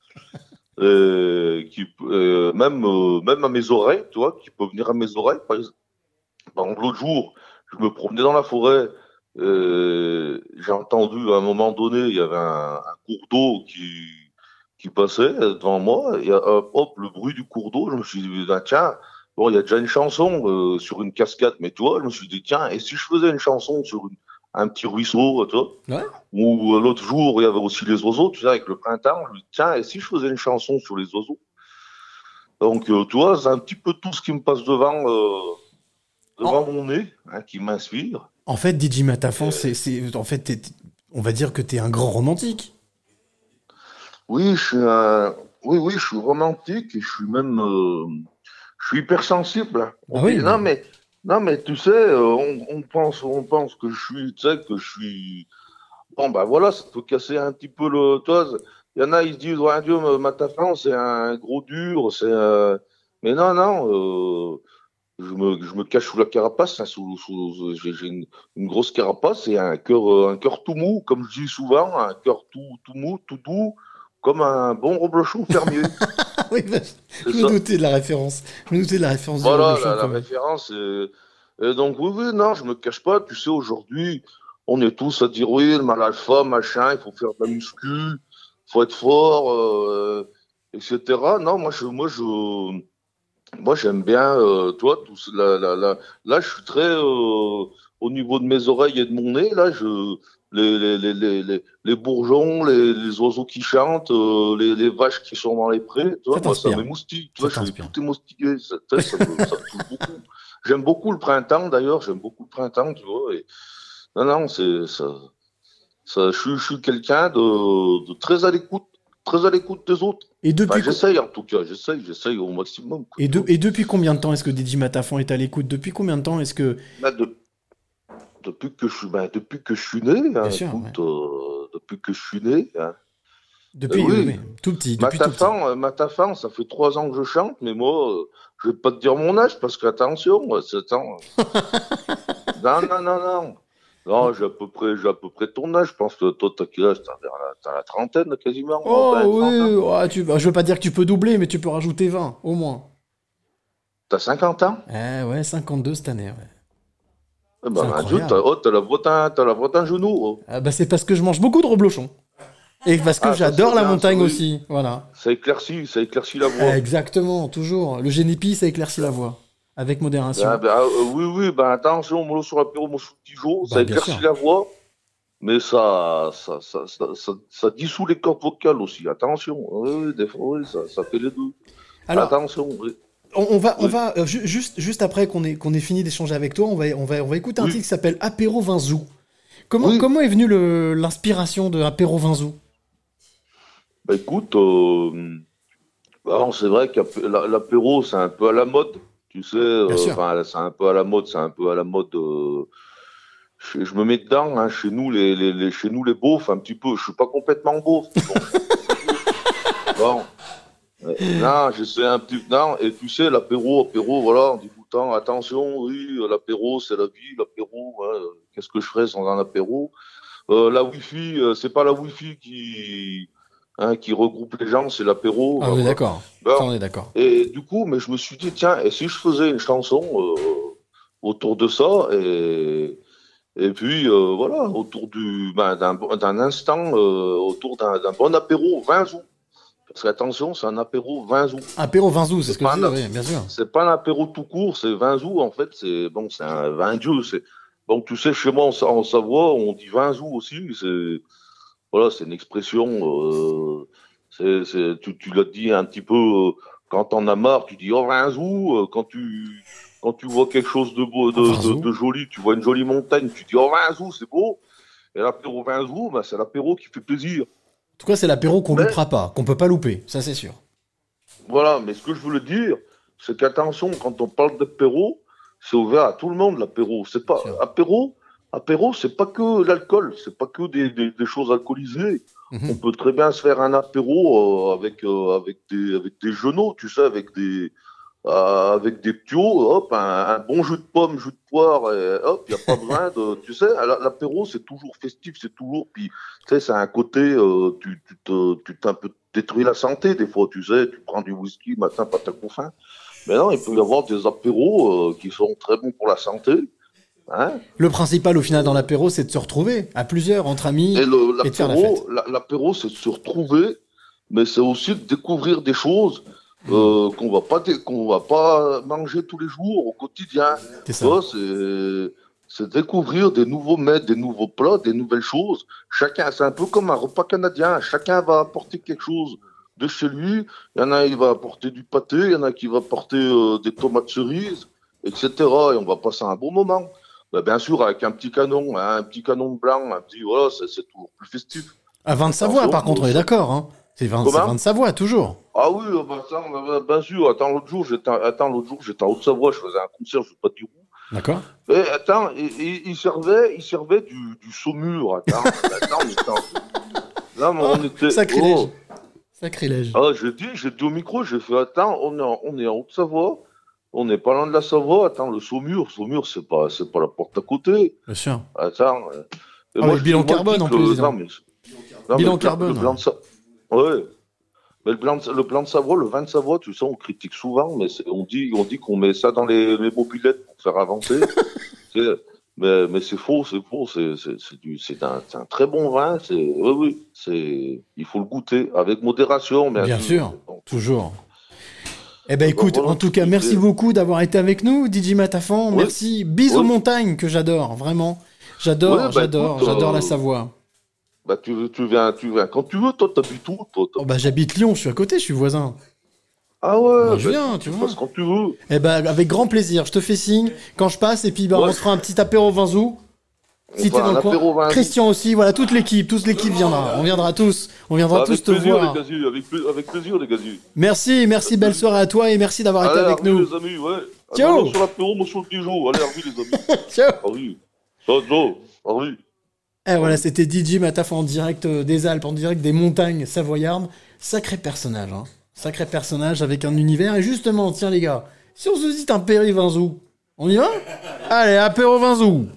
euh, qui, euh, même, euh, même à mes oreilles, tu vois, qui peut venir à mes oreilles. Par exemple, Par exemple, l'autre jour, je me promenais dans la forêt, euh, j'ai entendu à un moment donné, il y avait un, un cours d'eau qui qui passait devant moi, et euh, hop, le bruit du cours d'eau, je me suis dit, ah, tiens, bon, il y a déjà une chanson euh, sur une cascade, mais tu vois, je me suis dit, tiens, et si je faisais une chanson sur une, un petit ruisseau, tu vois. Ouais. Ou euh, l'autre jour, il y avait aussi les oiseaux, tu sais, avec le printemps. Je me dis, tiens, et si je faisais une chanson sur les oiseaux? Donc, euh, tu vois, c'est un petit peu tout ce qui me passe devant, euh, devant mon nez, hein, qui m'inspire. En fait, D J Matafan, c'est, c'est, en fait, t'es- on va dire que t'es un grand romantique. Oui, je suis un... oui, oui, je suis romantique et je suis même, euh, je suis hypersensible. Ah On oui, dit- non, mais, non, mais tu sais, euh, on, on pense, on pense que je suis, tu sais, que je suis. Bon, bah voilà, ça peut casser un petit peu le. Tu vois, il y en a, ils se disent, ouais, Dieu, Matafan, c'est un gros dur, c'est. euh, Mais non, non. euh, Je me, je me cache sous la carapace, hein, sous, sous- j'ai j'ai une, une grosse carapace et un cœur, euh, un cœur tout mou, comme je dis souvent, un cœur tout, tout mou, tout doux, comme un bon reblochon fermier. Oui, bah, je me doutais de la référence. Je me doutais de la référence du Voilà, Reblochon, la, la quand même. référence. est- Et donc, oui, oui, non, je me cache pas. Tu sais, aujourd'hui, on est tous à dire, oui, le mal alpha, machin, il faut faire de la muscu, il faut être fort, euh, et cetera. Non, moi, je, moi, je, moi, j'aime bien, euh, toi, tout, ce- la, la, la- là, je suis très, euh, au niveau de mes oreilles et de mon nez, là, je, les, les, les, les, les, les bourgeons, les, les oiseaux qui chantent, euh, les, les vaches qui sont dans les prés, tu vois, Ça moi, ça t'inspire. m'émoustille, tu Ça vois, je suis t'inspire. tout émoustillé, ça, ça, ça me, ça me touche beaucoup. J'aime beaucoup le printemps, d'ailleurs, j'aime beaucoup le printemps, tu vois, et, non, non, c'est, ça, ça, je suis, je suis quelqu'un de, de très à l'écoute, très à l'écoute des autres. Et depuis Enfin, co- j'essaye, en tout cas, j'essaye, j'essaye au maximum. quoi. Et, de- et depuis combien de temps est-ce que D J Matafan est à l'écoute? Depuis combien de temps est-ce que... Ben, de- depuis que je suis, ben, depuis que je suis né, hein, sûr, écoute, euh, depuis que je suis né, hein. Depuis, Euh, oui, oui, tout petit, depuis tout petit. Matafan, euh, Matafan, ça fait trois ans que je chante, mais moi, euh, je vais pas te dire mon âge parce qu'attention, euh, c'est un... non, non, non, non. Non, j'ai à peu près, j'ai à peu près ton âge. Je pense que toi, t'as quel âge? T'as vers la, t'as la trentaine, quasiment. Oh vingt, trente, hein. oui, ouais, tu, bah, je veux pas dire que tu peux doubler, mais tu peux rajouter vingt, au moins. T'as cinquante ans? Eh ouais, cinquante-deux cette année, ouais. Eh ben, C'est mon Dieu, incroyable. t'as, oh, t'as la voix d'un, t'as la voix d'un genou. Oh. Ah bah c'est parce que je mange beaucoup de reblochon. Et parce que Ah, ça, j'adore c'est la bien, montagne ça, oui. aussi, voilà. Ça éclaircit, ça éclaircit la voix. Exactement, toujours. Le génépi, ça éclaircit la voix. Avec modération. Ah, ben, euh, oui, oui, ben attention, mollo sur l'apéro, mon sous Dijon, Bah, ça bien éclaircit sûr. la voix, mais ça, ça, ça, ça, ça, ça dissout les cordes vocales aussi. Attention, oui, oui, des fois, oui, ça, ça fait les deux. Alors- attention, oui. On, on va, on Oui. va euh, ju- juste, juste après qu'on ait, qu'on ait fini d'échanger avec toi, on va, on va, on va écouter un Oui. titre qui s'appelle Apéro Vinzou. Comment, Oui. comment est venue le- l'inspiration de Apéro Vinzou? Bah, écoute, euh, alors, c'est vrai que l'apéro, c'est un peu à la mode, tu sais, euh, sûr. enfin, c'est un peu à la mode, c'est un peu à la mode. euh, je, je me mets dedans, hein, chez nous, les, les, les- chez nous, les beaufs, un petit peu. Je suis pas complètement beauf. mais Bon. Bon. Euh, Non, j'essaie un petit. Non, et tu sais, l'apéro, apéro, voilà, on dit tout le temps, attention, oui, l'apéro, c'est la vie, l'apéro, hein, euh, qu'est-ce que je ferais sans un apéro? Euh, la Wi-Fi, euh, c'est pas la Wi-Fi qui, hein, qui regroupe les gens, c'est l'apéro. Ah, bah, on est voilà. d'accord. Bon. Ça, on est d'accord. Et du coup, mais je me suis dit, tiens, et si je faisais une chanson euh, autour de ça, et, et puis euh, voilà, autour du, ben, d'un, d'un instant, euh, autour d'un, d'un bon apéro vingt août. Parce qu'attention, c'est un apéro vingt août. Apéro Vinzou, c'est ce que pas je un- disais, oui, bien sûr. C'est pas un apéro tout court, c'est vingt août en fait, c'est bon, c'est un vingt dieu. C'est bon, tu sais, chez moi en, Sa- en Savoie, on dit vingt août aussi. C'est voilà, c'est une expression. Euh, c'est, c'est, tu, tu l'as dit un petit peu euh, quand t'en as marre, tu dis oh vingt août. Euh, quand tu quand tu vois quelque chose de beau, de, vingt de, août. de joli, tu vois une jolie montagne, tu dis oh vingt août, c'est beau. Et l'apéro vingt août, ben, c'est l'apéro qui fait plaisir. En tout cas, c'est l'apéro qu'on Mais- loupera pas, qu'on peut pas louper, ça c'est sûr. Voilà, mais ce que je voulais dire, c'est qu'attention, quand on parle d'apéro, c'est ouvert à tout le monde, l'apéro. C'est pas apéro, apéro, c'est pas que l'alcool, c'est pas que des, des, des choses alcoolisées. Mhm. On peut très bien se faire un apéro euh, avec euh, avec des avec des genoux, tu sais, avec des euh, avec des ptios, hop, un, un bon jus de pomme, jus de poire, et hop, il y a pas besoin de, tu sais, la- l'apéro c'est toujours festif, c'est toujours, puis tu sais, c'est un côté, euh, tu tu te tu t'es un peu détruis la santé des fois, tu sais, tu prends du whisky matin, pas ta faim. Mais non, il peut y avoir des apéros euh, qui sont très bons pour la santé. Hein. Le principal au final dans l'apéro, c'est de se retrouver à plusieurs, entre amis, Et le- et de faire la l'apéro, fête. la- l'apéro, c'est de se retrouver, mais c'est aussi de découvrir des choses euh, qu'on va pas dé- qu'on va pas manger tous les jours au quotidien. C'est ça. Tu vois, c'est c'est découvrir des nouveaux mets, des nouveaux plats, des nouvelles choses. Chacun, c'est un peu comme un repas canadien. Chacun va apporter quelque chose de chez lui. Il y en a, il va apporter du pâté, il y en a qui va apporter euh, des tomates cerises, et cetera. Et on va passer un bon moment. Ben, bien sûr, avec un petit canon, hein, un petit canon blanc, un petit, voilà, c'est, c'est toujours plus festif. À vin de Savoie, par contre, on est d'accord. Hein. C'est vin, c'est vin de Savoie, toujours. Ah oui, bah, ça, bah, bien sûr. Attends, l'autre jour, j'étais, attends, l'autre jour, j'étais en Haute-Savoie, je faisais un concert, je ne sais pas dire où. D'accord. Et attends, il, il servait, il servait du, du saumur. Attends, attends, on était en... Là, on était... Sacrilège. Oh. Sacrilège. Ah, j'ai dit, j'ai dit au micro, j'ai fait, attends, on est en, on est en Haute-Savoie, on n'est pas loin de la Savoie. Attends, le saumur, saumur, c'est pas, c'est pas la porte à côté. Bien sûr. Attends. Ah, moi, le bilan carbone en plus. Non, mais, non, bilan mais carbone. Le, le blanc de Sa... Ouais. Mais le blanc, de, le blanc de Savoie, le vin de Savoie, tu sais, on critique souvent, mais c'est, on dit, on dit qu'on met ça dans les, les mobilettes pour faire avancer. c'est, mais, mais c'est faux, c'est faux, c'est, c'est, c'est, du, c'est, un, c'est un très bon vin. C'est, oui, oui, c'est, il faut le goûter avec modération. Mais bien sûr, bon. Toujours. Eh ben écoute, bon, voilà, en tout cas, merci beaucoup d'avoir été avec nous, D J Matafan. Ouais. Merci. Bis ouais. aux montagnes que j'adore, vraiment. J'adore, ouais, bah, j'adore, écoute, j'adore euh... la Savoie. Bah tu, tu viens, tu viens quand tu veux. Toi, t'habites où, toi, oh, bah j'habite Lyon, je suis à côté, je suis voisin. Ah ouais. Bah, je bah, viens, tu, tu tu vois. quand tu veux. Eh ben avec grand plaisir. Je te fais signe quand je passe et puis bah ouais. on se fera un petit apéro vinzou. Si t'es dans le coin. Christian aussi, voilà toute l'équipe, toute l'équipe viendra. On viendra tous, on viendra bah, tous te plaisir, voir. Les gazus, avec, avec plaisir les gazus. Merci, merci, belle soirée à toi et merci d'avoir allez, été avec nous. Les amis, ouais. Ciao. Allez, sur l'apéro, moi sur le Dijon. Allez, Harvey les amis. Ciao. Harvey. Ciao, Joe. Harvey. Et voilà, c'était D J Mataf en direct des Alpes, en direct des montagnes savoyardes. Sacré personnage, hein. Sacré personnage avec un univers. Et justement, tiens les gars, si on se dit un péri vinzou, on y va? Allez, apéro vinzou.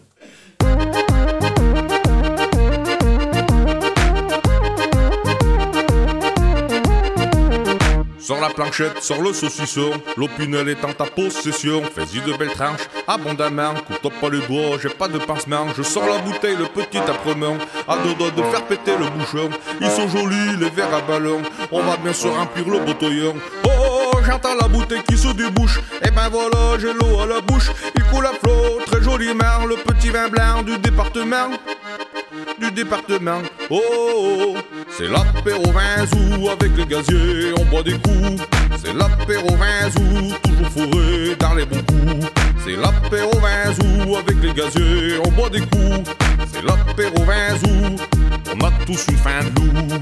Sors la planchette, sors le saucisson, l'opinel est en ta possession. Fais-y de belles tranches, abondamment, coupe-toi pas les doigts, j'ai pas de pansement. Je sors la bouteille, le petit apprenant, à deux doigts de faire péter le bouchon. Ils sont jolis, les verres à ballon, on va bien se remplir le bouteillon. Oh, oh, j'entends la bouteille qui se débouche, et ben voilà, j'ai l'eau à la bouche. Il coule à flot, très joliment, le petit vin blanc du département. Du département, oh, oh, oh. C'est l'apéro vinzou avec les gaziers, on boit des coups. C'est l'apéro vinzou, toujours fourré dans les bons coups. C'est l'apéro vinzou avec les gaziers, on boit des coups. C'est l'apéro vinzou, on a tous une faim de loup.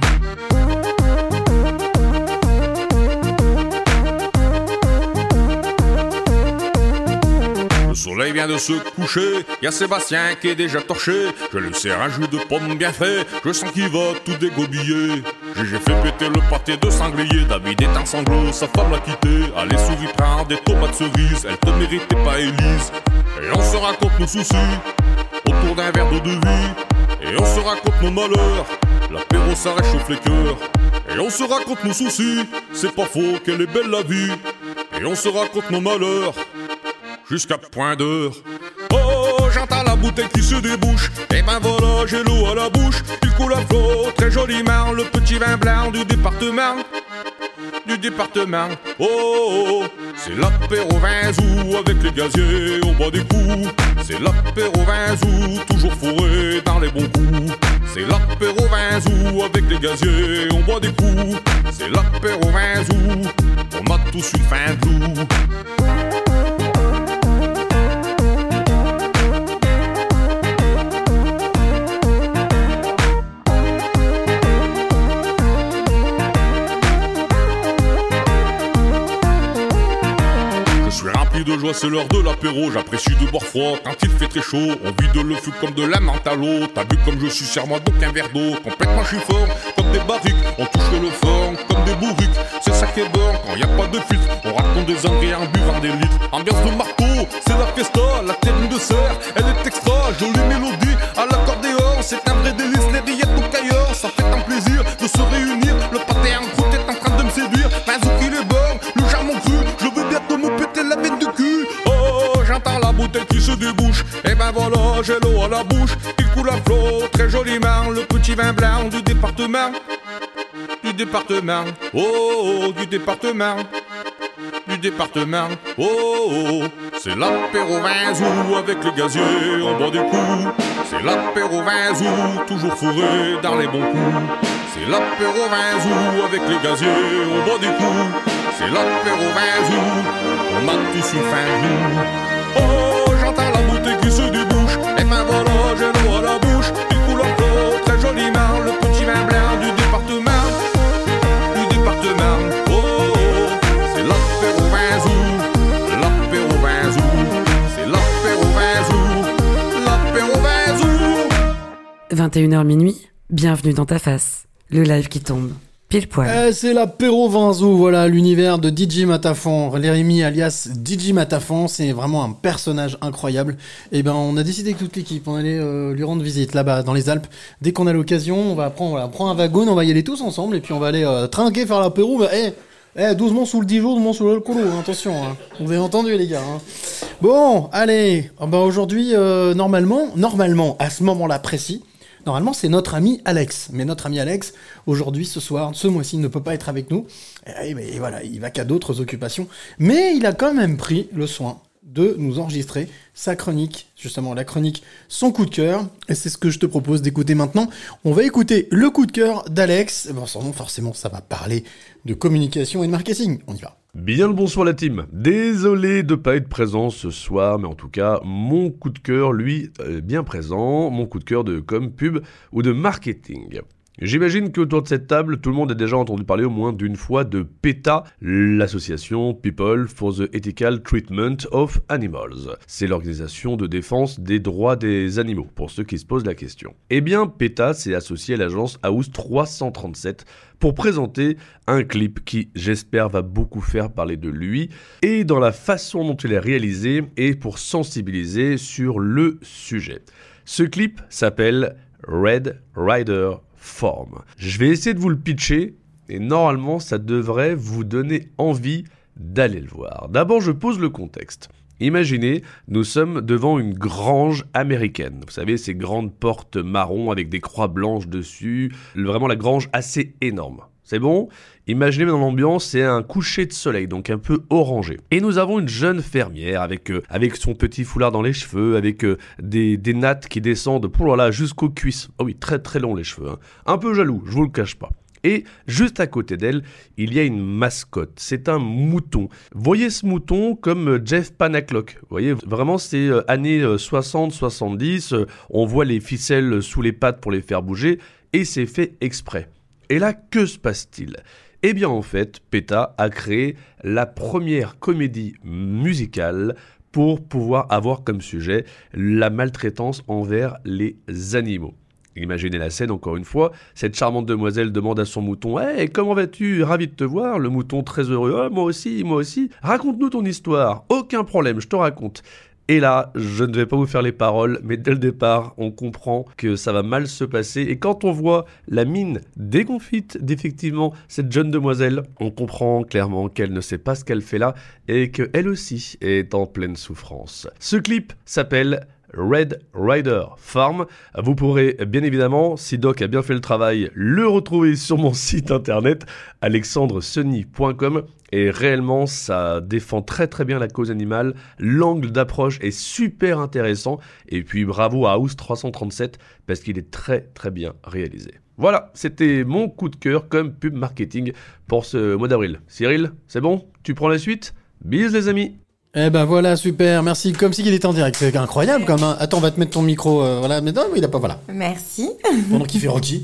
Le soleil vient de se coucher, y a Sébastien qui est déjà torché. Je lui sers un jus de pomme bien fait, je sens qu'il va tout dégobiller. J'ai fait péter le pâté de sanglier, David est en sanglots, sa femme l'a quitté. Allez souris, prends des tomates cerises, elle te méritait pas Élise. Et on se raconte nos soucis, autour d'un verre d'eau de vie. Et on se raconte nos malheurs, l'apéro ça réchauffe les cœurs. Et on se raconte nos soucis, c'est pas faux qu'elle est belle la vie. Et on se raconte nos malheurs, jusqu'à point d'heure. Oh, j'entends la bouteille qui se débouche, et ben voilà, j'ai l'eau à la bouche. Il coule à flot, très joliment, le petit vin blanc du département. Du département, oh, oh, oh. C'est l'apéro vinzou avec les gaziers, on boit des coups. C'est l'apéro vinzou, toujours fourré dans les bons coups. C'est l'apéro vinzou avec les gaziers, on boit des coups. C'est l'apéro vinzou, on a tous une faim de loup. De joie, c'est l'heure de l'apéro, j'apprécie de boire froid quand il fait très chaud. On vide le feu comme de la menthe à l'eau. T'as bu comme je suis, serre-moi donc un verre d'eau. Complètement chiffon, comme des barriques, on touche le fond comme des bourriques. C'est ça qui est bon quand y a pas de filtre. On raconte des engrais en buvant des litres. Ambiance de marteau, c'est la fiesta, la terrine de serre, elle est extra, jolie mélodie à l'accordéon. C'est un vrai délice, les rillettes au cailleur. Ça fait un plaisir de se réunir. Le pâté en croûte est en train de me séduire. Vinzou qu'il est bon, le jambon cru, je veux bientôt me péter la veine de cul. Oh, j'entends la bouteille qui se débouche, et ben voilà, j'ai l'eau à la bouche. Il coule à flot, très joliment, le petit vin blanc du département. Du département, oh, oh, du département. Du département, oh, oh, C'est l'apéro vingt ou avec le gazier, on boit des coups. C'est l'apéro vingt ou toujours fourré dans les bons coups. C'est l'apéro vingt ou avec les gaziers, on boit des coups. C'est l'apéro vingt ou on a tous une fin de nous. Oh, j'entends la bouteille qui se débouche. Et ben voilà, j'ai l'eau à la bouche. Une couleur clos, très joliment. Le petit vin blanc du département. Du département. Oh, oh, oh. C'est l'apéro vingt ou l'apéro vingt ou c'est l'apéro vingt ou l'apéro vingt ou vingt et une heures minuit, bienvenue dans ta face. Le live qui tombe. Pile poil. Eh, c'est l'apéro Vinzou, voilà, l'univers de D J Matafan, Lérémy alias D J Matafan, c'est vraiment un personnage incroyable. Et ben, on a décidé que toute l'équipe, on allait euh, lui rendre visite là-bas, dans les Alpes. Dès qu'on a l'occasion, on va prendre, voilà, prendre un wagon, on va y aller tous ensemble, et puis on va aller euh, trinquer, faire l'apéro. Eh, eh, doucement sous le Dijon, doucement sous l'alcool, hein, attention, hein. Vous avez entendu les gars. Hein. Bon, allez, oh, ben, aujourd'hui, euh, normalement, normalement, à ce moment-là précis, normalement, c'est notre ami Alex. Mais notre ami Alex, aujourd'hui, ce soir, ce mois-ci, il ne peut pas être avec nous. Et, et voilà, il va qu'à d'autres occupations. Mais il a quand même pris le soin de nous enregistrer sa chronique, justement la chronique Son coup de cœur. Et c'est ce que je te propose d'écouter maintenant. On va écouter le coup de cœur d'Alex. Bon, sans nom, forcément, ça va parler de communication et de marketing. On y va. Bien le bonsoir la team. Désolé de pas être présent ce soir, mais en tout cas, mon coup de cœur, lui, est bien présent. Mon coup de cœur de com, pub ou de marketing. J'imagine qu'autour de cette table, tout le monde a déjà entendu parler au moins d'une fois de PETA, l'association People for the Ethical Treatment of Animals. C'est l'organisation de défense des droits des animaux, pour ceux qui se posent la question. Eh bien, PETA s'est associé à l'agence House trois cent trente-sept pour présenter un clip qui, j'espère, va beaucoup faire parler de lui, et dans la façon dont il est réalisé, et pour sensibiliser sur le sujet. Ce clip s'appelle Red Rider Form. Je vais essayer de vous le pitcher et normalement ça devrait vous donner envie d'aller le voir. D'abord je pose le contexte. Imaginez, nous sommes devant une grange américaine. Vous savez, ces grandes portes marron avec des croix blanches dessus. Vraiment la grange assez énorme. C'est bon ? Imaginez dans l'ambiance, c'est un coucher de soleil, donc un peu orangé. Et nous avons une jeune fermière avec, euh, avec son petit foulard dans les cheveux, avec euh, des, des nattes qui descendent pour là jusqu'aux cuisses. Ah oui, très très long les cheveux. Hein. Un peu jaloux, je vous le cache pas. Et juste à côté d'elle, il y a une mascotte. C'est un mouton. Voyez ce mouton comme Jeff Panaclock. Vous voyez, vraiment c'est euh, années soixante soixante-dix. Euh, on voit les ficelles sous les pattes pour les faire bouger et c'est fait exprès. Et là, que se passe-t-il ? Eh bien en fait, PETA a créé la première comédie musicale pour pouvoir avoir comme sujet la maltraitance envers les animaux. Imaginez la scène encore une fois, cette charmante demoiselle demande à son mouton « Hey, comment vas-tu ? Ravi de te voir !» Le mouton très heureux « Oh, moi aussi, moi aussi, raconte-nous ton histoire, aucun problème, je te raconte !» Et là, je ne vais pas vous faire les paroles, mais dès le départ, on comprend que ça va mal se passer. Et quand on voit la mine déconfite d'effectivement cette jeune demoiselle, on comprend clairement qu'elle ne sait pas ce qu'elle fait là et qu'elle aussi est en pleine souffrance. Ce clip s'appelle Red Rider Farm. Vous pourrez bien évidemment, si Doc a bien fait le travail, le retrouver sur mon site internet alexandre seny point com et réellement ça défend très très bien la cause animale, l'angle d'approche est super intéressant et puis bravo à House trois cent trente-sept parce qu'il est très très bien réalisé. Voilà, c'était mon coup de cœur comme pub marketing pour ce mois d'avril. Cyril, c'est bon ? Tu prends la suite ? Bisous les amis. Eh ben voilà, super, merci. Comme si il était en direct, c'est incroyable quand même. Attends, on va te mettre ton micro, euh, voilà. Mais non, il a pas, voilà. Merci. Pendant qu'il fait Rocky.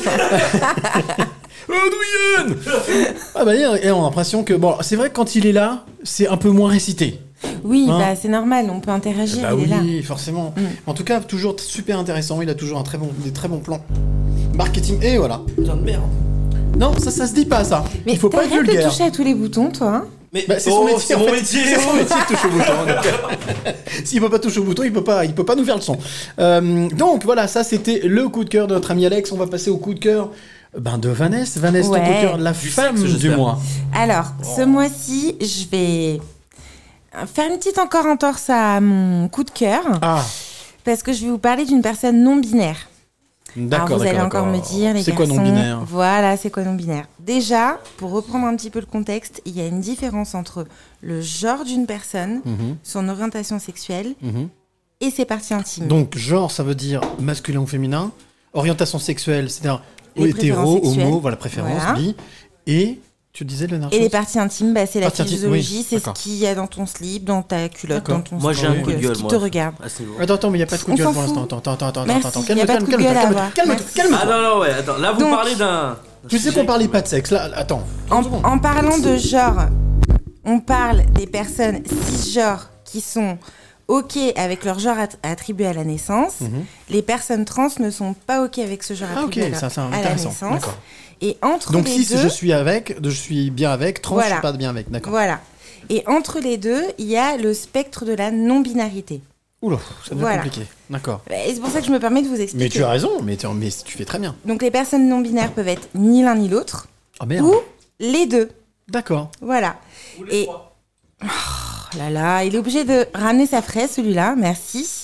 Adrien. Ah bah, et on a l'impression que, bon, c'est vrai que quand il est là, c'est un peu moins récité. Oui, hein bah c'est normal, on peut interagir, bah il oui, est là. forcément. Mm. En tout cas, toujours super intéressant, il a toujours un très bon, des très bons plans. Marketing, et voilà. Putain de merde. Non, ça, ça se dit pas, ça. Mais il faut pas être vulgaire. T'arrêtes de toucher à tous les boutons, toi, hein. Mais bah, c'est oh, son métier, c'est en mon fait. métier. C'est son métier de toucher au bouton. Donc, s'il peut pas toucher au bouton, il peut pas, il peut pas nous faire le son. Euh, donc voilà, ça c'était le coup de cœur de notre ami Alex. On va passer au coup de cœur ben, de Vanessa. Vanessa, ouais. ton coup de cœur, la Du femme sexe, du mois. Alors, oh. ce mois-ci, je vais faire une petite encore entorse à mon coup de cœur. Ah. Parce que je vais vous parler d'une personne non binaire. D'accord, Alors vous allez d'accord, encore me d'accord. dire, les C'est quoi garçons, non-binaire ? Voilà, c'est quoi non-binaire ? Déjà, pour reprendre un petit peu le contexte, il y a une différence entre le genre d'une personne, Mhm. son orientation sexuelle Mhm. et ses parties intimes. Donc, genre, ça veut dire masculin ou féminin. Orientation sexuelle, c'est-à-dire Les hétéro, préférences sexuelles. homo, voilà, préférence, Voilà. bi. Et tu disais le dernière Et les chose parties intimes, bah, c'est la Parties intimes, physiologie, oui, c'est ce d'accord. qu'il y a dans ton slip, dans ta culotte, D'accord. dans ton Moi, j'ai un slip, coup de euh, gueule, ce qui moi, te regarde. à ce niveau. Attends, attends, mais il n'y a pas de coup de On gueule s'en pour l'instant. fout. Attends, attends, attends, Merci, attends, y a calme-toi, pas de coup de calme-toi, gueule à calme-toi, avoir. calme-toi, Merci. calme-toi. Ah non, non, ouais, attends. Là, vous Donc- parlez d'un. Tu sais qu'on parlait pas de sexe, là, attends. En, en parlant de genre, on parle des personnes cisgenres qui sont OK avec leur genre att- attribué à la naissance. Mhm. Les personnes trans ne sont pas OK avec ce genre Ah, attribué ok, à, leur- ça, c'est à la intéressant, naissance. d'accord. Et entre Donc, les si deux, je suis avec, je suis bien avec, trans, je Voilà. suis pas bien avec, d'accord. voilà. Et entre les deux, il y a le spectre de la non-binarité. Oula, ça devient Voilà. compliqué. D'accord. Et c'est pour ça que je me permets de vous expliquer. Mais tu as raison, mais tu, mais tu fais très bien. Donc les personnes non-binaires peuvent être ni l'un ni l'autre, Ah merde. ou les deux. D'accord. Voilà. Et oh là là, il est obligé de ramener sa fraise, celui-là. Merci.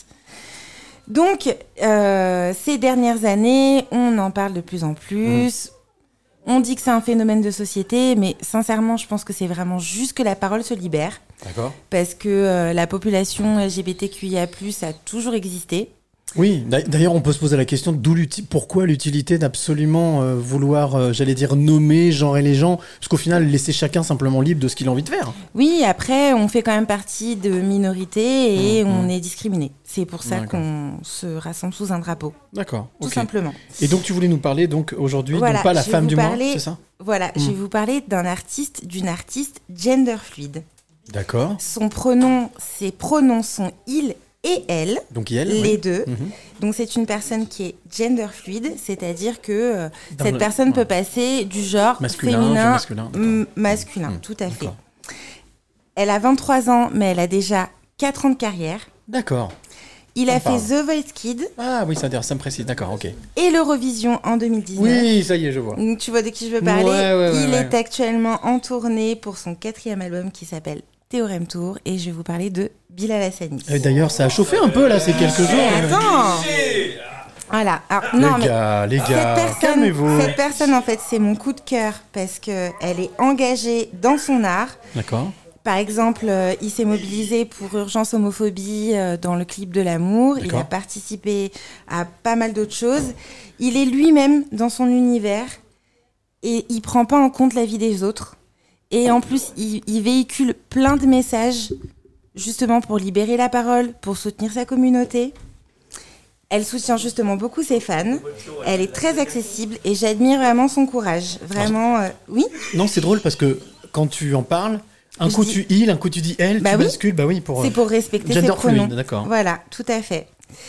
Donc, euh, ces dernières années, on en parle de plus en plus. On dit que c'est un phénomène de société, mais sincèrement, je pense que c'est vraiment juste que la parole se libère. D'accord. Parce que euh, la population L G B T Q I A plus, a toujours existé. Oui, d'a- d'ailleurs, on peut se poser la question d'où l'uti- pourquoi l'utilité d'absolument euh, vouloir, euh, j'allais dire, nommer, genrer les gens, parce qu'au final, laisser chacun simplement libre de ce qu'il a envie de faire. Oui, après, on fait quand même partie de minorités et Mmh, on mmh. est discriminé. C'est pour ça D'accord. qu'on se rassemble sous un drapeau. D'accord. Tout ok. simplement. Et donc, tu voulais nous parler donc aujourd'hui, Voilà, donc pas la je vais femme vous du mois, parler- c'est ça? Voilà, je Mm. vais vous parler d'un artiste, d'une artiste gender fluide. D'accord. Son pronom, ses pronoms sont il et elle, Donc elle, les oui. deux. Mhm. Donc c'est une personne qui est gender fluide, c'est-à-dire que euh, Dans cette le- personne ouais. peut passer du genre Masculin, féminin, masculin, d'accord. m- masculin, Mm, tout à fait. d'accord. Elle a vingt-trois ans, mais elle a déjà quatre ans de carrière. D'accord. Il Ça a me parle. fait The Voice Kid Ah oui, ça, ça me précise, d'accord, ok. et l'Eurovision en deux mille dix-neuf. Oui, ça y est, je vois. Donc, tu vois de qui je veux parler. Ouais, ouais, ouais, Il ouais. est actuellement en tournée pour son quatrième album qui s'appelle Théorème Tour et je vais vous parler de Bilal Hassani. Et d'ailleurs, ça a chauffé un peu là ces quelques jours. Mais attends. Voilà. Alors, Les non, mais gars, les cette gars, personne- calmez-vous. Cette personne, en fait, c'est mon coup de cœur parce que elle est engagée dans son art. D'accord. Par exemple, euh, il s'est mobilisé pour Urgence Homophobie euh, dans le clip de l'amour. Il D'accord. a participé à pas mal d'autres choses. Il est lui-même dans son univers et il prend pas en compte la vie des autres. Et en plus, il, il véhicule plein de messages justement pour libérer la parole, pour soutenir sa communauté. Elle soutient justement beaucoup ses fans. Elle est très accessible et j'admire vraiment son courage. Vraiment, euh, oui. Non, c'est drôle parce que quand tu en parles, un Je coup dis- tu il, un coup tu dis elle, Bah tu oui. bascules, bah oui, pour. C'est euh, pour respecter ses gender pronoms. fluide, d'accord. Voilà, tout à fait.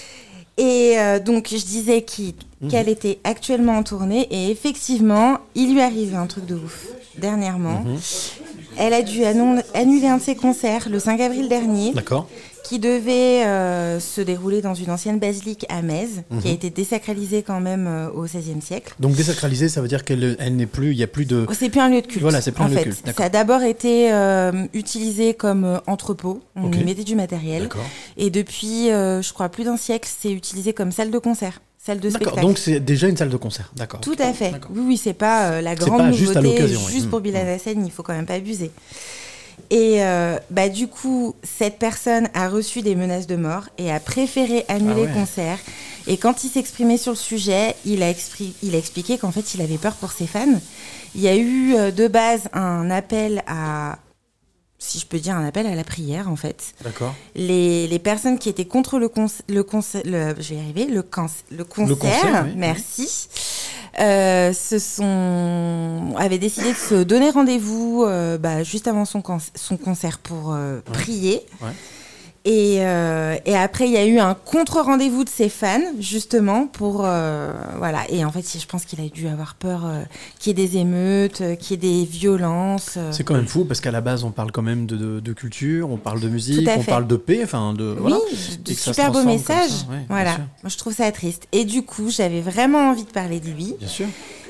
Et euh, donc, je disais qu'il- Mhm. qu'elle était actuellement en tournée et effectivement, il lui arrivait un truc de ouf dernièrement. Mhm. Elle a dû annon- annuler un de ses concerts le cinq avril dernier. D'accord. Qui devait euh, se dérouler dans une ancienne basilique à Metz, qui a Mhm. été désacralisée quand même euh, au seizième siècle. Donc désacralisé, ça veut dire qu'elle elle n'est plus, il y a plus de. Oh, c'est plus un lieu de culte. Voilà, c'est plus en un lieu de fait. culte, d'accord. Ça a d'abord été euh, utilisé comme euh, entrepôt. On Ok. y mettait du matériel. D'accord. Et depuis, euh, je crois, plus d'un siècle, c'est utilisé comme salle de concert, salle de D'accord. spectacle. Donc c'est déjà une salle de concert, d'accord. Tout à fait. Oui, oui, c'est pas euh, la C'est grande pas nouveauté juste à l'occasion, oui. juste Mm. pour Bilal Hassani. Il faut quand même pas abuser. Et euh, bah, du coup, cette personne a reçu des menaces de mort et a préféré annuler Ah ouais. le concert. Et quand il s'exprimait sur le sujet, il a, expri- il a expliqué qu'en fait, il avait peur pour ses fans. Il y a eu euh, de base un appel à, si je peux dire, un appel à la prière, en fait. D'accord. Les, les personnes qui étaient contre le concert, le concert, le, je vais y arriver, le, can- le concert, concert, oui, merci, euh, se sont, avaient décidé de se donner rendez-vous euh, bah, juste avant son, con- son concert pour euh, prier. Ouais. Et, euh, et après, il y a eu un contre-rendez-vous de ses fans, justement, pour... euh, voilà. Et en fait, je pense qu'il a dû avoir peur euh, qu'il y ait des émeutes, euh, qu'il y ait des violences. euh. C'est quand même fou parce qu'à la base on parle quand même de, de, de culture, on parle de musique, Tout à on fait. parle de paix, enfin de. Oui, voilà. de Et que ça se super beaux transforme comme messages. ça, ouais, bien voilà. sûr. Moi, je trouve ça triste. Et du coup, j'avais vraiment envie de parler de lui. Bien sûr.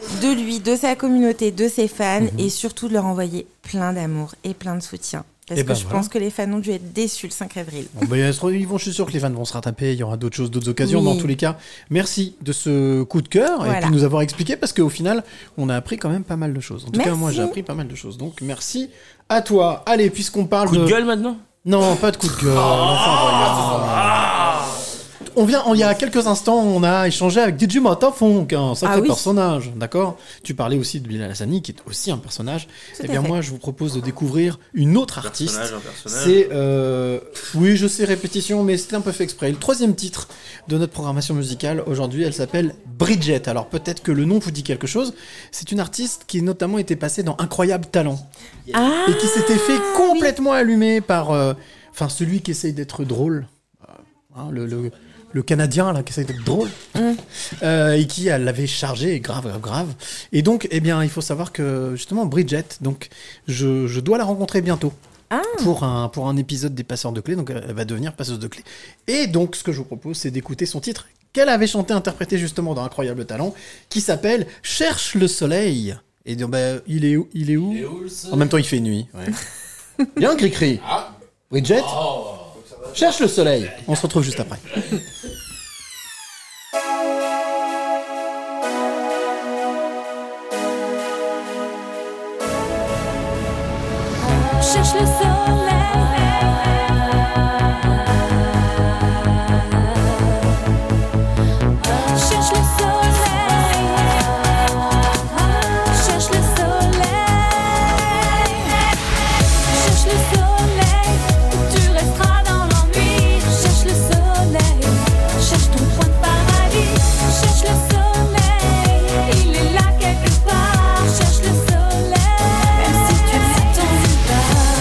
de lui, de sa communauté, de ses fans, Mhm. et surtout de leur envoyer plein d'amour et plein de soutien. Parce Eh que ben je voilà. pense que les fans ont dû être déçus le cinq avril. Bon, bah, ils seront- ils vont, je suis sûr que les fans vont se rattraper. Il y aura d'autres choses, d'autres occasions. Oui. Mais en tous les cas, merci de ce coup de cœur et Voilà. puis de nous avoir expliqué parce qu'au final, on a appris quand même pas mal de choses. En tout cas, Merci. moi, j'ai appris pas mal de choses. Donc, merci à toi. Allez, puisqu'on parle Coup de de gueule maintenant Non, pas de coup de gueule. Enfin, voyons. On vient, il y a quelques instants, on a échangé avec D J Motafunk, un sacré Ah oui. personnage, d'accord. Tu parlais aussi de Bilal Hassani, qui est aussi un personnage. Tout Eh à bien, fait. moi, je vous propose de découvrir une autre artiste. Personnage, un personnage. C'est, euh, oui, je sais, répétition, mais c'était un peu fait exprès. Le troisième titre de notre programmation musicale aujourd'hui, elle s'appelle Bridget. Alors peut-être que le nom vous dit quelque chose. C'est une artiste qui notamment était passée dans Incroyable Talent Ah, et qui s'était fait complètement allumer par, euh, enfin, celui qui essaye d'être drôle, euh, hein, le, le, le Canadien là qui essaye d'être drôle, euh, et qui elle, l'avait chargé, grave, grave, grave. Et donc, eh bien, il faut savoir que justement Bridget, donc, je, je dois la rencontrer bientôt. Ah. Pour un, pour un épisode des passeurs de clés, donc elle va devenir passeuse de clés. Et donc, ce que je vous propose, c'est d'écouter son titre qu'elle avait chanté, interprété justement dans Incroyable Talent, qui s'appelle Cherche le soleil. Et donc, bah, il est où, il est où, En même temps, il fait nuit. Ouais. Bien, Cricri. Bridget, cherche le soleil. On se retrouve juste après. Cherche le soleil. Cherche le soleil. Cherche le soleil. Cherche le soleil. Tu resteras dans l'ennui. Cherche le soleil. Cherche ton point de paradis. Cherche le soleil. Il est là quelque part. Cherche le soleil. Même si tu l'attends nulle part.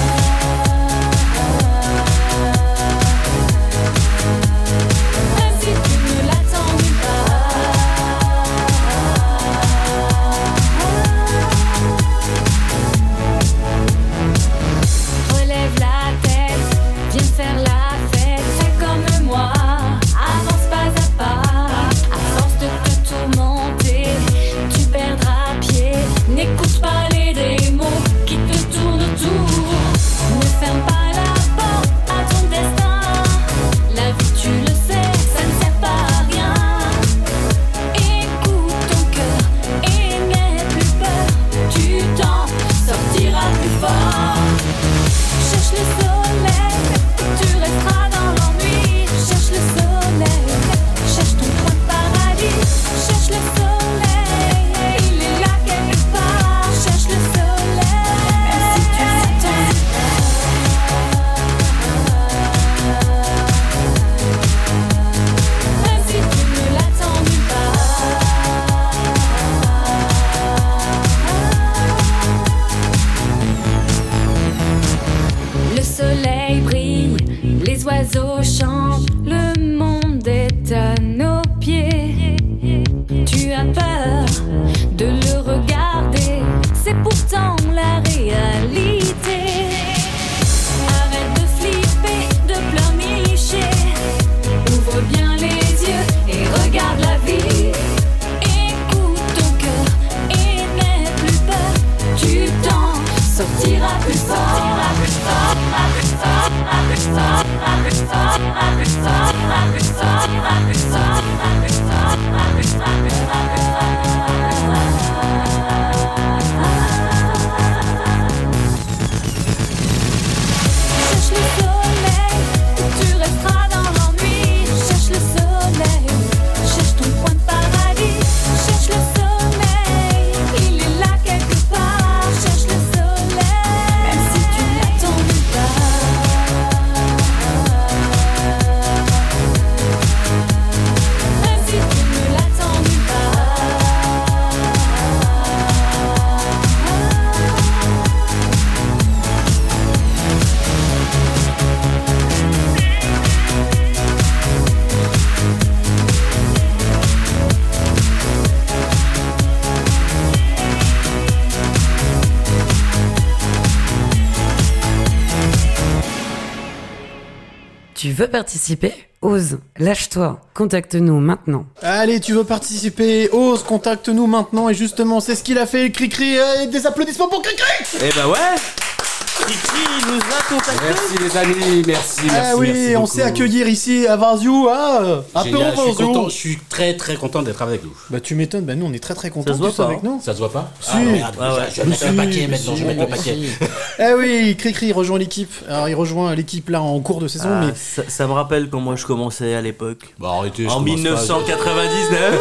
Même si tu ne l'attends nulle part. Relève la tête, viens faire la fête. Fais comme moi, avance pas à pas. À force de te tourmenter, tu perdras pied. N'écoute pas les démons qui te tournent autour. Ne ferme pas la porte à ton destin. La vie, tu le sais, ça ne sert pas à rien. Écoute ton cœur et n'aie plus peur. Tu t'en sortiras plus fort. Cherche le soleil, tu resteras dans l'ennui. Cherche le soleil, cherche ton point de paradis. Cherche le soleil, il est là quelque part. Cherche le soleil, même si tu l'attends nulle part. Même si tu ne l'attends nulle part. Le soleil brille, les oiseaux chantent, le monde est à nos pieds. Tu as peur de le regarder, c'est pourtant la réalité. Arrête de flipper, de pleurnicher. Ouvre bien les yeux et regarde la vie. Écoute ton cœur et n'aie plus peur. Tu t'en sortiras plus fort. Plus fort, plus fort, plus fort, plus fort, plus fort, plus fort, plus fort, plus fort. Tu veux participer ? Ose, lâche-toi, contacte-nous maintenant. Allez, tu veux participer ? Ose, contacte-nous maintenant. Et justement, c'est ce qu'il a fait, Cricri. Euh, des applaudissements pour Cricri ! Eh ben ouais. Cricri nous a contactés. Merci les amis, merci, merci. Ah oui, merci on beaucoup. sait accueillir ici à Varziou, hein, apéro Génial, je suis Varziou. content, je suis très très content d'être avec vous. Bah tu m'étonnes, bah nous on est très très contents Ça se voit que tu sois pas, avec nous. Ça se voit pas Si. Ah, regarde, Ah ouais. je vais mettre le Si, paquet maintenant, si, je vais mettre le si. paquet. Eh oui, Cricri rejoint l'équipe. Alors il rejoint l'équipe là en cours de saison, Ah, mais ça, ça me rappelle quand moi je commençais à l'époque. Bah arrêtez, je en commence dix-neuf cent quatre-vingt-dix-neuf.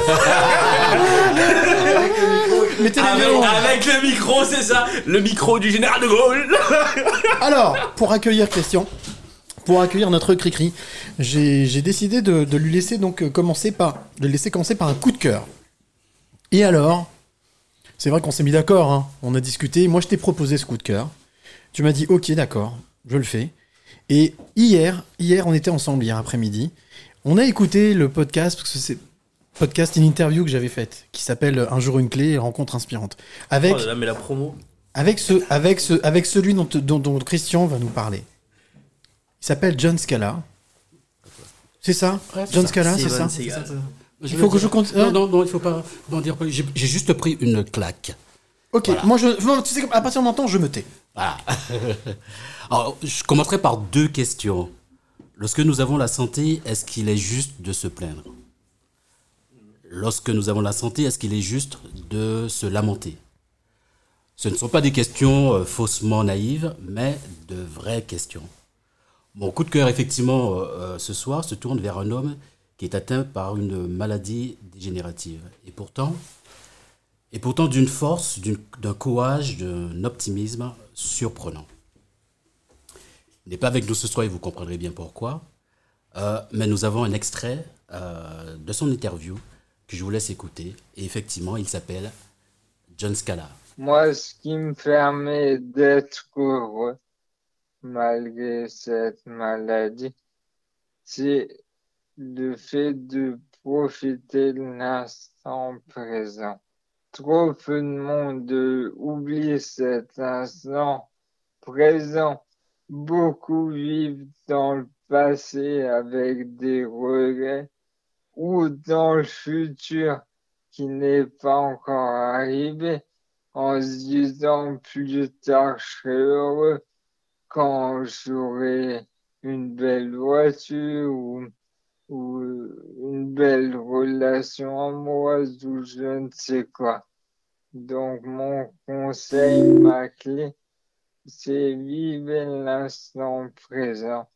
Mettez les avec, violons. avec le micro, c'est ça, le micro du général de Gaulle. Alors, pour accueillir Christian, pour accueillir notre Cricri, j'ai j'ai décidé de, de lui laisser donc euh, commencer par de le laisser commencer par un coup de cœur. Et alors, c'est vrai qu'on s'est mis d'accord, hein, on a discuté. Moi, je t'ai proposé ce coup de cœur. Tu m'as dit, ok, d'accord, je le fais. Et hier, hier, on était ensemble hier après-midi. On a écouté le podcast parce que c'est podcast, une interview que j'avais faite qui s'appelle Un jour une clé, rencontre inspirante. Avec Oh là là, mais la promo. avec ce, avec ce, avec celui dont, dont, dont Christian va nous parler. Il s'appelle John Scala. C'est ça, Ouais, c'est John ça. Scala, c'est Steven ça. Seagal. Il Je faut vais que dire- je compte. Non, non, non, il faut pas en dire plus. J'ai j'ai juste pris une claque. Ok, Voilà. moi je, non, tu sais, à partir de maintenant, je me tais. Voilà. Alors, je commencerai par deux questions. Lorsque nous avons la santé, est-ce qu'il est juste de se plaindre ? Lorsque nous avons la santé, est-ce qu'il est juste de se lamenter ? Ce ne sont pas des questions euh, faussement naïves, mais de vraies questions. Mon coup de cœur, effectivement, euh, euh, ce soir, se tourne vers un homme qui est atteint par une maladie dégénérative. Et pourtant, et pourtant d'une force, d'une- d'un courage, d'un optimisme surprenant. Il n'est pas avec nous ce soir et vous comprendrez bien pourquoi. Euh, mais nous avons un extrait euh, de son interview que je vous laisse écouter. Et effectivement, il s'appelle John Scala. Moi, ce qui me permet d'être heureux, malgré cette maladie, c'est le fait de profiter de l'instant présent. Trop peu de monde oublie cet instant présent. Beaucoup vivent dans le passé avec des regrets ou dans le futur qui n'est pas encore arrivé en se disant plus tard je serai heureux quand j'aurai une belle voiture ou, ou une belle relation amoureuse ou je ne sais quoi. Donc mon conseil, ma clé, c'est vivre l'instant présent.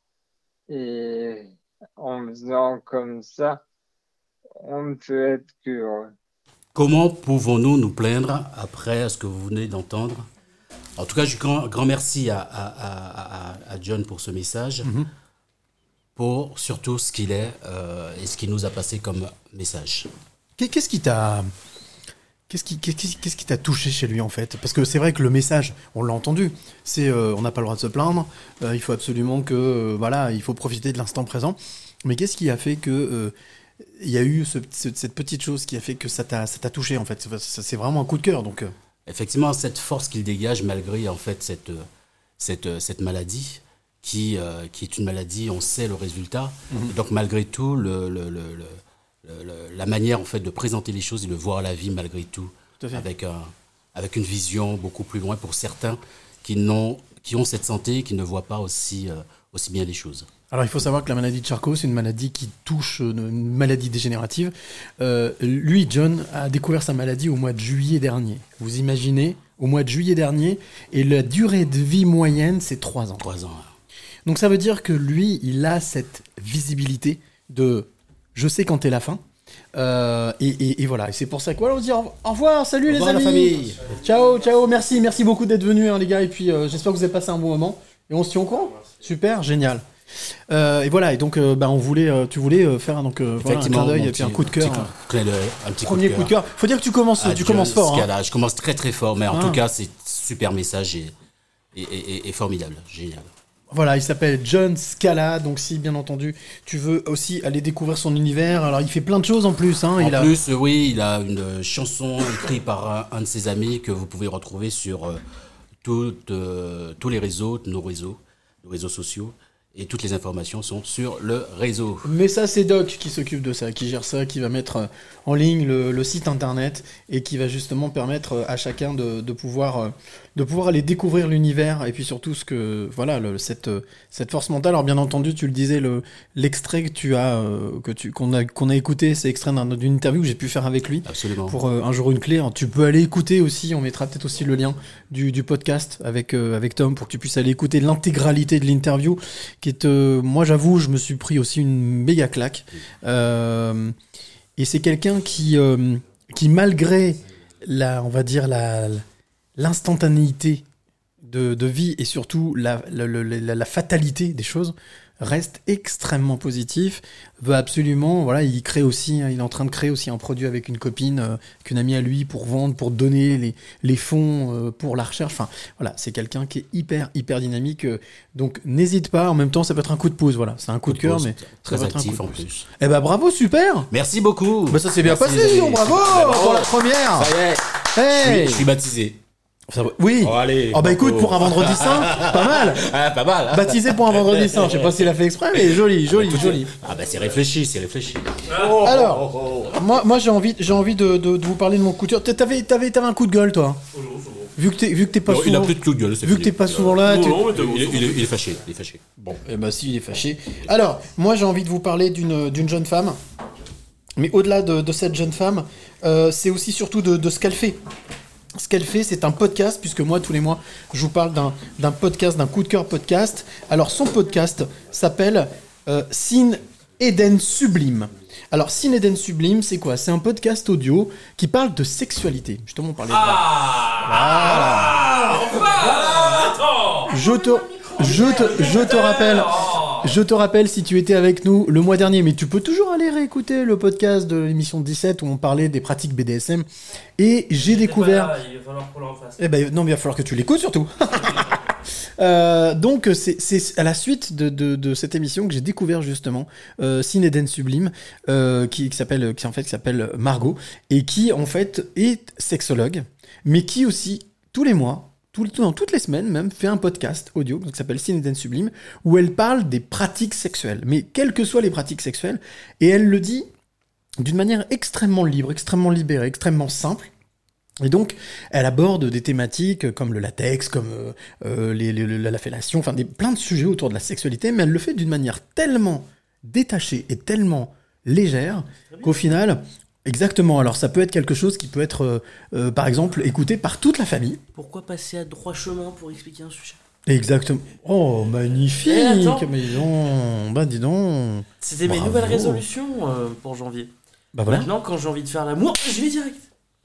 Et en faisant comme ça, on ne peut être qu'heureux. Comment pouvons-nous nous plaindre après ce que vous venez d'entendre ? En tout cas, je grand, grand merci à, à, à, à- à John pour ce message, Mhm. pour surtout ce qu'il est euh, et ce qu'il nous a passé comme message. Qu'est- Qu'est-ce qui t'a, qu'est-ce qui, qu'est-ce qu'est-ce qui t'a touché chez lui en fait ? Parce que c'est vrai que le message, on l'a entendu, c'est euh, on n'a pas le droit de se plaindre, euh, il faut absolument que, euh, voilà, il faut profiter de l'instant présent. Mais qu'est-ce qui a fait que euh, il y a eu ce- ce- cette petite chose qui a fait que ça t'a, ça t'a touché en fait ? C'est c'est vraiment un coup de cœur donc. euh. Effectivement, cette force qu'il dégage malgré en fait cette, cette, cette maladie, qui, euh, qui est une maladie, on sait le résultat. Mhm. Et donc malgré tout, le, le, le, le- le- le- la manière en fait de présenter les choses et de voir la vie malgré tout, Tout à fait. avec, un, avec une vision beaucoup plus loin pour certains qui, n'ont, qui ont cette santé et qui ne voient pas aussi, euh, aussi bien les choses. Alors il faut savoir que la maladie de Charcot, c'est une maladie qui touche, euh, une maladie dégénérative. Euh, lui, John, a découvert sa maladie au mois de juillet dernier. Vous imaginez, au mois de juillet dernier, et la durée de vie moyenne, c'est trois ans. Trois ans. Donc ça veut dire que lui, il a cette visibilité de « je sais quand est la fin euh, ». Et, et- et voilà, et c'est pour ça que voilà, on se dit au au revoir, salut Au les revoir, la amis. famille. Ciao, ciao, merci, merci beaucoup d'être venus hein, les gars, et puis euh, j'espère que vous avez passé un bon moment. Et on se tient au courant. Super, génial. Euh, et voilà, et donc euh, bah, on voulait, euh, tu voulais euh, faire donc, euh, voilà, un clin d'œil mon et puis un petit- coup de cœur. petit hein. clin d'œil, un petit Premier coup de cœur. Faut dire que tu commences, à tu John commences fort. hein. Scala. Je commence très très fort, mais en Ah. tout cas, c'est super message et, et, et- et formidable, génial. Voilà, il s'appelle John Scala, donc si bien entendu tu veux aussi aller découvrir son univers, alors il fait plein de choses en plus. Hein, En il a... plus, euh, oui, il a une chanson écrite par un, un de ses amis que vous pouvez retrouver sur euh, toutes, euh, tous les réseaux, nos réseaux, nos réseaux sociaux. Et toutes les informations sont sur le réseau. Mais ça, c'est Doc qui s'occupe de ça, qui gère ça, qui va mettre en ligne le, le site internet et qui va justement permettre à chacun de, de, pouvoir, de pouvoir aller découvrir l'univers et puis surtout ce que, voilà, le, cette, cette force mentale. Alors bien entendu, tu le disais, le, l'extrait que tu as, que tu, qu'on a, qu'on a écouté, c'est extrait d'un, d'une interview que j'ai pu faire avec lui. Absolument. Pour euh, Un jour une clé. Alors, tu peux aller écouter aussi, on mettra peut-être aussi le lien du, du podcast avec, euh, avec Tom pour que tu puisses aller écouter l'intégralité de l'interview qui est, euh, moi j'avoue, je me suis pris aussi une méga claque. Euh, et c'est quelqu'un qui, euh, qui malgré la, on va dire la, l'instantanéité de, de vie et surtout la, la, la, la fatalité des choses, reste extrêmement positif, veut absolument, voilà, il crée aussi, il est en train de créer aussi un produit avec une copine, euh, qu'une amie à lui pour vendre, pour donner les, les fonds euh, pour la recherche. Enfin, voilà, c'est quelqu'un qui est hyper, hyper dynamique. Euh, donc, n'hésite pas. En même temps, ça peut être un coup de pouce. Voilà, c'est un coup, coup de cœur, mais très ça peut être actif un coup de en pouce. plus. Eh ben, bravo, super. Merci beaucoup. Bah, ça s'est bien Merci, passé, Lyon, bravo, bravo pour la première. Ça y est. Hey. Je, suis, je suis baptisé. Ça, oui. Oh, allez, oh bah écoute, pour un vendredi saint, pas mal. Ah, pas mal. Hein. Baptisé pour un vendredi saint. Je sais pas s'il a fait exprès, mais joli, joli, joli. Ah bah c'est réfléchi, c'est réfléchi. Oh, Alors, oh, oh, oh. moi, moi j'ai envie, j'ai envie de, de, de vous parler de mon coup de cœur. T'avais, t'avais, t'avais un coup de gueule, toi. Vu que t'es, vu que t'es pas non, souvent. Il a plus de coup de gueule. Vu que t'es pas souvent là. Non, tu... non, mais il, est, il, est, il est fâché, il est fâché. Bon, et eh bah si, il est fâché. Alors, moi j'ai envie de vous parler d'une, d'une jeune femme. Mais au-delà de, de cette jeune femme, euh, c'est aussi surtout de, de ce qu'elle fait. Ce qu'elle fait, c'est un podcast, puisque moi, tous les mois, je vous parle d'un, d'un podcast, d'un coup de cœur podcast. Alors, son podcast s'appelle euh, Sin Eden Sublime. Alors, Sin Eden Sublime, c'est quoi ? C'est un podcast audio qui parle de sexualité. Justement, on parlait de... Ah Voilà. Ah Attends Je te, je te, je te rappelle... Je te rappelle, si tu étais avec nous le mois dernier, mais tu peux toujours aller réécouter le podcast de l'émission dix-sept où on parlait des pratiques B D S M. Et j'ai découvert... Là, il va falloir qu'on l'en fasse. Eh ben non, mais il va falloir que tu l'écoutes surtout. euh, donc c'est, c'est à la suite de, de, de cette émission que j'ai découvert justement euh, Sin Eden Sublime, euh, qui, qui s'appelle, qui en fait qui s'appelle Margot et qui en fait est sexologue, mais qui aussi tous les mois. Tout, tout, toutes les semaines même, fait un podcast audio qui s'appelle Sin Eden Sublime, où elle parle des pratiques sexuelles, mais quelles que soient les pratiques sexuelles, et elle le dit d'une manière extrêmement libre, extrêmement libérée, extrêmement simple. Et donc, elle aborde des thématiques comme le latex, comme euh, euh, les, les, la fellation, enfin des, plein de sujets autour de la sexualité, mais elle le fait d'une manière tellement détachée et tellement légère qu'au final... Exactement, alors ça peut être quelque chose qui peut être, euh, euh, par exemple, écouté par toute la famille. Pourquoi passer à droit chemin pour expliquer un sujet ? Exactement. Oh, magnifique. Eh, attends. Mais dis donc, bah dis donc. C'était Bravo. mes nouvelles résolutions euh, pour janvier. Bah voilà. Maintenant, quand j'ai envie de faire l'amour, je vais direct.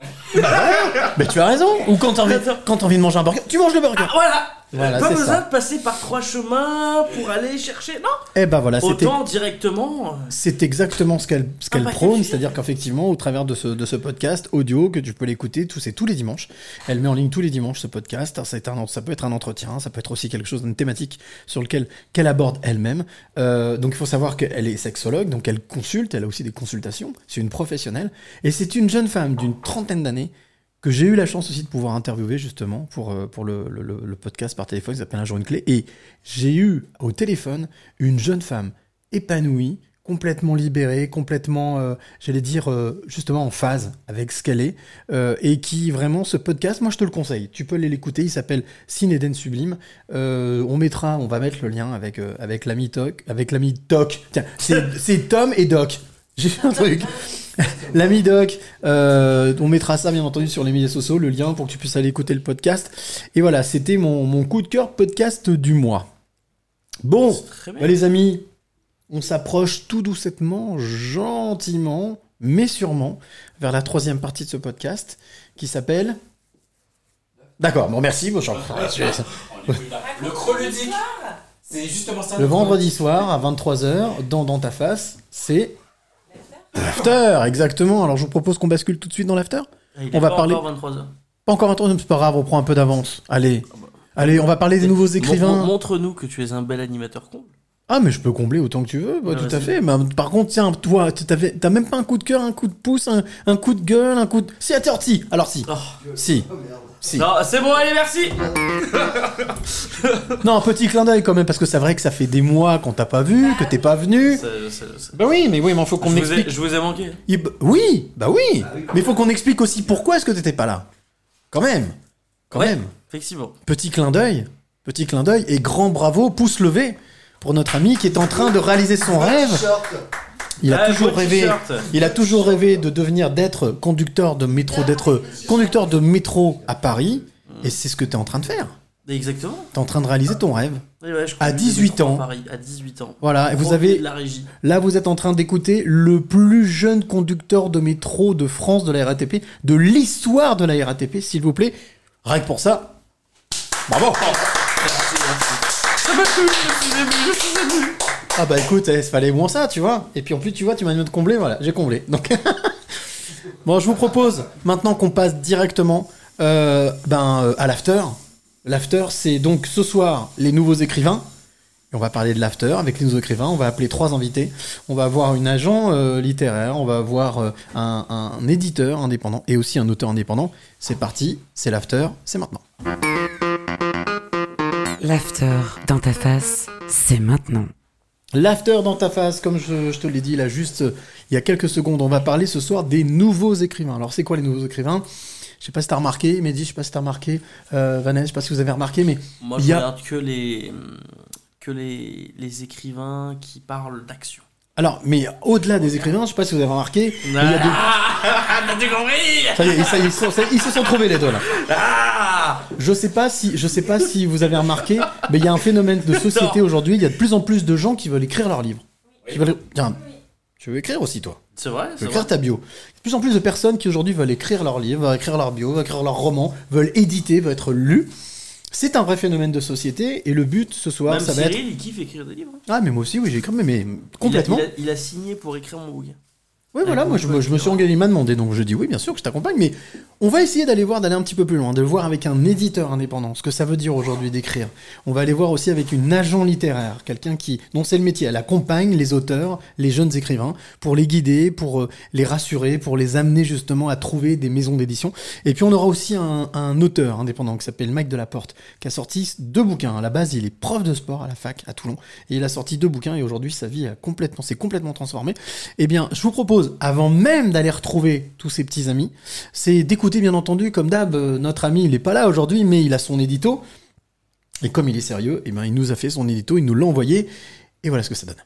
Bah, mais tu as raison. Ou quand t'as envie, quand t'as envie de manger un burger, tu manges le burger. Ah, voilà. Voilà, pas c'est besoin ça. de passer par trois chemins pour aller chercher, non. Eh ben voilà, c'était, autant directement. c'est exactement ce qu'elle, ce qu'elle Ah, bah, prône, quel c'est-à-dire qu'effectivement, au travers de ce, de ce podcast audio, que tu peux l'écouter, tous, c'est tous les dimanches, elle met en ligne tous les dimanches ce podcast, c'est un, ça peut être un entretien, ça peut être aussi quelque chose d'une thématique sur lequel, qu'elle aborde elle-même, euh, donc il faut savoir qu'elle est sexologue, donc elle consulte, elle a aussi des consultations, c'est une professionnelle, et c'est une jeune femme d'une trentaine d'années, que j'ai eu la chance aussi de pouvoir interviewer justement pour, euh, pour le, le, le podcast par téléphone qui s'appelle Un jour une clé. Et j'ai eu au téléphone une jeune femme épanouie, complètement libérée, complètement, euh, j'allais dire, euh, justement en phase avec ce qu'elle est. Euh, et qui vraiment, ce podcast, moi je te le conseille. Tu peux aller l'écouter, il s'appelle Sin Eden Sublime. Euh, on mettra, on va mettre le lien avec, euh, avec l'ami Doc. Avec l'ami Doc. Tiens, c'est, c'est Tom et Doc. J'ai fait un truc. L'ami Doc, euh, on mettra ça bien entendu sur les médias sociaux, le lien pour que tu puisses aller écouter le podcast. Et voilà, c'était mon, mon coup de cœur podcast du mois. Bon, bah les amis, on s'approche tout doucement, gentiment, mais sûrement, vers la troisième partie de ce podcast qui s'appelle... D'accord, bon merci. Bon, le creux ludique, c'est justement ça. Le vendredi soir à vingt-trois heures, dans Dans ta face, c'est... L'after, exactement. Alors je vous propose qu'on bascule tout de suite dans l'after. Il on est va pas parler. encore vingt-trois heures. Pas encore vingt-trois heures, c'est pas grave, on prend un peu d'avance. Allez, allez, on va parler des nouveaux écrivains. Mon- Montre-nous que tu es un bel animateur comble. Ah, mais je peux combler autant que tu veux, bah, Ouais, tout à vas-y. fait. Mais, par contre, tiens, toi, t'avais- t'as même pas un coup de cœur, un coup de pouce, un, un coup de gueule, un coup de... Si, attends, si. Alors, si. Si. Si. Non, c'est bon, allez, merci. Non, un petit clin d'œil quand même, parce que c'est vrai que ça fait des mois qu'on t'a pas vu, que t'es pas venu. C'est- c'est- c'est- Bah oui, mais oui, mais il faut qu'on Je vous ai- explique. je vous ai manqué. Il- bah, oui, bah oui. Mais il faut qu'on explique aussi pourquoi est-ce que t'étais pas là. Quand même. Quand Ouais, même. Effectivement. Petit clin d'œil. Petit clin d'œil et grand bravo, pouce levé pour notre ami qui est en train de réaliser son rêve. Il a Ah, toujours beau rêvé. t-shirt. Il a toujours rêvé de devenir d'être conducteur de métro, d'être conducteur de métro à Paris. Et c'est ce que t'es en train de faire. Exactement. T'es en train de réaliser ton rêve. Ouais, ouais, je À conduis dix-huit le métro ans. à Paris, à dix-huit ans. Voilà, et vous Premier avez de la régie. là vous êtes en train d'écouter le plus jeune conducteur de métro de France de la R A T P, de l'histoire de la R A T P, s'il vous plaît. Rien que pour ça, bravo. Merci, merci. Ça m'a plu, je suis ému, je suis ému. Ah bah écoute, il fallait moins ça, tu vois. Et puis en plus, tu vois, tu m'as demandé de combler, voilà, j'ai comblé. Donc bon, je vous propose maintenant qu'on passe directement euh, ben, euh, à l'after. L'after, c'est donc ce soir les nouveaux écrivains. Et on va parler de l'after avec les nouveaux écrivains. On va appeler trois invités. On va avoir une agent euh, littéraire, on va avoir euh, un, un éditeur indépendant et aussi un auteur indépendant. C'est parti, c'est l'after, c'est maintenant. L'after dans ta face, c'est maintenant. L'after dans ta face, comme je, je te l'ai dit là juste euh, il y a quelques secondes, on va parler ce soir des nouveaux écrivains. Alors c'est quoi les nouveaux écrivains ? Je sais pas si t'as remarqué, Mehdi, je sais pas si t'as remarqué, euh, Vanessa, je sais pas si vous avez remarqué, mais Moi, il je y a... regarde que les que les, les écrivains qui parlent d'action. Alors, mais au-delà des écrivains, je sais pas si vous avez remarqué, mais il y a des... Ah, t'as tout compris. Ça y est, ça y est, ils, sont- ils se sont trouvés les deux là. Ah, Je sais pas si, je sais pas si vous avez remarqué, mais il y a un phénomène de société aujourd'hui. Il y a de plus en plus de gens qui veulent écrire leurs livres. Qui veulent... Tiens, tu veux écrire aussi toi ? c'est vrai, Tu veux c'est écrire vrai. ta bio. Il y a de plus en plus de personnes qui aujourd'hui veulent écrire leurs livres, veulent écrire leur bio, veulent écrire leur roman, veulent éditer, veulent être lus. C'est un vrai phénomène de société et le but ce soir, Même ça va Cyril, être. il kiffe écrire des livres. Ah mais moi aussi, oui, j'ai écrit, mais, mais complètement. Il a, il a- il a signé pour écrire mon bouquin. Oui, voilà, moi je, me- je me suis engagé, il m'a demandé, donc je dis oui, bien sûr que je t'accompagne, mais on va essayer d'aller voir, d'aller un petit peu plus loin, de le voir avec un éditeur indépendant, ce que ça veut dire aujourd'hui d'écrire. On va aller voir aussi avec une agent littéraire, quelqu'un qui, dont c'est le métier, elle accompagne les auteurs, les jeunes écrivains, pour les guider, pour euh, les rassurer, pour les amener justement à trouver des maisons d'édition. Et puis on aura aussi un, un auteur indépendant qui s'appelle Mike Delaporte, qui a sorti deux bouquins. À la base, il est prof de sport à la fac à Toulon, et il a sorti deux bouquins, et aujourd'hui sa vie a complètement, s'est complètement transformée. Eh bien, je vous propose, avant même d'aller retrouver tous ses petits amis, c'est d'écouter, bien entendu, comme d'hab, euh, notre ami, il n'est pas là aujourd'hui, mais il a son édito. Et comme il est sérieux, eh ben, il nous a fait son édito, il nous l'a envoyé, et voilà ce que ça donne.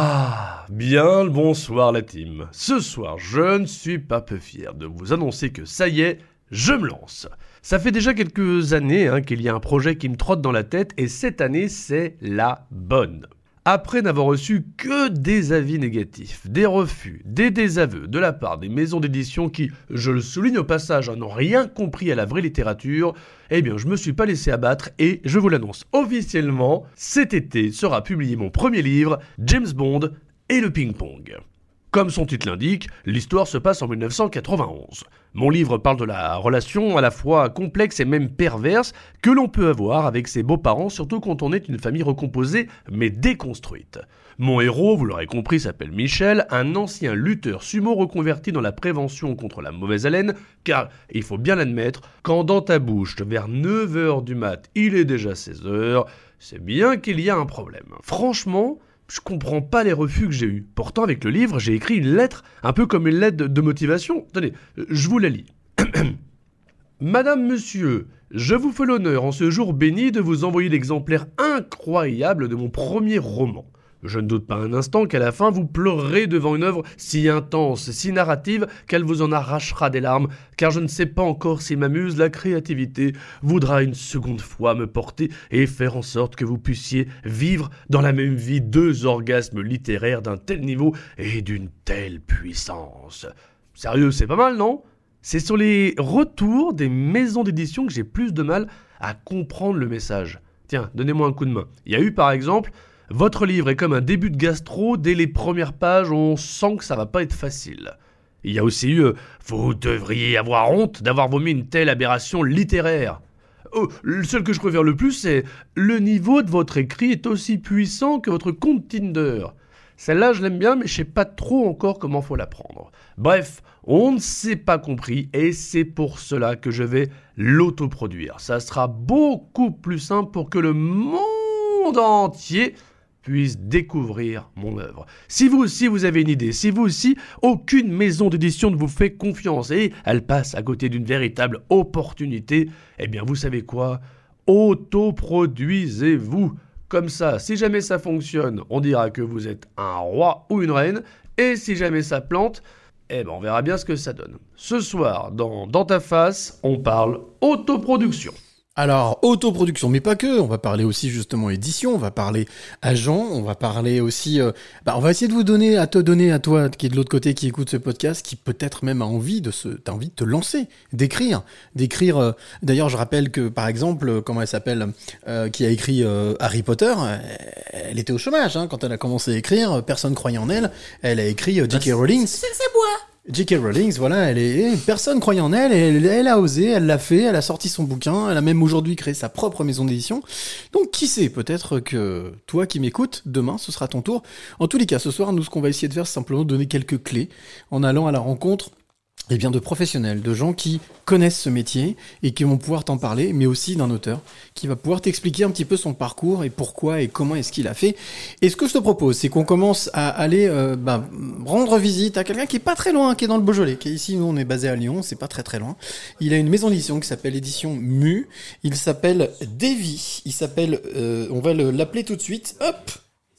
Ah, bien le bonsoir la team. Ce soir, je ne suis pas peu fier de vous annoncer que ça y est, je me lance. Ça fait déjà quelques années hein, qu'il y a un projet qui me trotte dans la tête, et cette année, c'est la bonne. Après n'avoir reçu que des avis négatifs, des refus, des désaveux de la part des maisons d'édition qui, je le souligne au passage, n'ont rien compris à la vraie littérature, eh bien je me suis pas laissé abattre et je vous l'annonce officiellement, cet été sera publié mon premier livre, James Bond et le ping-pong. Comme son titre l'indique, l'histoire se passe en mille neuf cent quatre-vingt-onze. Mon livre parle de la relation à la fois complexe et même perverse que l'on peut avoir avec ses beaux-parents, surtout quand on est une famille recomposée mais déconstruite. Mon héros, vous l'aurez compris, s'appelle Michel, un ancien lutteur sumo reconverti dans la prévention contre la mauvaise haleine, car, il faut bien l'admettre, quand dans ta bouche, vers neuf heures du mat, il est déjà seize heures, c'est bien qu'il y a un problème. Franchement, je comprends pas les refus que j'ai eus. Pourtant, avec le livre, j'ai écrit une lettre, un peu comme une lettre de, de motivation. Attendez, je vous la lis. Madame, monsieur, je vous fais l'honneur en ce jour béni de vous envoyer l'exemplaire incroyable de mon premier roman. Je ne doute pas un instant qu'à la fin vous pleurerez devant une œuvre si intense, si narrative, qu'elle vous en arrachera des larmes, car je ne sais pas encore si m'amuse la créativité voudra une seconde fois me porter et faire en sorte que vous puissiez vivre dans la même vie deux orgasmes littéraires d'un tel niveau et d'une telle puissance. Sérieux, c'est pas mal, non ? C'est sur les retours des maisons d'édition que j'ai plus de mal à comprendre le message. Tiens, donnez-moi un coup de main. Il y a eu par exemple... Votre livre est comme un début de gastro, dès les premières pages, on sent que ça va pas être facile. Il y a aussi eu euh, « Vous devriez avoir honte d'avoir vomi une telle aberration littéraire ». Oh, le seul que je préfère le plus, c'est « Le niveau de votre écrit est aussi puissant que votre compte Tinder ». Celle-là, je l'aime bien, mais je sais pas trop encore comment faut la prendre. Bref, on ne s'est pas compris, et c'est pour cela que je vais l'autoproduire. Ça sera beaucoup plus simple pour que le monde entier puisse découvrir mon œuvre. Si vous aussi vous avez une idée, si vous aussi aucune maison d'édition ne vous fait confiance et elle passe à côté d'une véritable opportunité, eh bien vous savez quoi ? Autoproduisez-vous. Comme ça, si jamais ça fonctionne, on dira que vous êtes un roi ou une reine, et si jamais ça plante, eh ben on verra bien ce que ça donne. Ce soir, dans Dans ta face, on parle autoproduction. Alors, autoproduction, mais pas que, on va parler aussi justement édition, on va parler agent, on va parler aussi... Euh, bah, on va essayer de vous donner, à te donner à toi qui est de l'autre côté, qui écoute ce podcast, qui peut-être même a envie de se... T'as envie de te lancer, d'écrire. d'écrire. Euh, d'ailleurs, je rappelle que, par exemple, euh, comment elle s'appelle, euh, qui a écrit euh, Harry Potter, euh, elle était au chômage hein, quand elle a commencé à écrire, personne croyait en elle, elle a écrit euh, J K Rowling. C'est moi. J K Rowling, voilà, elle est, personne croyait en elle, et elle, elle a osé, elle l'a fait, elle a sorti son bouquin, elle a même aujourd'hui créé sa propre maison d'édition. Donc qui sait, peut-être que toi qui m'écoutes, demain ce sera ton tour. En tous les cas, ce soir, nous ce qu'on va essayer de faire, c'est simplement donner quelques clés en allant à la rencontre eh bien, de professionnels, de gens qui connaissent ce métier et qui vont pouvoir t'en parler, mais aussi d'un auteur qui va pouvoir t'expliquer un petit peu son parcours et pourquoi et comment est-ce qu'il a fait. Et ce que je te propose, c'est qu'on commence à aller euh, bah, rendre visite à quelqu'un qui est pas très loin, qui est dans le Beaujolais, qui est ici, nous on est basé à Lyon, c'est pas très très loin. Il a une maison d'édition qui s'appelle Édition Mu, il s'appelle Davy, il s'appelle, euh, on va le, l'appeler tout de suite, hop,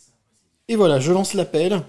et voilà, je lance l'appel.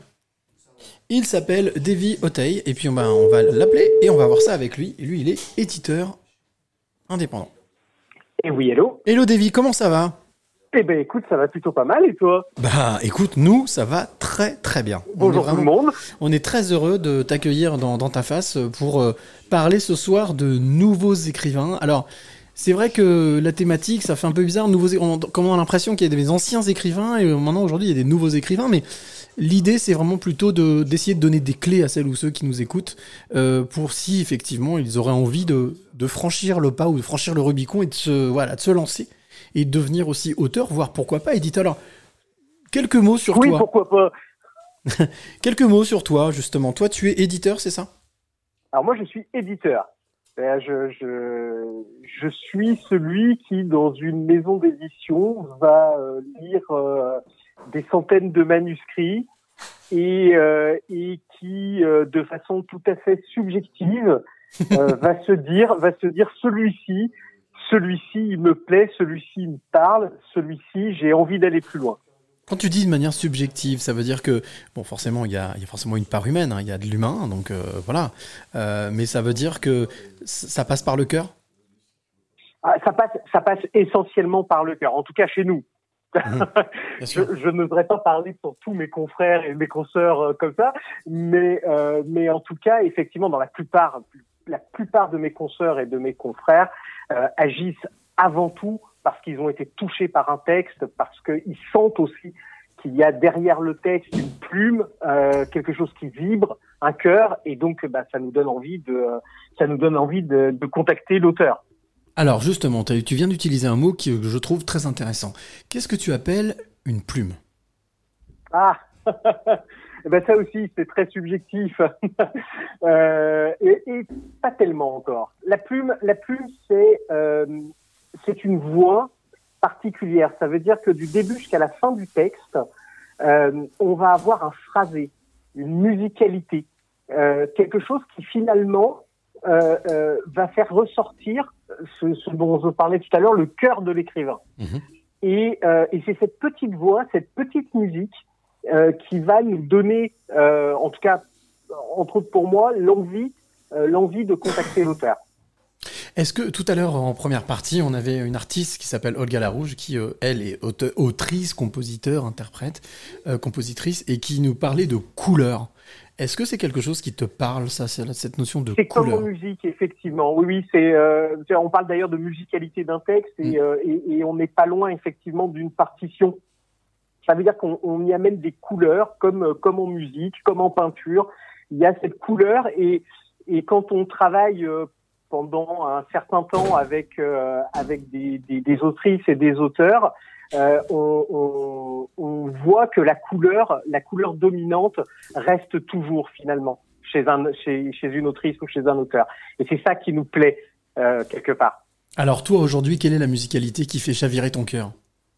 Il s'appelle Davy Otey, et puis on va, on va l'appeler, et on va voir ça avec lui. Et lui, il est éditeur indépendant. Et oui, hello. Hello Davy, comment ça va ? Eh ben écoute, ça va plutôt pas mal, et toi ? Bah écoute, nous, ça va très très bien. Bonjour tout le monde. On est très heureux de t'accueillir dans, dans ta face pour euh, parler ce soir de nouveaux écrivains. Alors, c'est vrai que la thématique, ça fait un peu bizarre. Nouveaux, on, comme on a l'impression qu'il y a des anciens écrivains, et maintenant, aujourd'hui, il y a des nouveaux écrivains, mais... L'idée, c'est vraiment plutôt de, d'essayer de donner des clés à celles ou ceux qui nous écoutent euh, pour si, effectivement, ils auraient envie de, de franchir le pas ou de franchir le Rubicon et de se, voilà, de se lancer et de devenir aussi auteur, voire pourquoi pas éditeur. Alors, quelques mots sur oui, toi. Oui, pourquoi pas. Quelques mots sur toi, justement. Toi, tu es éditeur, c'est ça ? Alors moi, je suis éditeur. Je, je, je suis celui qui, dans une maison d'édition, va euh, lire... Euh, des centaines de manuscrits et, euh, et qui, euh, de façon tout à fait subjective, euh, va se dire, va se dire celui-ci, celui-ci, il me plaît, celui-ci, il me parle, celui-ci, j'ai envie d'aller plus loin. Quand tu dis de manière subjective, ça veut dire que, bon, forcément, il y a, il y a forcément une part humaine, hein, il y a de l'humain, donc euh, voilà. Euh, mais ça veut dire que ça passe par le cœur ? Ah, ça passe, ça passe essentiellement par le cœur, en tout cas chez nous. Mmh, je, je n'oserais pas parler pour tous mes confrères et mes consoeurs euh, comme ça, mais euh, mais en tout cas, effectivement, dans la plupart, la plupart de mes consoeurs et de mes confrères euh, agissent avant tout parce qu'ils ont été touchés par un texte, parce qu'ils sentent aussi qu'il y a derrière le texte une plume, euh, quelque chose qui vibre, un cœur, et donc bah, ça nous donne envie de, ça nous donne envie de, de contacter l'auteur. Alors justement, tu viens d'utiliser un mot que je trouve très intéressant. Qu'est-ce que tu appelles une plume ? Ah, ben ça aussi c'est très subjectif euh, et, et pas tellement encore. La plume, la plume c'est euh, c'est une voix particulière. Ça veut dire que du début jusqu'à la fin du texte, euh, on va avoir un phrasé, une musicalité, euh, quelque chose qui finalement euh, euh, va faire ressortir ce, ce dont je parlais tout à l'heure, le cœur de l'écrivain. Mmh. Et, euh, et c'est cette petite voix, cette petite musique euh, qui va nous donner, euh, en tout cas, entre autres pour moi, l'envie, euh, l'envie de contacter l'auteur. Est-ce que tout à l'heure, en première partie, on avait une artiste qui s'appelle Olga Larouche, qui, euh, elle, est aute- autrice, compositeur, interprète, euh, compositrice, et qui nous parlait de couleurs. Est-ce que c'est quelque chose qui te parle, ça, cette notion de c'est couleur ? C'est comme en musique, effectivement. Oui, oui, c'est. Euh, on parle d'ailleurs de musicalité d'un texte, et, mmh. euh, et, et on n'est pas loin, effectivement, d'une partition. Ça veut dire qu'on on y amène des couleurs, comme comme en musique, comme en peinture. Il y a cette couleur, et et quand on travaille euh, pendant un certain temps avec euh, avec des, des, des autrices et des auteurs, euh, on, on, on voit que la couleur, la couleur dominante reste toujours finalement chez un chez chez une autrice ou chez un auteur. Et c'est ça qui nous plaît euh, quelque part. Alors toi aujourd'hui, quelle est la musicalité qui fait chavirer ton cœur?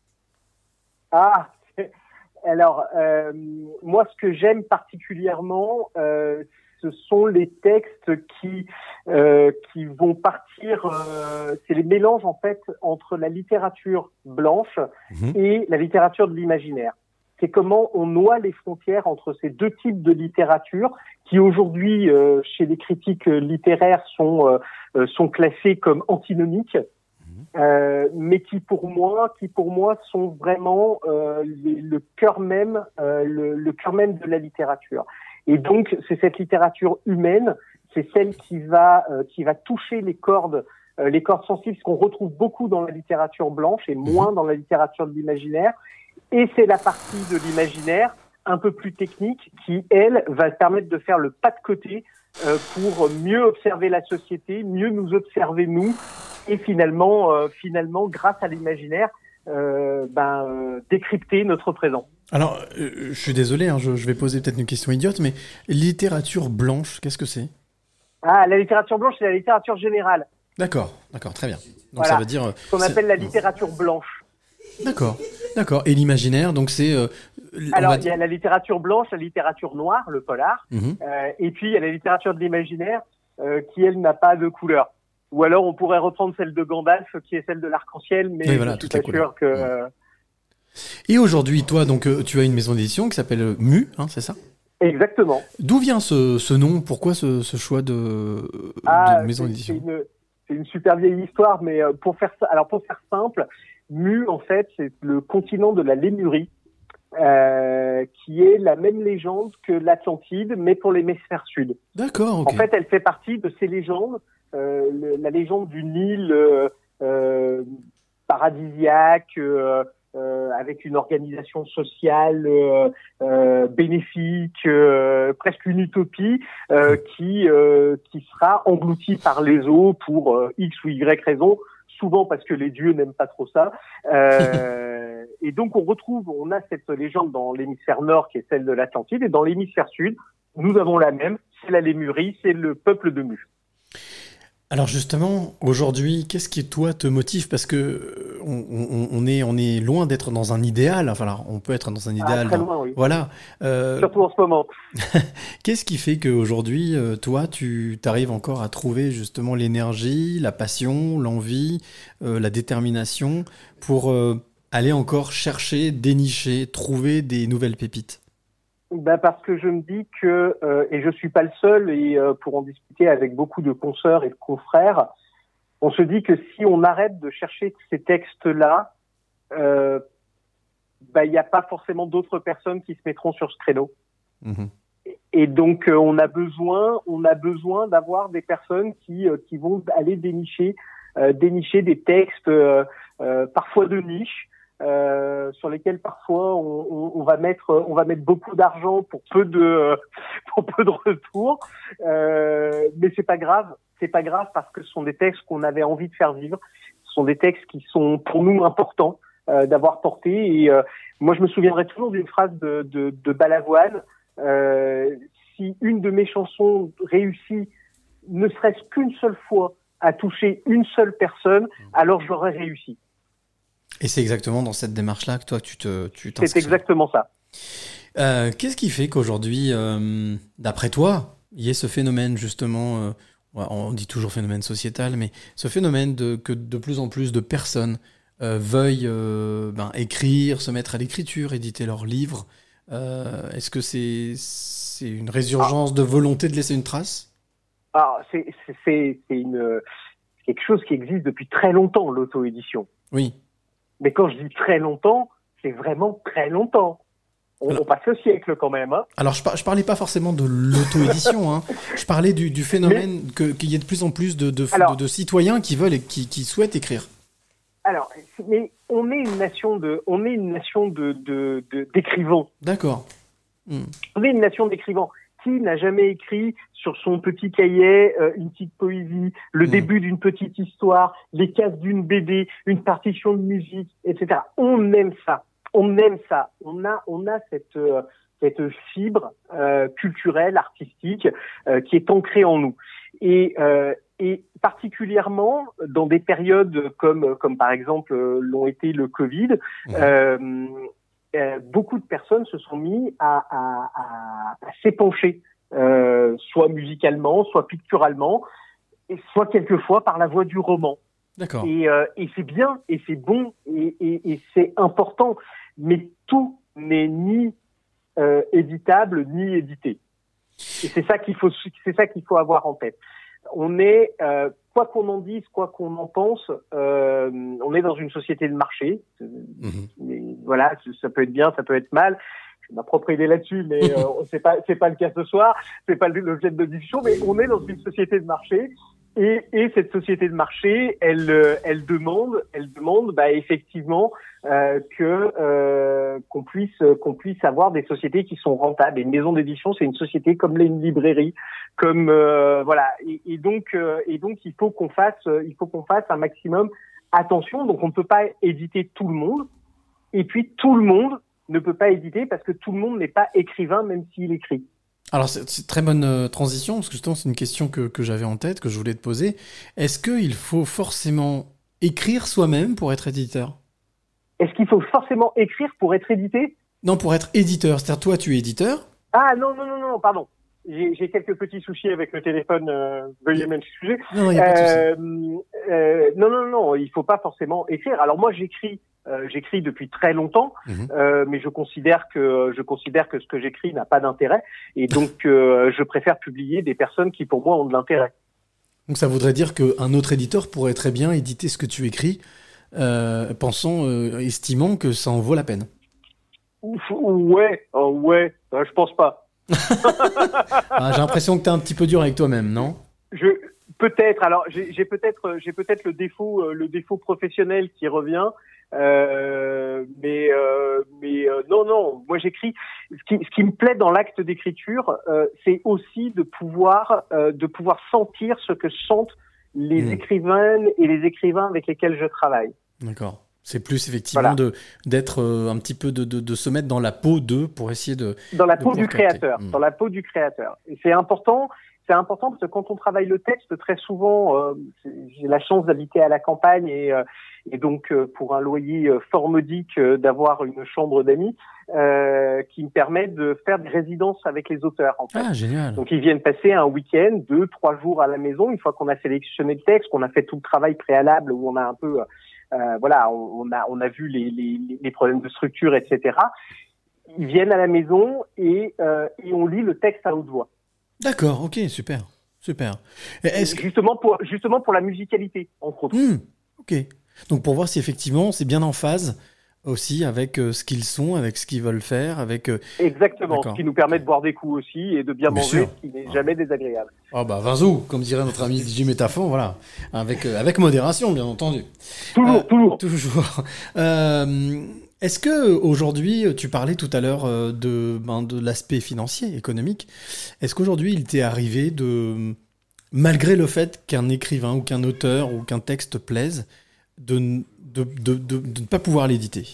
Ah, alors euh, moi ce que j'aime particulièrement, euh, ce sont les textes qui euh, qui vont partir. Euh, c'est les mélanges en fait entre la littérature blanche mmh. et la littérature de l'imaginaire. C'est comment on noie les frontières entre ces deux types de littérature qui aujourd'hui euh, chez les critiques littéraires sont euh, sont classés comme antinomiques. Euh, mais qui pour moi, qui pour moi sont vraiment euh, les, le cœur même, euh, le, le cœur même de la littérature. Et donc c'est cette littérature humaine, c'est celle qui va euh, qui va toucher les cordes, euh, les cordes sensibles, ce qu'on retrouve beaucoup dans la littérature blanche et moins dans la littérature de l'imaginaire. Et c'est la partie de l'imaginaire un peu plus technique qui, elle, va permettre de faire le pas de côté euh, pour mieux observer la société, mieux nous observer nous. Et finalement, euh, finalement, grâce à l'imaginaire, euh, ben, euh, décrypter notre présent. Alors, euh, je suis désolé, hein, je, je vais poser peut-être une question idiote, mais littérature blanche, qu'est-ce que c'est? Ah, la littérature blanche, c'est la littérature générale. D'accord, d'accord, très bien. Donc voilà, ça veut dire... Euh, ce qu'on appelle la littérature blanche. D'accord, d'accord. Et l'imaginaire, donc c'est... Euh, Alors, il y a la littérature blanche, la littérature noire, le polar, mmh. euh, et puis il y a la littérature de l'imaginaire euh, qui, elle, n'a pas de couleur. Ou alors on pourrait reprendre celle de Gandalf, qui est celle de l'arc-en-ciel, mais oui, voilà, je suis pas sûr que... Euh... Et aujourd'hui, toi, donc, euh, tu as une maison d'édition qui s'appelle Mu, hein, c'est ça? Exactement. D'où vient ce, ce nom? Pourquoi ce, ce choix de, ah, de maison c'est, d'édition? c'est une, c'est une super vieille histoire, mais pour faire, alors pour faire simple, Mu, en fait, c'est le continent de la Lémurie, euh, qui est la même légende que l'Atlantide, mais pour l'hémisphère sud. D'accord, ok. En fait, elle fait partie de ces légendes. Euh, le, la légende d'une île euh, euh, paradisiaque euh, euh, avec une organisation sociale euh, euh, bénéfique, euh, presque une utopie euh, qui euh, qui sera engloutie par les eaux pour euh, X ou Y raison, souvent parce que les dieux n'aiment pas trop ça. Euh, et donc on retrouve, on a cette légende dans l'hémisphère nord qui est celle de l'Atlantide, et dans l'hémisphère sud, nous avons la même, c'est la Lémurie, c'est le peuple de Mu. Alors justement, aujourd'hui, qu'est-ce qui toi te motive? Parce que on, on, on est on est loin d'être dans un idéal. Enfin, alors, on peut être dans un idéal. Ah, très dans... loin, oui. Voilà. Euh... Surtout en ce moment. Qu'est-ce qui fait qu'aujourd'hui, euh, toi, tu arrives encore à trouver justement l'énergie, la passion, l'envie, euh, la détermination pour euh, aller encore chercher, dénicher, trouver des nouvelles pépites? Ben parce que je me dis que, euh, et je suis pas le seul, et euh, pour en discuter avec beaucoup de consoeurs et de confrères, on se dit que si on arrête de chercher ces textes-là, euh, ben, il n'y a pas forcément d'autres personnes qui se mettront sur ce créneau. Mmh. Et donc euh, on a besoin, on a besoin d'avoir des personnes qui euh, qui vont aller dénicher, euh, dénicher des textes euh, euh, parfois de niche. Euh, sur lesquels parfois on, on, on va mettre on va mettre beaucoup d'argent pour peu de pour peu de retour, euh, mais c'est pas grave, c'est pas grave parce que ce sont des textes qu'on avait envie de faire vivre, ce sont des textes qui sont pour nous importants euh, d'avoir porté. Et euh, moi je me souviendrai toujours d'une phrase de de, de Balavoine, euh, si une de mes chansons réussit, ne serait-ce qu'une seule fois à toucher une seule personne, alors j'aurais réussi. Et c'est exactement dans cette démarche-là que toi, tu te, tu t'inscris. C'est exactement ça. Euh, qu'est-ce qui fait qu'aujourd'hui, euh, d'après toi, il y ait ce phénomène justement, euh, on dit toujours phénomène sociétal, mais ce phénomène de, que de plus en plus de personnes euh, veuillent euh, ben, écrire, se mettre à l'écriture, éditer leurs livres. Euh, est-ce que c'est, c'est une résurgence ah. de volonté de laisser une trace? Alors, c'est, c'est, c'est, c'est une, quelque chose qui existe depuis très longtemps, l'auto-édition. Oui. Mais quand je dis très longtemps, c'est vraiment très longtemps. On, Alors, on passe le siècle quand même. Hein. Alors, je, par, je parlais pas forcément de l'auto-édition. hein. Je parlais du, du phénomène mais, que, qu'il y ait de plus en plus de, de, alors, de, de citoyens qui veulent et qui, qui souhaitent écrire. Alors, mais on est une nation de, on est une nation de, de, de d'écrivains. D'accord. Hmm. On est une nation d'écrivains qui n'a jamais écrit sur son petit cahier euh, une petite poésie, le mmh. début d'une petite histoire, les cases d'une B D, une partition de musique, et cetera. On aime ça. On aime ça. On a, on a cette, euh, cette fibre euh, culturelle, artistique, euh, qui est ancrée en nous. Et, euh, et particulièrement dans des périodes comme, comme par exemple euh, l'ont été le Covid, mmh. euh, euh, beaucoup de personnes se sont mis à, à, à, à s'épancher, euh, soit musicalement, soit picturalement, et soit quelquefois par la voie du roman. D'accord. Et, euh, et c'est bien, et c'est bon, et, et, et c'est important, mais tout n'est ni euh, éditable ni édité. Et c'est ça qu'il faut, c'est ça qu'il faut avoir en tête. On est, euh, quoi qu'on en dise, quoi qu'on en pense, euh, on est dans une société de marché. Mmh. Et voilà, ça peut être bien, ça peut être mal. J'ai ma propre idée là-dessus, mais euh, c'est pas, c'est pas le cas ce soir. C'est pas l'objet de discussion, mais on est dans une société de marché. Et, et cette société de marché, elle, elle demande, elle demande, bah effectivement, euh, que euh, qu'on puisse, qu'on puisse avoir des sociétés qui sont rentables. Et une maison d'édition, c'est une société comme une librairie, comme euh, voilà. Et, et donc, euh, et donc, il faut qu'on fasse, il faut qu'on fasse un maximum attention. Donc, on ne peut pas éditer tout le monde. Et puis, tout le monde ne peut pas éditer parce que tout le monde n'est pas écrivain, même s'il écrit. Alors, c'est, c'est très bonne euh, transition, parce que justement, c'est une question que, que j'avais en tête, que je voulais te poser. Est-ce qu'il faut forcément écrire soi-même pour être éditeur ? Est-ce qu'il faut forcément écrire pour être édité ? Non, pour être éditeur. C'est-à-dire, toi, tu es éditeur ? Ah, non, non, non, non, pardon. J'ai, j'ai quelques petits soucis avec le téléphone, euh, veuillez m'excuser. Non, il n'y a pas euh, de souci. Euh, non, non, non, il faut pas forcément écrire. Alors moi, j'écris, euh, j'écris depuis très longtemps, mmh. euh, mais je considère que je considère que ce que j'écris n'a pas d'intérêt, et donc euh, je préfère publier des personnes qui, pour moi, ont de l'intérêt. Donc ça voudrait dire qu'un autre éditeur pourrait très bien éditer ce que tu écris, euh, pensant, euh, estimant que ça en vaut la peine. Ouf, ouais, oh, ouais, euh, je pense pas. Ah, j'ai l'impression que t'es un petit peu dur avec toi-même, non ? Je peut-être. Alors j'ai, j'ai peut-être, j'ai peut-être le défaut, euh, le défaut professionnel qui revient. Euh, mais euh, mais euh, non non. Moi j'écris. Ce qui, ce qui me plaît dans l'acte d'écriture, euh, c'est aussi de pouvoir euh, de pouvoir sentir ce que sentent les mmh. écrivaines et les écrivains avec lesquels je travaille. D'accord. C'est plus effectivement voilà. de d'être euh, un petit peu de, de de se mettre dans la peau d'eux pour essayer de dans la de peau du créateur, mmh. dans la peau du créateur. Et c'est important, c'est important parce que quand on travaille le texte, très souvent, euh, j'ai la chance d'habiter à la campagne et euh, et donc euh, pour un loyer euh, fort modique euh, d'avoir une chambre d'amis euh, qui me permet de faire des résidences avec les auteurs. En fait. Ah génial. Donc ils viennent passer un week-end, deux, trois jours à la maison une fois qu'on a sélectionné le texte, qu'on a fait tout le travail préalable où on a un peu euh, Euh, voilà, on, on a on a vu les, les, les problèmes de structure, et cetera. Ils viennent à la maison et, euh, et on lit le texte à haute voix. D'accord, ok, super, super. Est-ce que... Justement pour justement pour la musicalité, entre autres. Mmh, ok. Donc pour voir si effectivement c'est bien en phase aussi avec euh, ce qu'ils sont, avec ce qu'ils veulent faire, avec. Euh... Exactement, D'accord. Ce qui nous permet de boire des coups aussi et de bien, bien manger, sûr. Ce qui n'est jamais désagréable. Ah bah Vinzou, comme dirait notre ami Jim Métaphon, voilà, avec euh, avec modération bien entendu. Toujours, euh, toujours, toujours. Euh, est-ce que aujourd'hui, tu parlais tout à l'heure euh, de ben, de l'aspect financier, économique. Est-ce qu'aujourd'hui il t'est arrivé de, malgré le fait qu'un écrivain ou qu'un auteur ou qu'un texte plaise, de De, de, de, de ne pas pouvoir l'éditer?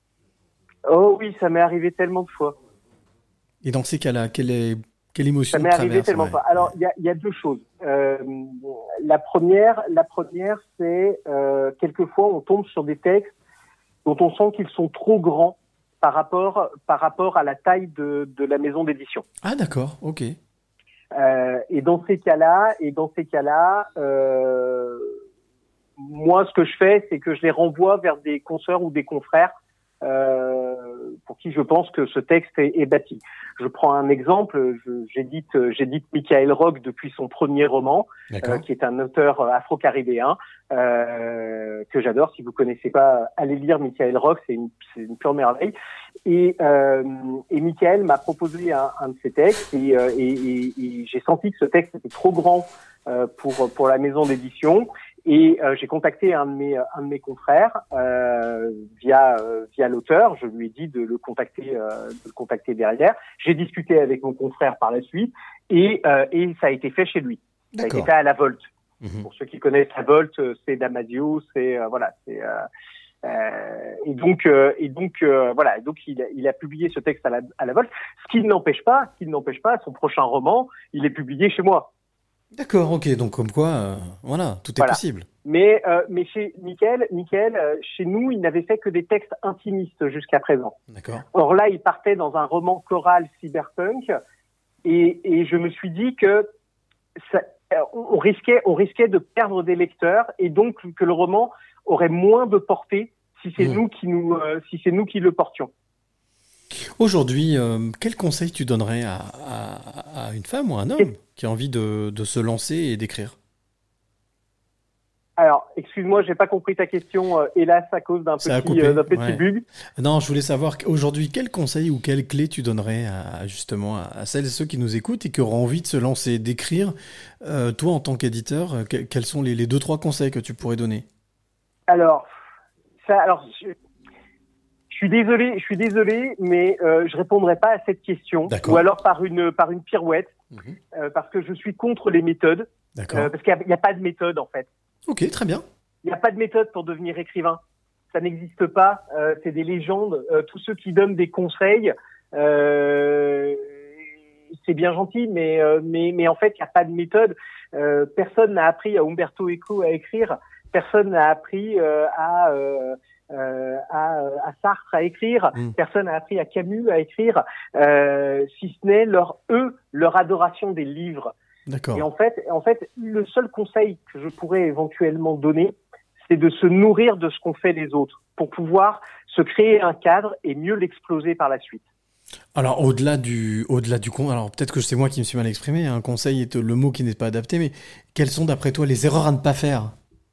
Oh oui, ça m'est arrivé tellement de fois. Et dans ces cas-là, quelle, est, quelle émotion ça m'est arrivé tellement de fois. Alors, il y a, y a deux choses. Euh, la première, la première, c'est euh, quelquefois on tombe sur des textes dont on sent qu'ils sont trop grands par rapport, par rapport à la taille de, de la maison d'édition. Ah d'accord, ok. Euh, et dans ces cas-là, et dans ces cas-là. Euh, Moi, ce que je fais, c'est que je les renvoie vers des consoeurs ou des confrères euh, pour qui je pense que ce texte est, est bâti. Je prends un exemple. Je, j'édite, j'édite Michael Rock depuis son premier roman, euh, qui est un auteur afro-caribéen euh, que j'adore. Si vous connaissez pas, allez lire Michael Rock, c'est une, c'est une pure merveille. Et, euh, et Michael m'a proposé un, un de ses textes et, euh, et, et, et j'ai senti que ce texte était trop grand Euh, pour pour la maison d'édition Et euh, j'ai contacté un de mes un de mes confrères euh, via euh, via l'auteur. Je lui ai dit de le contacter euh, de le contacter derrière. J'ai discuté avec mon confrère par la suite et euh, et ça a été fait chez lui. Ça a été fait à la Volte. Mmh. Pour ceux qui connaissent la Volte, c'est Damasio, c'est euh, voilà, c'est euh, euh, et donc euh, et donc euh, voilà, donc il a, il a publié ce texte à la à la Volte. Ce qui n'empêche pas, ce qui n'empêche pas son prochain roman, il est publié chez moi. D'accord, ok, donc comme quoi, euh, voilà, tout est Voilà. possible. Mais, euh, mais chez Mickaël, Mickaël euh, chez nous, il n'avait fait que des textes intimistes jusqu'à présent. D'accord. Or là, il partait dans un roman choral cyberpunk, et, et je me suis dit que ça, on risquait, on risquait de perdre des lecteurs, et donc que le roman aurait moins de portée si c'est Mmh. nous qui nous, euh, si c'est nous qui le portions. Aujourd'hui, euh, quel conseil tu donnerais à, à, à une femme ou à un homme qui a envie de, de se lancer et d'écrire? Alors, excuse-moi, j'ai pas compris ta question, euh, hélas, à cause d'un Ça a petit, coupé, euh, d'un petit ouais. bug. Non, je voulais savoir aujourd'hui quel conseil ou quelle clé tu donnerais à, justement à, à celles et ceux qui nous écoutent et qui auront envie de se lancer, d'écrire. Euh, toi, en tant qu'éditeur, euh, que- quels sont les, les deux trois conseils que tu pourrais donner? Alors, ça, alors, je, je suis désolé, je suis désolé, mais euh, je répondrai pas à cette question, D'accord. ou alors par une par une pirouette, euh, parce que je suis contre les méthodes, D'accord. euh, parce qu'il n'y a, a pas de méthode en fait. Ok, très bien. Il n'y a pas de méthode pour devenir écrivain. Ça n'existe pas. Euh, c'est des légendes. Euh, tous ceux qui donnent des conseils, euh, c'est bien gentil, mais euh, mais mais en fait, il n'y a pas de méthode. Euh, personne n'a appris à Umberto Eco à écrire. Personne n'a appris euh, à, euh, euh, à à Sartre à écrire. Mm. Personne n'a appris à Camus à écrire, euh, si ce n'est leur eux leur adoration des livres. D'accord. Et en fait, en fait, le seul conseil que je pourrais éventuellement donner, c'est de se nourrir de ce qu'ont fait les autres pour pouvoir se créer un cadre et mieux l'exploser par la suite. Alors, au-delà du, au-delà du con, alors peut-être que c'est moi qui me suis mal exprimé, un conseil est le mot qui n'est pas adapté, mais quelles sont d'après toi les erreurs à ne pas faire?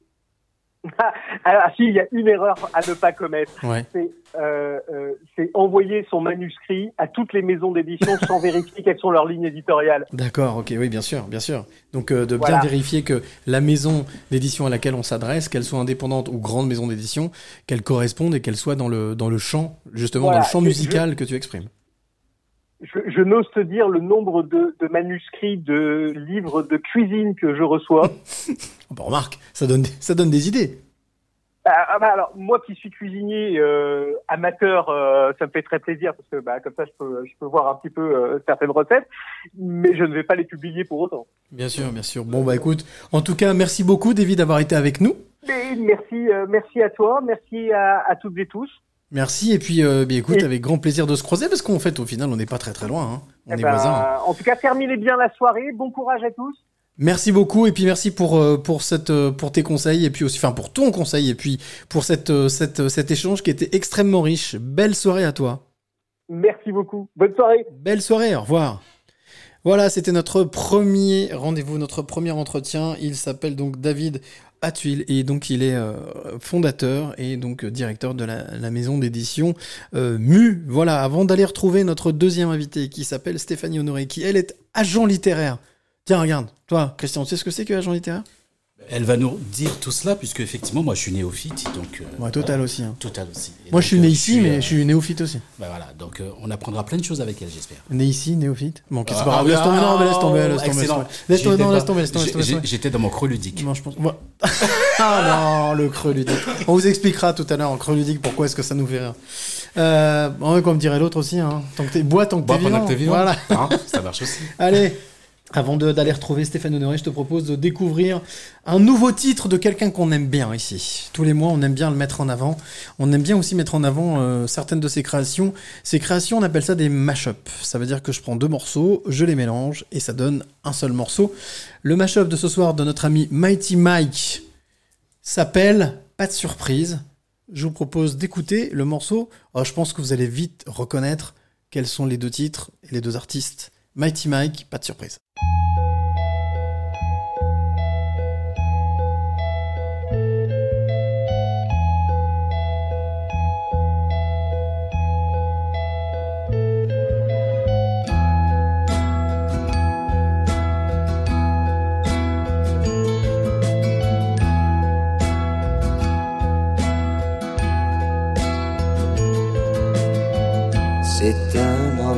Alors, si, il y a une erreur à ne pas commettre. Ouais. C'est, euh, euh, c'est envoyer son manuscrit à toutes les maisons d'édition sans vérifier quelles sont leurs lignes éditoriales. D'accord, ok, oui, bien sûr, bien sûr. Donc, euh, de Voilà. bien vérifier que la maison d'édition à laquelle on s'adresse, qu'elle soit indépendante ou grande maison d'édition, qu'elle corresponde et qu'elle soit dans le, dans le champ, justement, Voilà, dans le champ je- musical que tu exprimes. Je, je n'ose te dire le nombre de, de manuscrits, de livres de cuisine que je reçois. Bon, remarque, ça donne, ça donne des idées. Bah, ah bah, alors, moi qui suis cuisinier euh, amateur, euh, ça me fait très plaisir parce que bah, comme ça, je peux, je peux voir un petit peu euh, certaines recettes, mais je ne vais pas les publier pour autant. Bien sûr, bien sûr. Bon, bah écoute, en tout cas, merci beaucoup, David, d'avoir été avec nous. Mais merci, euh, merci à toi, merci à, à toutes et tous. Merci, et puis, euh, bien, écoute, Et- avec grand plaisir de se croiser, parce qu'en fait, au final, on n'est pas très très loin, hein. On Eh est ben, voisins. En tout cas, terminez bien la soirée, bon courage à tous. Merci beaucoup, et puis merci pour, euh, pour, cette, euh, pour tes conseils, et puis aussi, enfin, pour ton conseil, et puis pour cette, euh, cette, euh, cet échange qui était extrêmement riche. Belle soirée à toi. Merci beaucoup, bonne soirée. Belle soirée, au revoir. Voilà, c'était notre premier rendez-vous, notre premier entretien. Il s'appelle donc David Hatuil et donc il est euh, fondateur et donc euh, directeur de la, la maison d'édition euh, Mu. Voilà, avant d'aller retrouver notre deuxième invité qui s'appelle Stéphanie Honoré, qui elle est agent littéraire. Tiens, regarde, toi, Christian, tu sais ce que c'est que agent littéraire? Elle va nous dire tout cela, puisque effectivement, moi je suis néophyte, donc. euh, Ouais, Total aussi. Hein. Total aussi. Et Moi, donc, je suis euh, né ici, mais euh, je suis néophyte aussi. Bah voilà, donc euh, on apprendra plein de choses avec elle, j'espère. Né ici, néophyte. Bon, ok, c'est Ah, pas grave. ah, Laisse tomber, non, mais laisse tomber, oh, laisse tomber. excellent. Laisse tomber, J'étais non, pas- laisse tomber, laisse tomber, laisse tomber, j'ai- laisse tomber. J'étais dans mon creux ludique. Non, je pense. Ouais. Ah non, le creux ludique. On vous expliquera tout à l'heure en creux ludique pourquoi est-ce que ça nous fait rire. Euh, bon, comme dirait l'autre aussi, hein. Tant que t'es bois, tant que Bois t'es pendant vivant. que t'es vivant. Voilà. Hein, ça marche aussi. Allez. Avant de- d'aller retrouver Stéphane Honoré, je te propose de découvrir un nouveau titre de quelqu'un qu'on aime bien ici. Tous les mois, on aime bien le mettre en avant. On aime bien aussi mettre en avant euh, certaines de ses créations. Ces créations, on appelle ça des mash-up. Ça veut dire que je prends deux morceaux, je les mélange et ça donne un seul morceau. Le mash-up de ce soir de notre ami Mighty Mike s'appelle Pas de surprise. Je vous propose d'écouter le morceau. Oh, je pense que vous allez vite reconnaître quels sont les deux titres et les deux artistes. Mighty Mike, Pas de surprise. Pas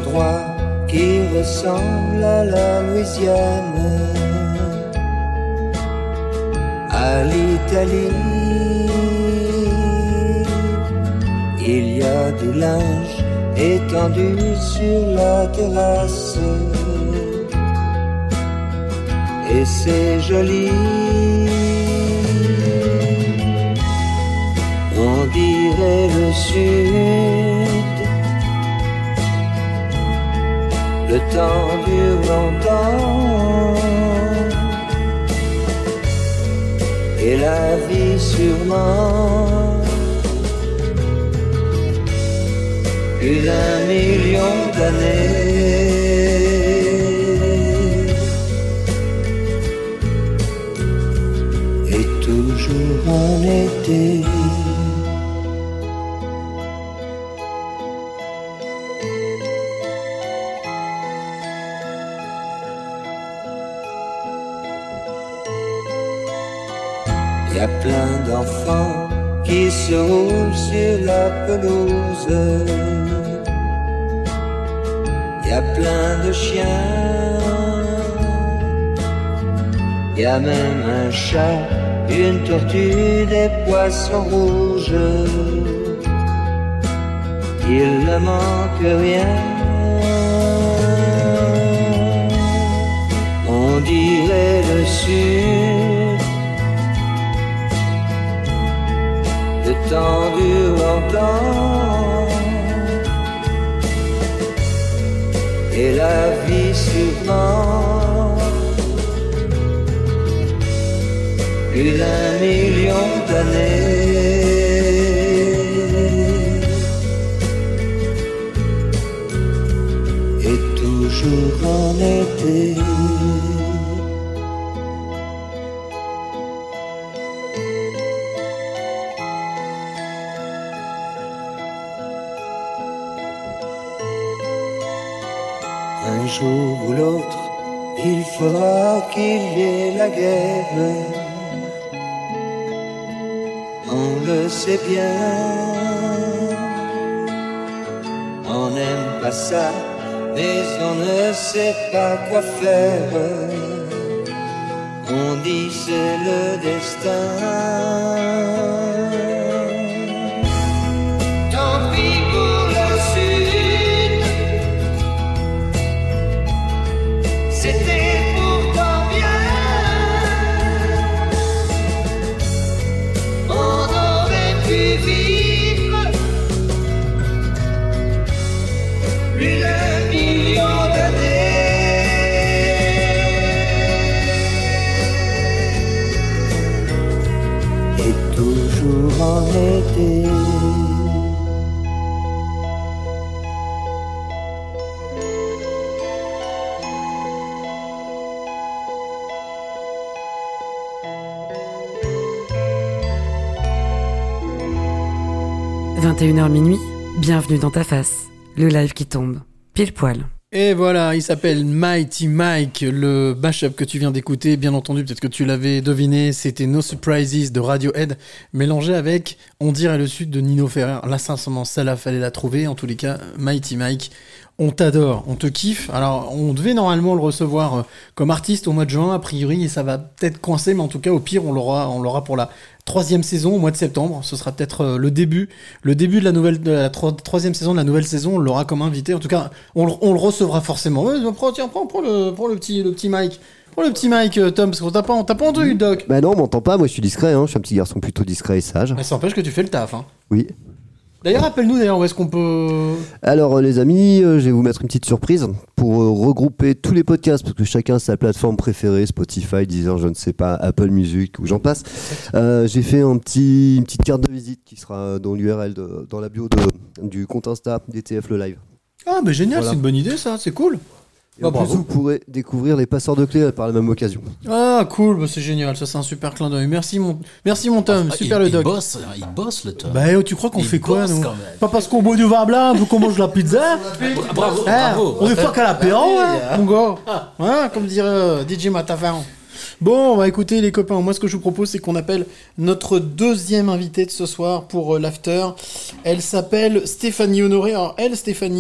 endroit qui ressemble à la Louisiane, à l'Italie. Il y a du linge étendu sur la terrasse et c'est joli. On dirait le sud. Le temps dure longtemps et la vie sûrement. Plus d'un million d'années. Et toujours en été. Y a plein d'enfants qui se roulent sur la pelouse. Y a plein de chiens. Y a même un chat, une tortue, des poissons rouges. Il ne manque rien. On dirait le sud. Le temps dure longtemps et la vie sûrement. Plus d'un million d'années. Et toujours en été. Un jour ou l'autre, il faudra qu'il y ait la guerre. On le sait bien. On n'aime pas ça, mais on ne sait pas quoi faire. On dit c'est le destin. Tant pis pour le sud. C'était pourtant bien. On aurait pu vivre plus d'un million d'années. Et toujours en été. vingt et une heures minuit, bienvenue dans ta face, le live qui tombe, pile poil. Et voilà, il s'appelle Mighty Mike, le mashup que tu viens d'écouter, bien entendu, peut-être que tu l'avais deviné, c'était No Surprises de Radiohead, mélangé avec On dirait le sud de Nino Ferrer. Là, sincèrement, ça là, fallait la trouver. En tous les cas, Mighty Mike, on t'adore, on te kiffe. Alors, on devait normalement le recevoir comme artiste au mois de juin, a priori, et ça va peut-être coincer, mais en tout cas, au pire, on l'aura, on l'aura pour la troisième saison au mois de septembre. Ce sera peut-être le début, le début de la nouvelle, de la tro- troisième saison de la nouvelle saison. On l'aura comme invité. En tout cas, on, le- on le recevra forcément. Ouais, prends, tiens, prends, prends le, prends le petit, le petit Mike. Prends le petit Mike, euh, Tom, parce qu'on t'a pas, on t'a pas entendu, Doc. Bah non, on m'entend pas. Moi, je suis discret. Hein. Je suis un petit garçon plutôt discret et sage. Mais ça n'empêche que tu fais le taf, hein. Oui. D'ailleurs, rappelle-nous d'ailleurs où est-ce qu'on peut. Alors euh, les amis, euh, je vais vous mettre une petite surprise pour euh, regrouper tous les podcasts parce que chacun a sa plateforme préférée, Spotify, Deezer, je ne sais pas, Apple Music ou j'en passe. Euh, j'ai fait un petit, une petite carte de visite qui sera dans l'U R L, de, dans la bio de, du compte Insta d'E T F le live. Ah, mais génial, Voilà. c'est une bonne idée ça, c'est cool. Et en plus, vous pourrez découvrir les passeurs de clés par la même occasion. Ah, cool, bah, c'est génial, ça c'est un super clin d'œil. Merci mon, merci mon Tom, Ah, super il, le Doc. Il bosse, il bosse le Tom. Bah, oh, tu crois qu'on Il fait quoi, bosse nous quand même. Pas parce qu'on boit du vin blanc, un peu qu'on mange la pizza. Bravo, Eh, bravo. On est pas qu'à l'apéro, hein, mon gars. Hein, comme dirait euh, D J Matafan. Bon, bah écoutez les copains, moi ce que je vous propose c'est qu'on appelle notre deuxième invitée de ce soir pour euh, l'after. Elle s'appelle Stéphanie Honoré. Alors elle, Stéphanie,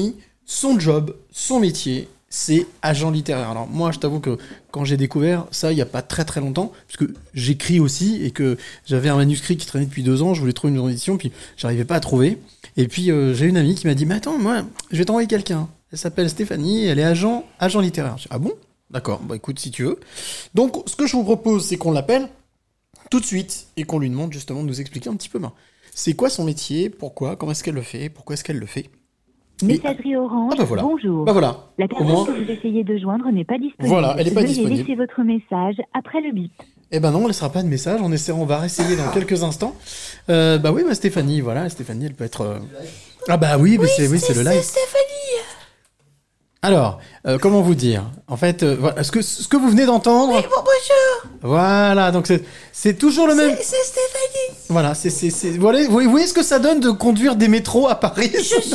son job, son métier, c'est agent littéraire. Alors moi, je t'avoue que quand j'ai découvert ça, il n'y a pas très très longtemps, puisque j'écris aussi et que j'avais un manuscrit qui traînait depuis deux ans, je voulais trouver une maison d'édition, puis j'arrivais pas à trouver. Et puis euh, j'ai une amie qui m'a dit, mais attends, moi, je vais t'envoyer quelqu'un. Elle s'appelle Stéphanie, elle est agent, agent littéraire. Je dis, ah bon ? D'accord, bah écoute, si tu veux. Donc, ce que je vous propose, c'est qu'on l'appelle tout de suite et qu'on lui demande justement de nous expliquer un petit peu, ben, c'est quoi son métier, pourquoi, comment est-ce qu'elle le fait, pourquoi est-ce qu'elle le fait. Messagerie Orange, Ah bah voilà. bonjour. Bah voilà. La Au personne moins- que vous essayez de joindre n'est pas disponible. Voilà, elle est pas Veuillez disponible. laisser votre message après le bip. Eh ben non, on ne laissera pas de message, on, essaiera, on va réessayer dans quelques instants. Euh, bah oui, bah Stéphanie, voilà, Stéphanie, elle peut être... euh, Ah bah oui, mais c'est oui, c'est le live. Stéphanie. Alors, euh, comment vous dire ? En fait, euh, voilà, ce que, ce que vous venez d'entendre... Oui, bon, bonjour. Voilà, donc c'est, c'est toujours le même... C'est c'est Stéphanie. Voilà, c'est, c'est, c'est, voilà, vous voyez ce que ça donne de conduire des métros à Paris ? Je suis.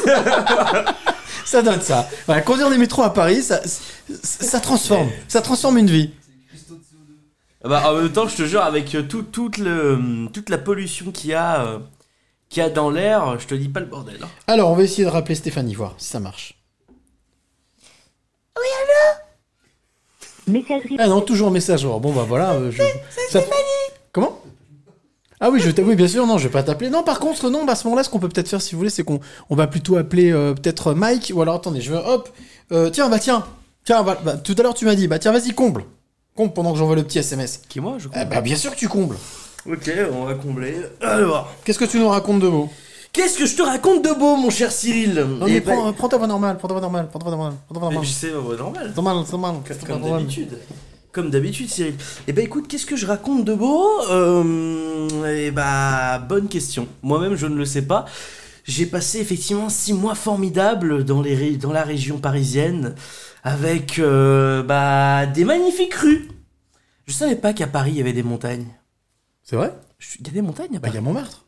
Ça donne ça. Voilà, conduire des métros à Paris, ça, ça, ça transforme. Ça transforme une vie. Ah bah, en même temps, je te jure, avec euh, tout, toute, le, toute la pollution qu'il y a, euh, qu'il y a dans l'air, je te dis pas le bordel. Hein. Alors, on va essayer de rappeler Stéphanie, voir si ça marche. Oui, allô. Messagerie. Ah non, toujours message. Bon bah voilà. euh, je... C'est ça- Stéphanie. Comment ? Ah oui, je t'avoue, bien sûr, non, je vais pas t'appeler. Non, par contre, non, bah, à ce moment-là, ce qu'on peut peut-être faire, si vous voulez, c'est qu'on on va plutôt appeler euh, peut-être Mike, ou alors attendez, je vais, hop, euh, tiens, bah tiens, tiens, bah, bah, tout à l'heure tu m'as dit, bah tiens, vas-y, comble, comble pendant que j'envoie le petit S M S. Qui moi, je Eh bah bien sûr que tu combles. Ok, on va combler. Alors, Qu'est-ce que tu nous racontes de beau ? qu'est-ce que je te raconte de beau, mon cher Cyril? Non Eh mais ben, prends, prends ta voix normale, prends ta voix normale, prends ta voix normale, prends ta voix mais normale. je sais ma voix normale. Normal, c'est normal, c'est Comme normal. d'habitude. Comme d'habitude, Cyril. Eh ben écoute, qu'est-ce que je raconte de beau euh, Eh bah, bonne question. Moi-même, je ne le sais pas. J'ai passé effectivement six mois formidables dans, les ré- dans la région parisienne avec euh, bah, des magnifiques rues. Je savais pas qu'à Paris, il y avait des montagnes. C'est vrai ? Il y a des montagnes à Bah il Paris. y a Montmartre.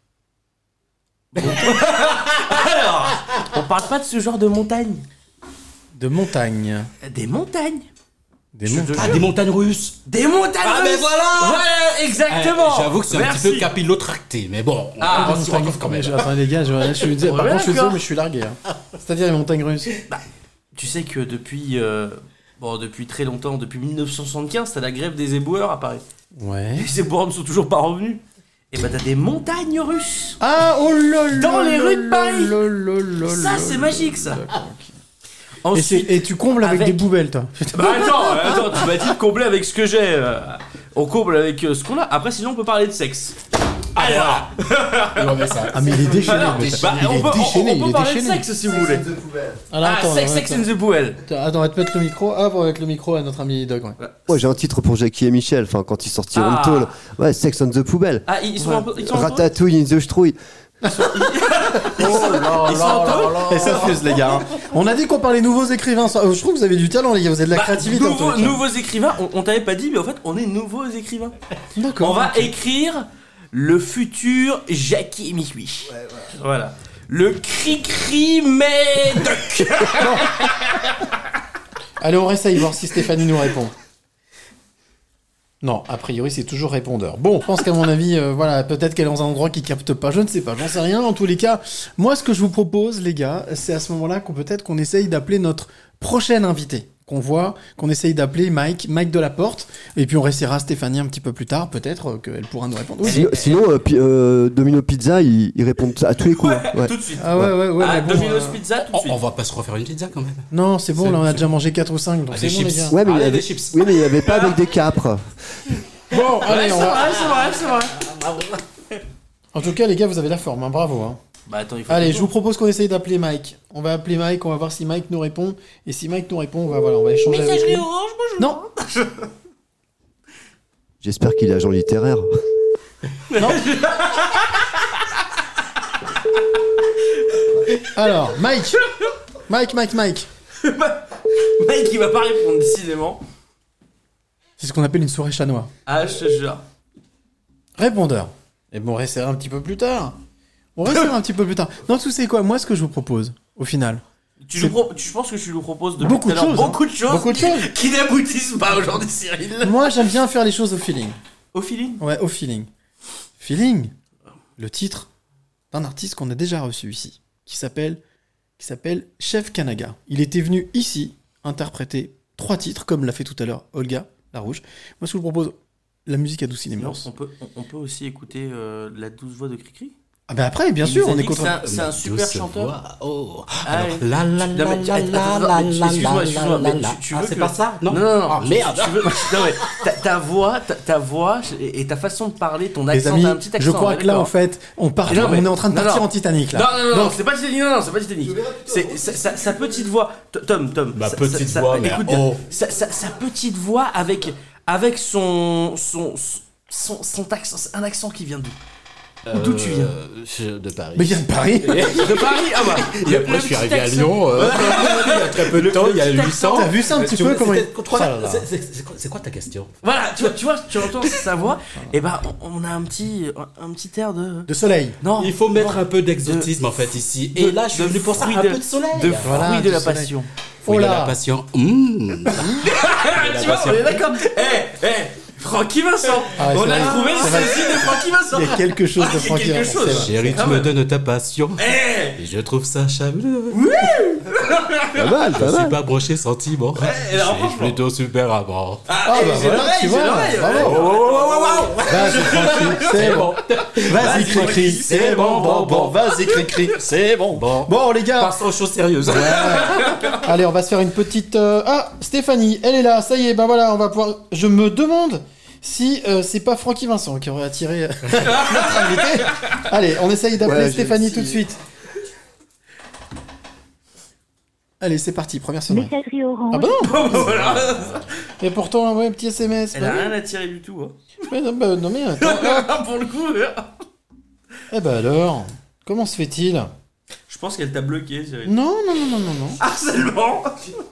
Alors, on parle pas de ce genre de montagne. De montagne. Des montagnes. Des Je te montagnes. Ah, jure. des montagnes russes. Des montagnes Ah, russes. ben voilà. Voilà, exactement. Eh, J'avoue que c'est un Merci. petit peu capillotracté, mais bon, on Ah, on s'y retrouve quand même. Attendez les gars, je, je suis, On par est contre, je suis désolé, d'accord. mais je suis largué. hein. C'est-à-dire les montagnes russes. Bah, tu sais que depuis, euh, bon, depuis très longtemps, depuis mille neuf cent soixante-quinze, t'as la grève des éboueurs à Paris. Ouais. Les éboueurs ne sont toujours pas revenus. Et bah t'as des montagnes russes. Ah, oh là là. Dans les là rues de là Paris. là là là Ça, là c'est là magique, ça. D'accord, ok. Et, Ensuite, c'est- et tu combles avec, avec- des poubelles, toi. bah attends, attends, tu m'as dit de combler avec ce que j'ai. euh, on comble avec euh, ce qu'on a. Après, sinon, on peut parler de sexe. Alors, Il remet ça. Ah, mais il est déchaîné. Alors, mais bah, il on est peut, on- déchaîné, on peut il est parler de déchaîné. sexe si vous voulez. Alors, Ah, attends, sex, attends, sex in the pool. attends, attends, on va te mettre le micro. Hop, on va mettre le micro à notre ami Doc. Ouais. Moi, j'ai un titre pour Jackie et Michel, enfin, quand ils sortiront Ah. de tôle. Ouais, Sex on the Poubelle. Ah, ils sont un peu. Ils sont un peu. Ratatouille in the Strouille. Oh là Ils sont en là tôle. là. Et ça fuse, les gars. hein. On a dit qu'on parlait nouveaux écrivains. ça- euh, Je trouve que vous avez du talent, les gars. Vous avez de la Bah, créativité. en nouveaux, tous les cas. nouveaux écrivains, on, on t'avait pas dit, mais en fait, on est nouveaux écrivains. D'accord. On va ok. écrire le futur Jackie et Michoui. Voilà. Le cri-cri médoc. Allez, on réessaye voir si Stéphanie nous répond. Non, a priori, c'est toujours répondeur. Bon, je pense qu'à mon avis, euh, voilà, peut-être qu'elle est dans un endroit qui capte pas, je ne sais pas, j'en sais rien. En tous les cas, moi, ce que je vous propose, les gars, c'est à ce moment-là qu'on peut-être qu'on essaye d'appeler notre prochain invité. Qu'on voit, qu'on essaye d'appeler Mike, Mike Delaporte, et puis on essaiera Stéphanie un petit peu plus tard, peut-être euh, qu'elle pourra nous répondre. Oui. Sinon, sinon, euh, pi- euh, Domino Pizza, ils, ils répondent à tous les coups. hein. Ouais. Tout de suite. Ah ouais, ouais, ouais. Ah, mais bon, Domino's euh, Pizza, tout de On, suite. on va pas se refaire une pizza quand même. Non, c'est bon, C'est- là, on a c'est déjà bon. mangé quatre ou cinq, donc Ah, c'est des bon, les chips. gars. Ouais, mais il y Allez, avait, des chips. oui, mais il n'y avait pas avec des capres. Bon, Ouais, allez, c'est on va... vrai, c'est vrai, c'est vrai. En tout cas, les gars, vous avez la forme, hein, bravo. Hein. Bah attends, il faut. Allez, je vous propose qu'on essaye d'appeler Mike. On va appeler Mike, on va voir si Mike nous répond. Et si Mike nous répond, on va, voilà, on va échanger avec Messagerie lui. Orange, bonjour. Non, J'espère qu'il est agent littéraire. non. Alors, Mike. Mike, Mike, Mike. Mike, il va pas répondre, décidément. C'est ce qu'on appelle une soirée chat noir. Ah, je te jure. Répondeur. Et bon, on restera un petit peu plus tard. On restera un petit peu plus tard. Non, tu sais quoi, moi, ce que je vous propose, au final. Tu C'est- nous pro- Je pense que tu nous proposes depuis Beaucoup tout à de l'heure choses, hein. beaucoup de choses, Beaucoup de qui, choses. qui n'aboutissent pas aujourd'hui, Cyril. Moi, j'aime bien faire les choses au feeling. Au feeling. Ouais, au feeling. Feeling, le titre d'un artiste qu'on a déjà reçu ici, qui s'appelle qui s'appelle Chef Kanaga. Il était venu ici interpréter trois titres, comme l'a fait tout à l'heure Olga Larouche. Moi, ce que je vous propose, la musique adoucit l'ambiance. On peut, on peut aussi écouter euh, la douce voix de Cricri. Ah ben après, bien Il sûr, nous a on dit est que contre. C'est un, c'est un super douce chanteur. voix, oh. Ah, Alors, oui. la, la, Non, la, mais, la, attends, la, attends, la, mais, la, excuse-moi, la, excuse-moi, la, mais la. tu, tu Ah, veux c'est que... pas ça? Non. Non, non, non. Ah, tu- merde. Tu, veux... non, mais ta, ta voix, ta, ta voix et, et ta façon de parler, ton Les accent, amis, t'as un petit accent. je crois ouais, que là, d'accord. en fait, on, part, Non, mais- on est en train de non, partir non. en Titanic, là. Non, non, non, non, Donc- c'est pas Titanic, non, non, c'est pas Titanic. C'est sa, sa- sa petite voix. T- Tom, Tom. Ma sa- petite sa- voix, sa- mais écoute, oh. sa, sa- sa petite voix avec, avec son, son, son, son accent, un accent qui vient d'où? Ou d'où tu viens? Euh, De Paris. Mais il vient de Paris. De Paris, ah bah. Et après, je suis arrivé à Lyon, euh, il y a très peu de temps, il y a huit ans. T'as vu ça un petit peu comment il- C'était- Oh là là. c'est- c'est- c'est quoi- C'est quoi ta question? Voilà, tu vois, tu vois, tu entends sa voix, et ben on, on a un petit, un petit air de. De soleil. Non. Il faut mettre un peu d'exotisme en fait ici. Et de- là, je suis de venu pour ça, fruits un de- peu de soleil. de Voilà, fruits de du la soleil. passion. Fruits de Oh là. la passion. Mmh. Tu vois, on est d'accord. Eh, eh, Francky Vincent. Ah ouais, On c'est a vrai. trouvé le C'est vrai. sosie de Francky Vincent. Il y a quelque chose de Ah, il y a Francky quelque Vincent, chose. c'est vrai. Chérie, Ah tu me ouais. donnes ta passion. Eh. Et je trouve ça chaleureux. Pas mal, Je pas suis mal. pas broché sentiment. et Je alors, suis plutôt super amant. Ah, Ah, eh, bah j'ai voilà, l'oreille, tu j'ai vois, l'oreille. bravo. Oh, oh, oh, oh, oh. Vas-y, Francky, c'est bon. Vas-y, Vas-y, Cricri, c'est bon, bon, bon. Vas-y, Cricri, c'est bon. Bon, Bon, les gars. passons aux choses sérieuses. Ouais. Allez, on va se faire une petite. euh, Ah, Stéphanie, elle est là. Ça y est, ben voilà, on va pouvoir. Je me demande si euh, c'est pas Francky Vincent qui aurait attiré euh, notre invité. Allez, on essaye d'appeler Ouais, j'ai Stéphanie aussi- tout de suite. Allez, c'est parti, première sonnerie. Messagerie Orange. Ah bah non. Voilà. Et pourtant, ouais, un petit S M S. Elle bah a oui. rien à tirer du tout. Hein. Mais non, bah, non, mais attends. Pour le coup. Eh ben alors, comment se fait-il? Je pense qu'elle t'a bloqué, Cyril. Non, non, non, non, non, non. Harcèlement.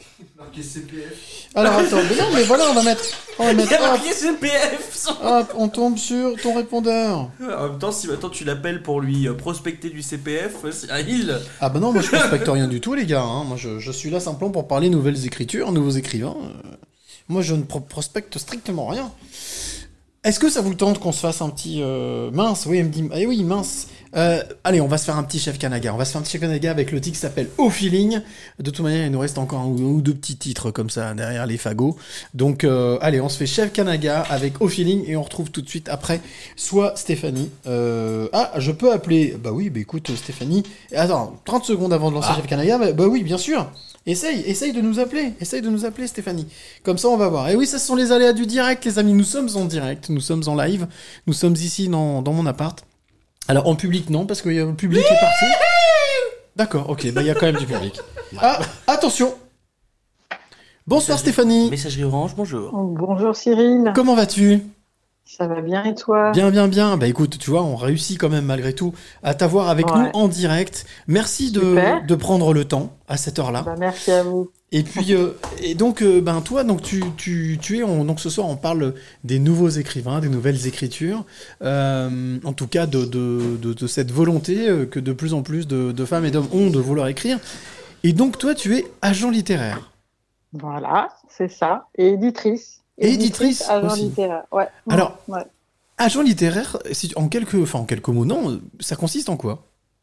Alors attends, mais non, mais voilà, on va mettre. On va Il mettre y a hop, marqué C P F. sur- hop, on tombe sur ton répondeur. En même temps, si maintenant tu l'appelles pour lui euh, prospecter du C P F, c'est un il. Ah bah non, moi je respecte rien du tout, les gars. hein. Moi je, je suis là simplement pour parler nouvelles écritures, nouveaux écrivains. Euh, moi je ne pro- prospecte strictement rien. Est-ce que ça vous tente qu'on se fasse un petit euh, mince? Oui, elle me dit. Eh oui, mince. Euh, allez, on va se faire un petit chef Kanaga. On va se faire un petit chef Kanaga avec le titre qui s'appelle Au Feeling. De toute manière, il nous reste encore un ou, un ou deux petits titres comme ça derrière les fagots. Donc, euh, allez, on se fait chef Kanaga avec Au Feeling et on retrouve tout de suite après soit Stéphanie. Euh, ah, je peux appeler. Bah oui, bah écoute, Stéphanie. Attends, trente secondes avant de lancer Ah. chef Kanaga. Bah, bah oui, bien sûr. Essaye, essaye de nous appeler, essaye de nous appeler Stéphanie. Comme ça on va voir. Et oui, ça ce sont les aléas du direct les amis, nous sommes en direct, nous sommes en live, nous sommes ici dans, dans mon appart. Alors en public non, parce que le public est parti. D'accord, ok, bah il y a quand même du public. Ah, attention. Bonsoir Stéphanie. Messagerie Orange, bonjour. Bonjour Cyril. Comment vas-tu? Ça va bien et toi? Bien, bien, bien. Bah écoute, tu vois, on réussit quand même malgré tout à t'avoir avec Ouais. nous en direct. Merci de, Super. de prendre le temps à cette heure-là. Bah, merci à vous. Et puis, euh, et donc, euh, ben toi, donc tu, tu, tu es, on- donc ce soir, on parle des nouveaux écrivains, des nouvelles écritures, euh, en tout cas de, de, de, de cette volonté euh, que de plus en plus de, de femmes et d'hommes ont de vouloir écrire. Et donc, toi, tu es agent littéraire. Voilà, c'est ça. Et éditrice. Et éditrice agent aussi. littéraire. Ouais. Alors, Ouais. Agent littéraire, si- en quelques, enfin en quelques mots, non, ça consiste en quoi?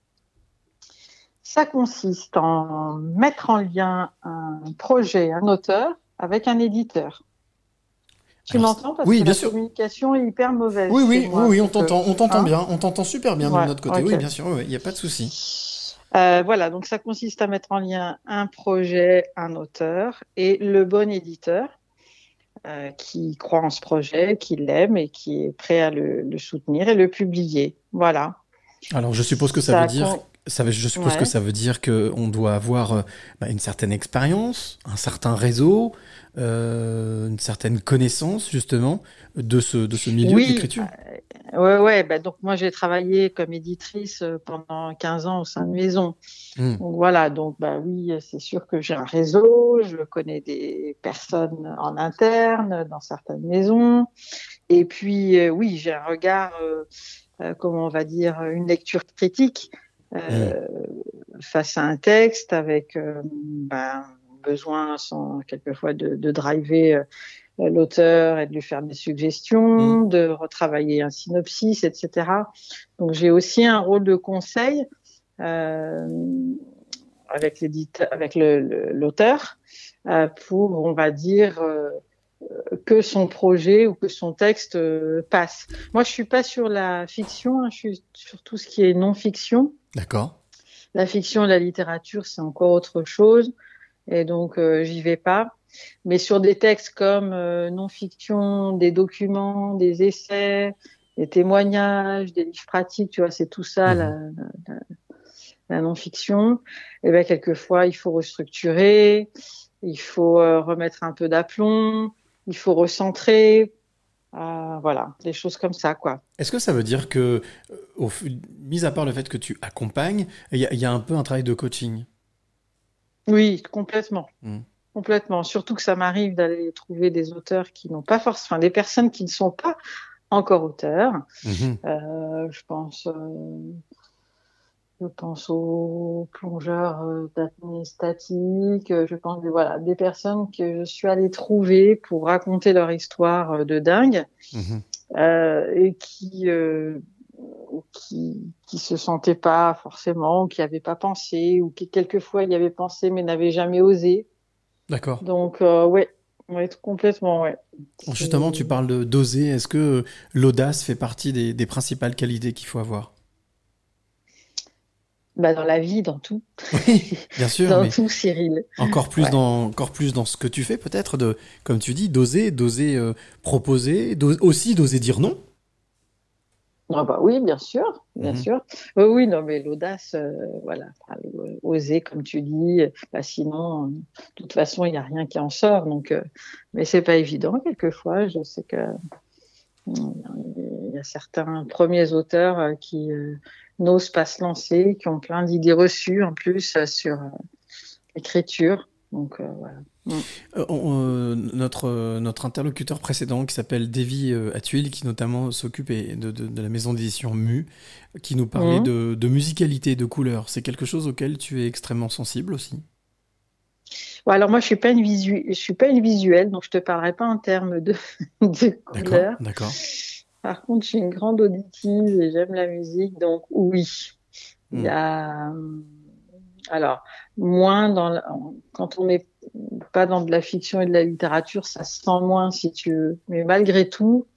Ça consiste en mettre en lien un projet, un auteur, avec un éditeur. Tu Alors, m'entends parce oui, que bien la sûr. communication est hyper mauvaise. Oui, oui, chez moi, oui, oui, on donc, euh, t'entend, on t'entend hein. bien, on t'entend super bien Ouais, de notre côté. ok. Oui, bien sûr, il n'y a pas de souci. Euh, voilà, donc ça consiste à mettre en lien un projet, un auteur et le bon éditeur euh, qui croit en ce projet, qui l'aime et qui est prêt à le, le soutenir et le publier. Voilà. Alors, je suppose que ça, Ça veut dire, con- ça veut- je suppose Ouais. que ça veut dire que on doit avoir euh, bah, une certaine expérience, un certain réseau, euh, une certaine connaissance justement de ce de ce milieu Oui, de l'écriture. euh, ouais, ouais. Bah, donc moi j'ai travaillé comme éditrice euh, pendant quinze ans au sein de Maison. Mm. Donc voilà, donc bah oui, c'est sûr que j'ai un réseau, je connais des personnes en interne dans certaines maisons, et puis euh, oui, j'ai un regard, euh, euh, comment on va dire, une lecture critique euh, face à un texte avec euh, ben, besoin sans quelquefois de, de driver euh, l'auteur et de lui faire des suggestions, de retravailler un synopsis, et cetera. Donc j'ai aussi un rôle de conseil. Euh, avec l'éditeur, avec le, le- l'auteur, euh, pour, on va dire, euh, que son projet ou que son texte euh, passe. Moi, je suis pas sur la fiction, hein, je suis sur tout ce qui est non-fiction. D'accord. La fiction et la littérature, c'est encore autre chose, et donc euh, j'y vais pas. Mais sur des textes comme euh, non-fiction, des documents, des essais, des témoignages, des livres pratiques, tu vois, c'est tout ça la, la, la non-fiction. Et ben quelquefois, il faut restructurer, il faut euh, remettre un peu d'aplomb, il faut recentrer, euh, voilà, des choses comme ça, quoi. Est-ce que ça veut dire que, euh, au, f- mis à part le fait que tu accompagnes, il y, a- il y a un peu un travail de coaching? Oui, complètement. Mm. Complètement. Surtout que ça m'arrive d'aller trouver des auteurs qui n'ont pas forcément, enfin, des personnes qui ne sont pas encore auteurs. Mhm. Euh, je pense, euh, je pense aux plongeurs euh, d'apnée statique. euh, Je pense, des- voilà, des personnes que je suis allée trouver pour raconter leur histoire euh, de dingue Mhm. euh, et qui, euh, qui, qui se sentaient pas forcément, ou qui n'avaient pas pensé, ou qui quelquefois y avaient pensé mais n'avaient jamais osé. D'accord. Donc, euh, ouais, ouais, complètement, ouais. Justement, tu parles de d'oser. Est-ce que euh, l'audace fait partie des, des principales qualités qu'il faut avoir? Bah, dans la vie, dans tout. Bien sûr, Dans mais tout, Cyril. encore plus Ouais. dans encore plus dans ce que tu fais, peut-être, de, comme tu dis, d'oser, d'oser euh, proposer, d'o- aussi d'oser dire non. Ah bah oui, bien sûr, bien Mhm. sûr. Oui, oui, non, mais l'audace, euh, voilà, enfin, euh, oser, comme tu dis, euh, bah sinon, euh, de toute façon, il n'y a rien qui en sort. Donc, euh, mais c'est pas évident quelquefois. Je sais que hum, il y a certains premiers auteurs euh, qui euh, n'osent pas se lancer, qui ont plein d'idées reçues en plus euh, sur euh, l'écriture. Donc euh, voilà. Mm. Euh, on- euh, notre, euh, notre interlocuteur précédent, qui s'appelle Davy euh, Attuil, qui notamment s'occupe et- de, de, de la maison d'édition Mu, qui nous parlait Mhm. de, de musicalité, de couleur. C'est quelque chose auquel tu es extrêmement sensible aussi. Bon, alors moi, je suis pas une visu... je suis pas une visuelle, donc je te parlerai pas en termes de, de D'accord, couleurs. d'accord. Par contre, je suis une grande auditive et j'aime la musique, donc oui. Il y Mm. a, euh, alors, moins dans la- quand on n'est pas dans de la fiction et de la littérature, ça se sent moins si tu veux. Mais malgré tout,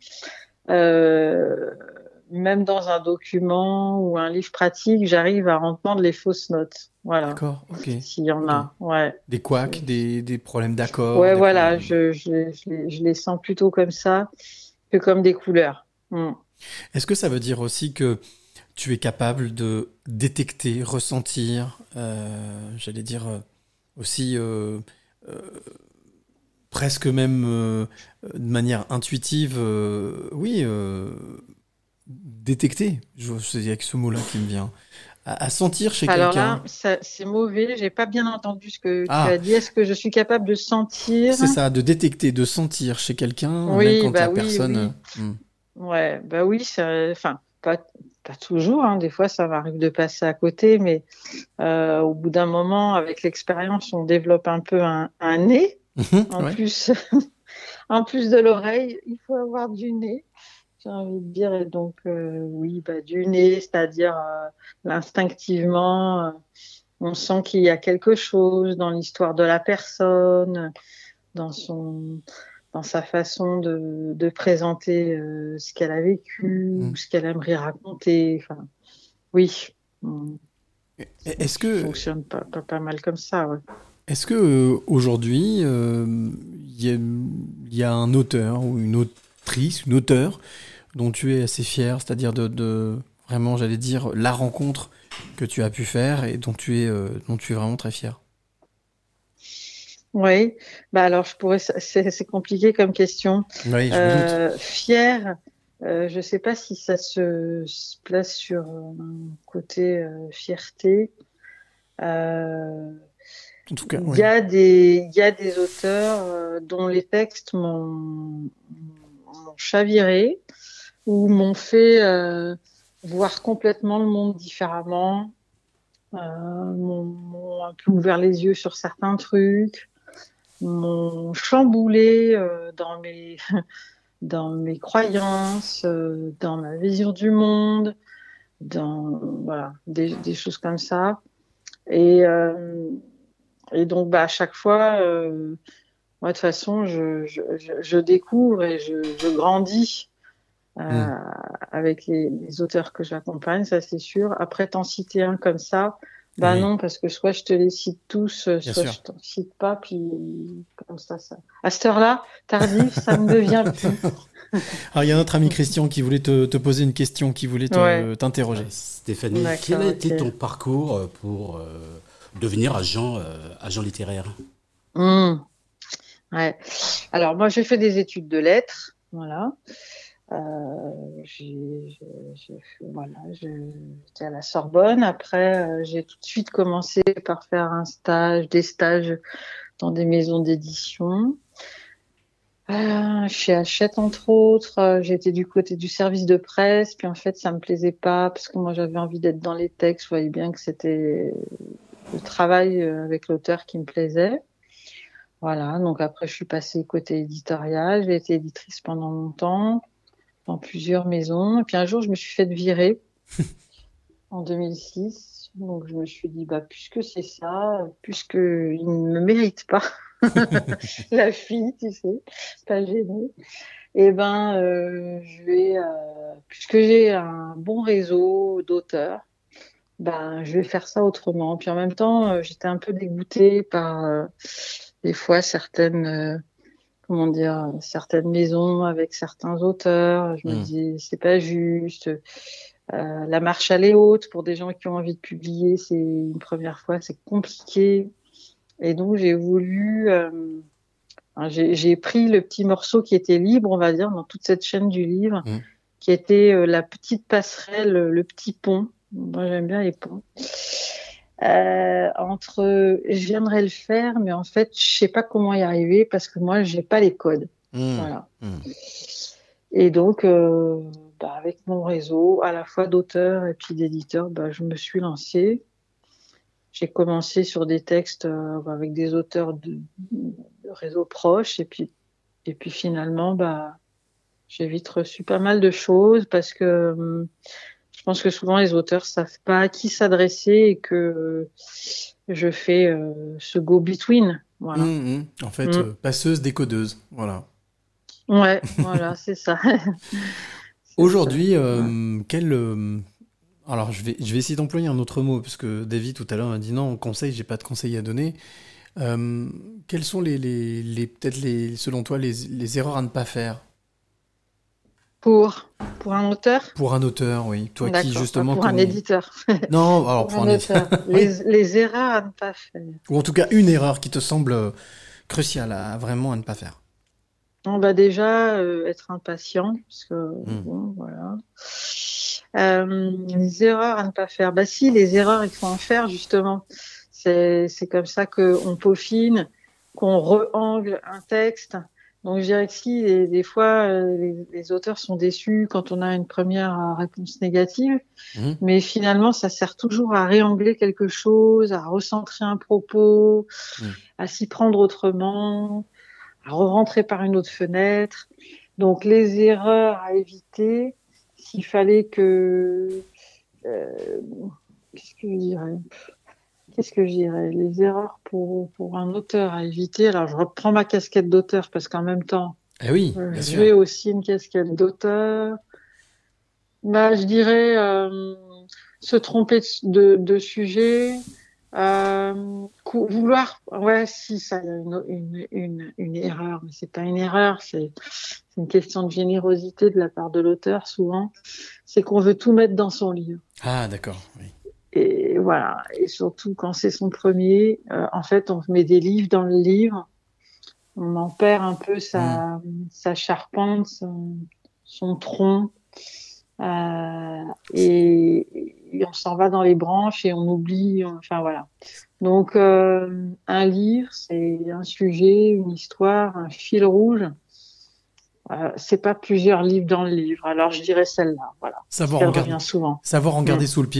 euh, même dans un document ou un livre pratique, j'arrive à entendre les fausses notes. Voilà. D'accord, ok. S'il y en a, ouais. Des couacs, des, des problèmes d'accord. Ouais, des voilà, problèmes- je, je, les- je, les- je les sens plutôt comme ça que comme des couleurs. Mm. Est-ce que ça veut dire aussi que tu es capable de détecter, ressentir, euh, j'allais dire euh, aussi euh, euh, presque même euh, de manière intuitive, euh, oui, euh, détecter, je- c'est avec ce mot-là qui me vient, à, à sentir chez Alors quelqu'un. là, ça- c'est mauvais, j'ai pas bien entendu ce que Ah. tu as dit. Est-ce que je suis capable de sentir? C'est ça, de détecter, de sentir chez quelqu'un, Oui, même quand bah la oui, personne. oui. euh, hmm. Ouais, bah oui, ça, enfin, pas, pas toujours, hein. Des fois, ça m'arrive de passer à côté, mais euh, au bout d'un moment, avec l'expérience, on développe un peu un, un nez. En ouais. plus, en plus de l'oreille, il faut avoir du nez, j'ai envie de dire. Et donc, euh, oui, bah, du nez, c'est-à-dire euh, l'instinctivement, euh, on sent qu'il y a quelque chose dans l'histoire de la personne, dans son, dans sa façon de, de présenter euh, ce qu'elle a vécu, ou ce qu'elle aimerait raconter. Enfin, oui. Mm. Est-ce Ça que fonctionne pas, pas, pas mal comme ça, ouais. Est-ce que euh, aujourd'hui, euh, il y, a- il y a un auteur ou une autrice, une auteure dont tu es assez fier, c'est-à-dire de, de vraiment, j'allais dire, la rencontre que tu as pu faire et dont tu es, euh, dont tu es vraiment très fier? Oui, bah alors je pourrais, c'est c'est compliqué comme question. Oui, je me Euh, fier, euh, je sais pas si ça se, se place sur un côté euh, fierté. Euh, En tout cas, Il oui. y a des, il y a des auteurs euh, dont les textes m'ont m'ont chaviré ou m'ont fait euh, voir complètement le monde différemment, euh, m'ont m'ont un peu ouvert les yeux sur certains trucs, m'ont chamboulé euh, dans mes dans mes croyances, euh, dans ma vision du monde, dans voilà des, des choses comme ça. Et, euh, et donc, bah, à chaque fois, euh, moi, de toute façon, je, je, je, je découvre et je, je grandis euh, Mm. avec les, les auteurs que j'accompagne, ça c'est sûr. Après, t'en citer un comme ça, bah Oui. non, parce que soit je te les cite tous, euh, Bien soit sûr. je t'en cite pas, puis comme ça, ça. À cette heure-là, tardif, ça ne devient plus. Alors, il y a notre ami Christian qui voulait te, te poser une question, qui voulait te- Ouais. t'interroger. Stéphanie, D'accord, quel a été ok. ton parcours euh, pour euh, devenir agent, euh, agent littéraire? Mmh. Ouais. Alors moi j'ai fait des études de lettres, voilà. Euh, j'ai, j'ai, j'ai fait- voilà, j'ai- j'étais à la Sorbonne. Après, euh, j'ai tout de suite commencé par faire un stage, des stages dans des maisons d'édition. Euh, chez Hachette entre autres. Euh, J'étais du côté du service de presse, puis en fait ça me plaisait pas parce que moi j'avais envie d'être dans les textes. Je voyais bien que c'était le travail euh, avec l'auteur qui me plaisait. Voilà, donc après je suis passée côté éditorial, j'ai été éditrice pendant longtemps, dans plusieurs maisons, et puis un jour je me suis fait virer en deux mille six, donc je me suis dit, bah puisque c'est ça, puisque il ne me mérite pas, la fille, tu sais, pas gênée, et ben euh, je vais, euh, puisque j'ai un bon réseau d'auteurs, ben je vais faire ça autrement. Puis en même temps, euh, j'étais un peu dégoûtée par euh, des fois certaines, euh, comment dire, certaines maisons avec certains auteurs. Je me Mm. dis, c'est pas juste. Euh, la marche elle est haute pour des gens qui ont envie de publier. C'est une première fois, c'est compliqué. Et donc j'ai voulu, euh, hein, j'ai, j'ai pris le petit morceau qui était libre, on va dire, dans toute cette chaîne du livre, Mm. qui était euh, la petite passerelle, le petit pont. Moi j'aime bien les ponts. Euh, entre, je viendrais le faire, mais en fait, je sais pas comment y arriver parce que moi, j'ai pas les codes. Mm. Voilà. Mm. Et donc, euh, bah, avec mon réseau, à la fois d'auteurs et puis d'éditeurs, bah, je me suis lancée. J'ai commencé sur des textes euh, avec des auteurs de, de réseaux proches, et puis, et puis finalement, bah, j'ai vite reçu pas mal de choses parce que euh, je pense que souvent les auteurs savent pas à qui s'adresser et que euh, je fais euh, ce go-between. Voilà. Mm, mm. En fait, Mm. euh, passeuse, décodeuse. Voilà. Ouais, voilà, c'est ça. Aujourd'hui, euh, quel. euh, Alors, je vais, je vais essayer d'employer un autre mot, parce que David, tout à l'heure, m'a dit non, conseil, j'ai pas de conseils à donner. Euh, quelles sont les, les, les peut-être les, selon toi, les, les erreurs à ne pas faire Pour, pour un auteur? pour un auteur, oui. Toi qui, D'accord, pas justement. pour un comme- éditeur. Non, alors Pour pour, un un auteur. éditeur. Les, les erreurs à ne pas faire. Ou en tout cas, une erreur qui te semble euh, cruciale à vraiment à ne pas faire. On va déjà euh, être impatient, parce que Mm. bon, voilà. Euh, les erreurs à ne pas faire. Bah si, les erreurs, il faut en faire justement. C'est c'est comme ça que on peaufine, qu'on re-angle un texte. Donc je dirais que si, des, des fois, euh, les, les auteurs sont déçus quand on a une première euh, réponse négative, Mhm. mais finalement, ça sert toujours à réangler quelque chose, à recentrer un propos, Mm. à s'y prendre autrement, à re-rentrer par une autre fenêtre. Donc les erreurs à éviter, s'il fallait que... euh, qu'est-ce que je dirais Qu'est-ce que je dirais Les erreurs pour, pour un auteur à éviter. Alors je reprends ma casquette d'auteur parce qu'en même temps, Eh oui, euh, bien j'ai sûr. aussi une casquette d'auteur. Bah, je dirais euh, se tromper de, de sujet, euh, cou- vouloir, ouais, si ça, il y a une, une, une, une erreur, mais c'est pas une erreur, c'est c'est une question de générosité de la part de l'auteur souvent. C'est qu'on veut tout mettre dans son livre. Ah, d'accord. Oui. Et voilà, et surtout quand c'est son premier, euh, en fait, on met des livres dans le livre, on en perd un peu sa, sa charpente, son, son tronc. Euh, et, et on s'en va dans les branches et on oublie, enfin voilà. Donc euh, un livre, c'est un sujet, une histoire, un fil rouge. Euh, c'est pas plusieurs livres dans le livre. Alors je dirais celle-là, voilà. Savoir Elle en garder, revient souvent. savoir en garder Mm. sous le pied, quoi.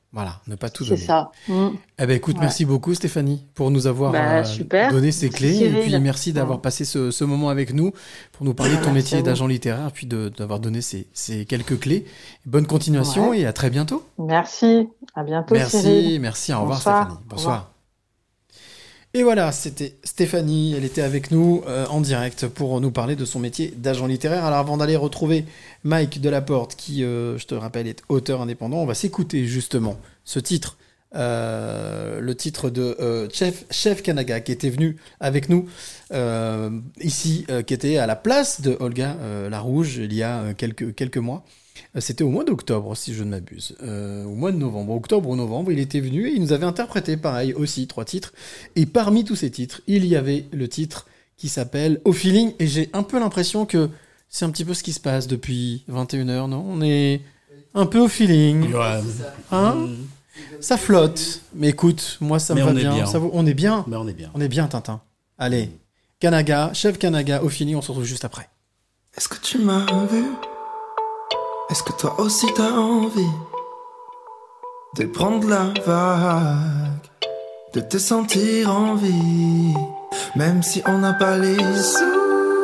Voilà, ne pas tout C'est donner. ça. Mm. Eh ben écoute, Ouais. merci beaucoup Stéphanie pour nous avoir Bah, euh, super. donné ces Merci, clés. Cyril. Et puis merci d'avoir Ouais. passé ce, ce moment avec nous pour nous parler de ton Merci métier à vous. d'agent littéraire, puis de- d'avoir donné ces, ces quelques clés. Bonne continuation Ouais. et à très bientôt. Merci. À bientôt, Merci, Cyril. merci. Au revoir Bonsoir. Stéphanie. Au Bonsoir. revoir. Et voilà, c'était Stéphanie, elle était avec nous euh, en direct pour nous parler de son métier d'agent littéraire. Alors avant d'aller retrouver Mike Delaporte, qui, euh, je te rappelle, est auteur indépendant, on va s'écouter justement ce titre, euh, le titre de euh, Chef, Chef Kanaga, qui était venu avec nous euh, ici, euh, qui était à la place de Olga euh, Larouge il y a euh, quelques, quelques mois. Euh, C'était au mois d'octobre, si je ne m'abuse. Euh, au mois de novembre, octobre ou novembre, il était venu et il nous avait interprété, pareil, aussi, trois titres. Et parmi tous ces titres, il y avait le titre qui s'appelle Au Feeling. Et j'ai un peu l'impression que c'est un petit peu ce qui se passe depuis vingt et une heures, non? On est un peu au feeling. Ouais. Hein? Mm. Ça flotte. Mais écoute, moi, ça me Mais va on est bien. bien. Ça vaut- On est bien. Mais on est bien. On est bien, Tintin. Allez. Kanaga, Chef Kanaga, Au Feeling, on se retrouve juste après. Est-ce que tu m'as vu? Est-ce que toi aussi t'as envie de prendre la vague, de te sentir en vie, même si on n'a pas les sous?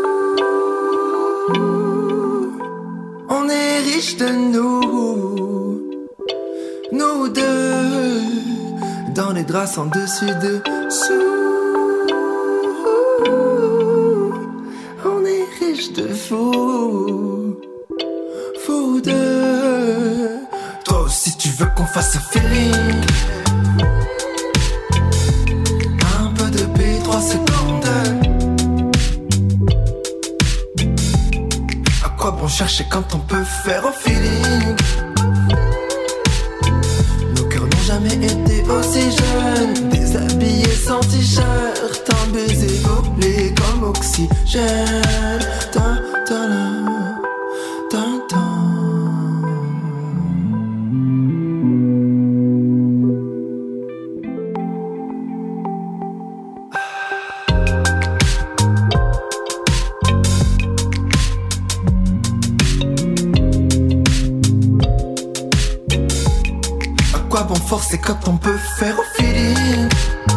On est riches de nous, nous deux, dans les draps sans dessus dessous. On est riches de fous, fous de. Toi aussi tu veux qu'on fasse un feeling, un peu de P trois secondes. À quoi bon chercher quand on peut faire au feeling? Nos cœurs n'ont jamais été aussi jeunes, déshabillés sans t-shirt, un baiser volé comme oxygène. Ta, ta, la, ta, ta. À quoi bon forcer quand on peut faire au feeling?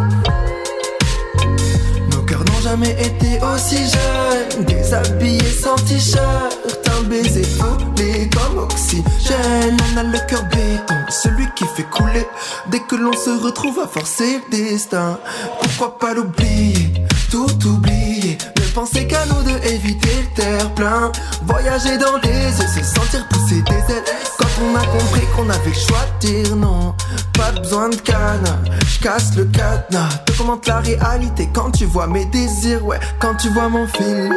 Nos cœurs n'ont jamais été aussi jeunes, déshabillés sans t-shirt, un baiser volé comme oxygène. On a le cœur béton, celui qui fait couler dès que l'on se retrouve à forcer le destin. Pourquoi pas l'oublier, tout oublier, ne penser qu'à nous deux, éviter le terre-plein. Voyager dans les yeux, se sentir pousser des ailes. Quand on a compris qu'on avait le choix de dire non, pas besoin de canne, je casse le cadenas. Te commente la réalité quand tu vois mes désirs, ouais, quand tu vois mon feeling.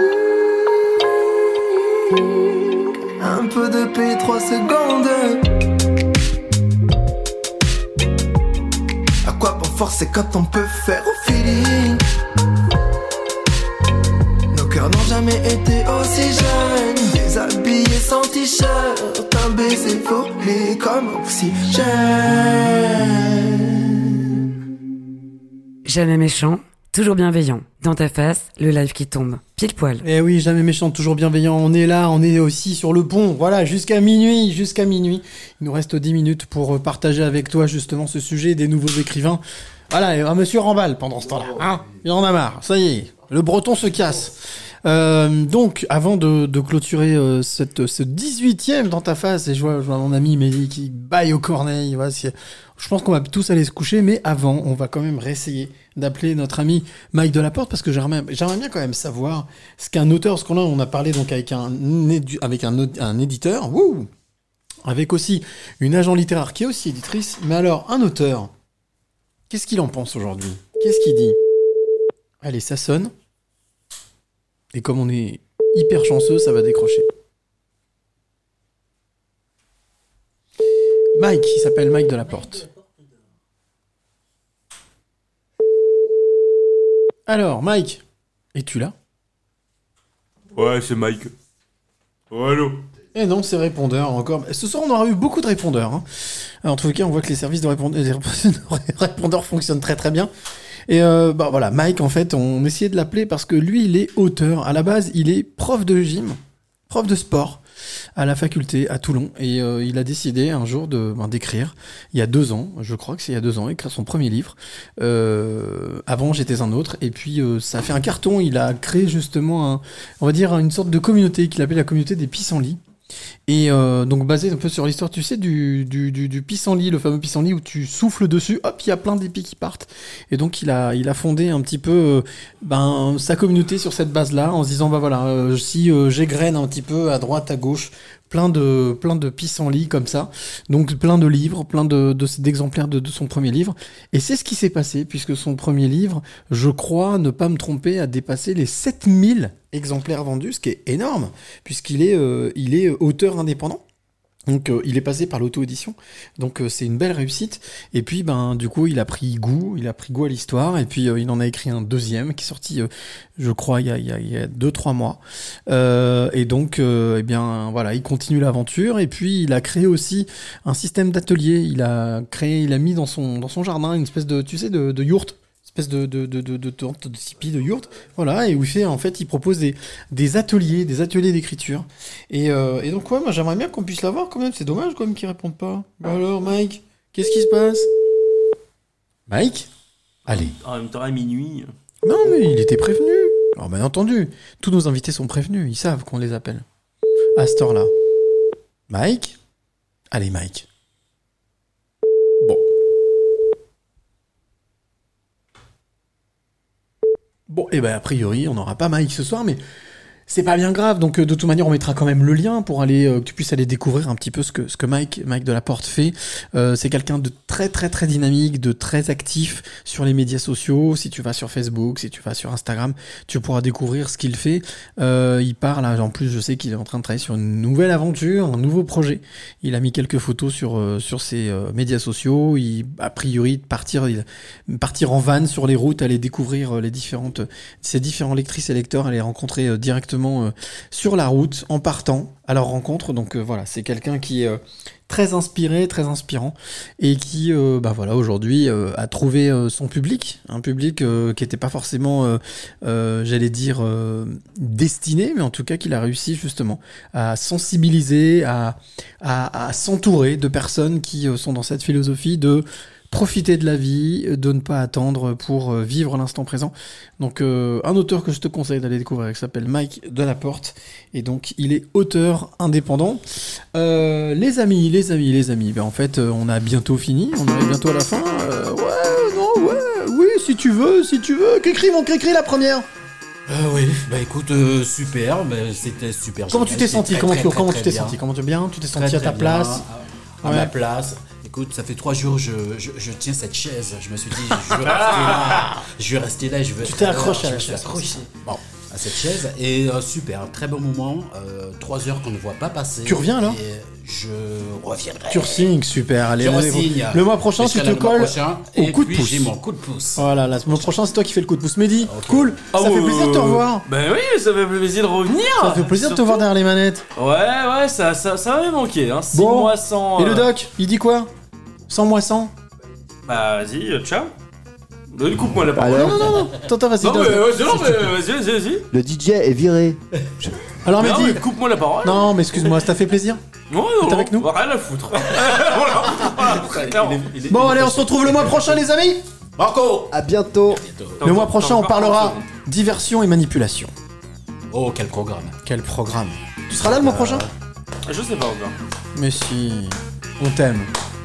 Un peu de P trois secondes. À quoi bon forcer quand on peut faire au feeling? Nos cœurs n'ont jamais été aussi jeunes, déshabillés sans t-shirt, un baiser volé comme oxygène. Jamais méchant, toujours bienveillant. Dans ta face, le live qui tombe. Pile poil. Eh oui, jamais méchant, toujours bienveillant. On est là, on est aussi sur le pont. Voilà, jusqu'à minuit, jusqu'à minuit. Il nous reste dix minutes pour partager avec toi justement ce sujet des nouveaux écrivains. Voilà, et un monsieur remballe pendant ce temps-là. Hein, il en a marre. Ça y est, le breton se casse. Euh, donc, avant de, de clôturer euh, cette, ce dix-huitième dans ta face, et je vois, je vois mon ami Mehdi qui baille aux corneilles. Voilà, c'est- je pense qu'on va tous aller se coucher, mais avant, on va quand même réessayer d'appeler notre ami Mike Delaporte, parce que j'aimerais, j'aimerais bien quand même savoir ce qu'un auteur, ce qu'on a, on a parlé donc avec un, édu- avec un, un éditeur, wouh, avec aussi une agent littéraire qui est aussi éditrice, mais alors un auteur, qu'est-ce qu'il en pense aujourd'hui? Qu'est-ce qu'il dit? Allez, ça sonne. Et comme on est hyper chanceux, ça va décrocher. Mike, il s'appelle Mike Delaporte. Alors, Mike, es-tu là? Ouais, c'est Mike. Oh, allô? Eh non, c'est répondeur encore. Ce soir, on aura eu beaucoup de répondeurs. Hein. Alors, en tout cas, on voit que les services de répondeurs, les répondeurs fonctionnent très très bien. Et euh, bah voilà, Mike, en fait, on essayait de l'appeler parce que lui, il est auteur. À la base, il est prof de gym, prof de sport. à la faculté à Toulon et euh, il a décidé un jour de ben, d'écrire. Il y a deux ans, je crois que c'est il y a deux ans, écrire son premier livre. Euh, avant, j'étais un autre et puis euh, ça a fait un carton. Il a créé justement, un, on va dire, une sorte de communauté qu'il appelle la communauté des pissenlits. Et euh, donc basé un peu sur l'histoire, tu sais, du, du, du, du pissenlit, le fameux pissenlit où tu souffles dessus, hop, il y a plein d'épis qui partent. Et donc il a, il a fondé un petit peu euh, ben, sa communauté sur cette base-là, en se disant, bah voilà, euh, si euh, j'égrène un petit peu à droite, à gauche, plein de, plein de pissenlits comme ça, donc plein de livres, plein de, de, d'exemplaires de, de son premier livre. Et c'est ce qui s'est passé, puisque son premier livre, je crois, ne pas me tromper, a dépassé les sept mille exemplaires vendus, ce qui est énorme, puisqu'il est, euh, il est auteur indépendant. Donc euh, il est passé par l'auto-édition, donc euh, c'est une belle réussite. Et puis ben du coup il a pris goût, il a pris goût à l'histoire. Et puis euh, il en a écrit un deuxième qui est sorti, euh, je crois il y a il y a, il y a deux trois mois. Euh, et donc euh, eh bien voilà, il continue l'aventure. Et puis il a créé aussi un système d'atelier. Il a créé, il a mis dans son dans son jardin une espèce de tu sais de, de yourte. Espèce de de de de de tente, de tipi, de yourte, voilà, et où il fait en fait il propose des des ateliers, des ateliers d'écriture. Et euh, et donc ouais, moi j'aimerais bien qu'on puisse l'avoir quand même. C'est dommage quand même qu'ils répondent pas. Bah alors Mike, qu'est-ce qui se passe? Mike, allez. En même temps à minuit. Non mais il était prévenu. Alors bien entendu, tous nos invités sont prévenus, ils savent qu'on les appelle à cette heure-là. Mike, allez Mike. Bon, et ben a priori, on n'aura pas Mike ce soir, mais c'est pas bien grave. Donc, euh, de toute manière, on mettra quand même le lien pour aller, euh, que tu puisses aller découvrir un petit peu ce que ce que Mike Mike Delaporte fait. Euh, c'est quelqu'un de très très très dynamique, de très actif sur les médias sociaux. Si tu vas sur Facebook, si tu vas sur Instagram, tu pourras découvrir ce qu'il fait. Euh, il parle, en plus, je sais qu'il est en train de travailler sur une nouvelle aventure, un nouveau projet. Il a mis quelques photos sur euh, sur ses euh, médias sociaux. Il a priori partir il, partir en van sur les routes, aller découvrir les différentes ces différents lectrices et lecteurs, aller rencontrer euh, directement Euh, sur la route en partant à leur rencontre. Donc euh, voilà, c'est quelqu'un qui est euh, très inspiré, très inspirant et qui euh, bah voilà aujourd'hui euh, a trouvé euh, son public, un public euh, qui n'était pas forcément euh, euh, j'allais dire euh, destiné, mais en tout cas qu'il a réussi justement à sensibiliser, à, à, à s'entourer de personnes qui euh, sont dans cette philosophie de profiter de la vie, de ne pas attendre pour vivre l'instant présent. Donc euh, un auteur que je te conseille d'aller découvrir, qui s'appelle Mike Delaporte, et donc il est auteur indépendant. Euh, les amis, les amis, les amis, ben en fait euh, on a bientôt fini, on arrive bientôt à la fin. Euh, ouais, non, ouais, oui, si tu veux, si tu veux. Qu'écrit mon Cricri la première? Euh, oui, bah écoute, euh, super, bah, c'était super. Comment génial, tu t'es senti? très, Comment très, tu très, comment très tu t'es bien. senti? Comment tu bien? Tu t'es senti Très, à ta très place? bien, à, à Ouais. ma place. Écoute, ça fait trois jours je, je, je tiens cette chaise. Je me suis dit, je veux rester là. Je vais rester là. Je veux Tu t'es accroché à je la me suis chaise. accroché. Bon, à cette chaise. Et euh, super, très bon moment. Euh, trois heures qu'on ne voit pas passer. Tu reviens, alors? Et je reviendrai. Tu re-signes, super. Allez, Je on est- re-signe. le mois prochain, Je tu serai te là le mois colles prochain, au et coup de puis pouce. j'ai mon coup de pouce. Voilà, la- le mois prochain, c'est toi qui fais le coup de pouce. Mehdi, cool. Ah ça fait ouais, plaisir de te ouais, revoir. Ben oui, ça fait plaisir de revenir. Ça fait plaisir de te Surtout- voir derrière les manettes. Ouais, ouais, ça, ça, ça m'avait manqué. Hein. Six Bon. mois sans. Et le euh, doc, il dit quoi? Sans moi sans? Bah vas-y, euh, ciao. Euh, Coupe-moi la parole. Alors Non, non, non, Attends, vas-y. Non, Doc. mais ouais, non, mais vas-y, vas-y, vas-y. Le D J est viré. Alors, Non, Mehdi. mais coupe-moi la parole. Non, mais excuse-moi, ça t'a fait plaisir? Ouais, non, T'es avec nous? Rien à foutre. Voilà. Voilà, clairement. Bon, allez, on se retrouve le mois prochain, les amis. Marco. À bientôt. Le mois prochain, on parlera diversion et manipulation. Oh, quel programme. Quel programme. Tu seras là le mois prochain? Je sais pas encore. Mais si. On t'aime.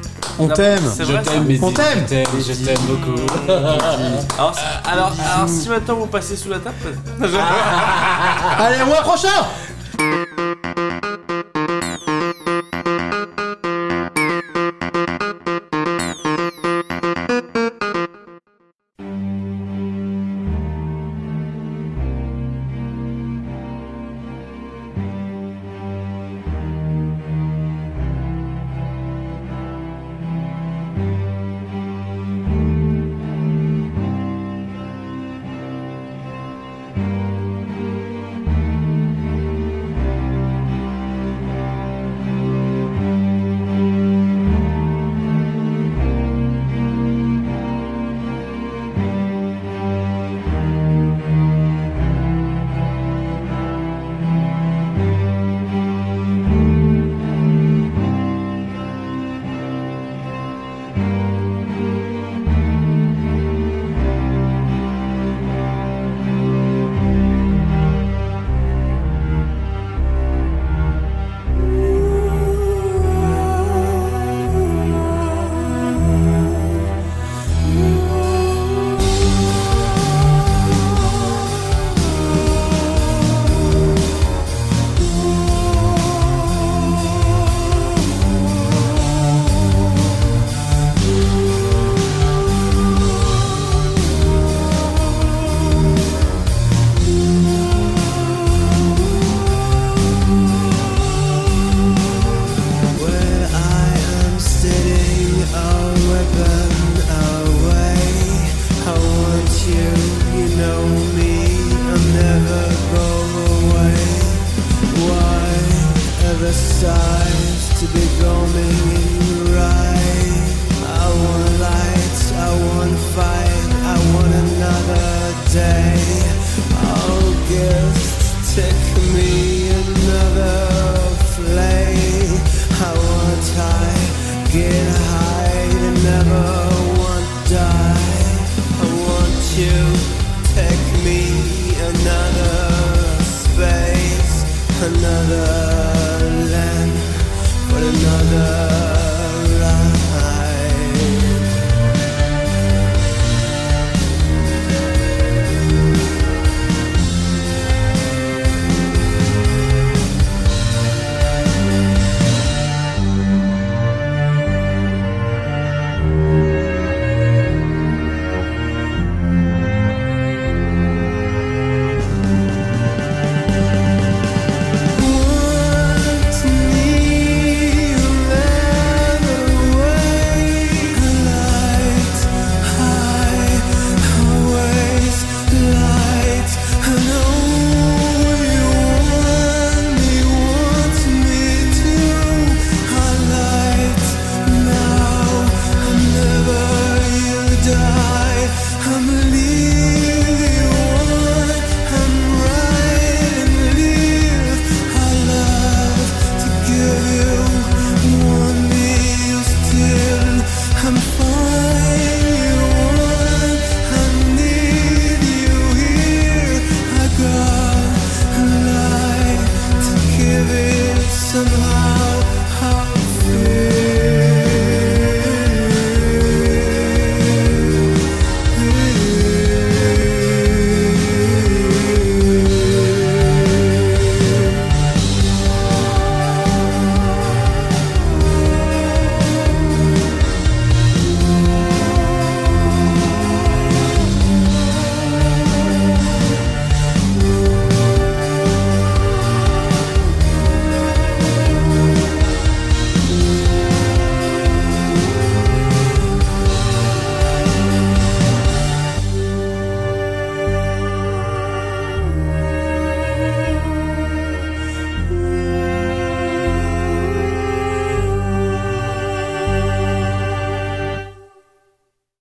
On Non, t'aime. c'est vrai, ça. Mehdi, On t'aime. Je t'aime, je t'aime beaucoup. Alors, si- alors, alors, si maintenant vous passez sous la table. Allez, au mois prochain. take me another flame. I want high, get high, to never want die. I want you, take me another space, another land, but another life. Somehow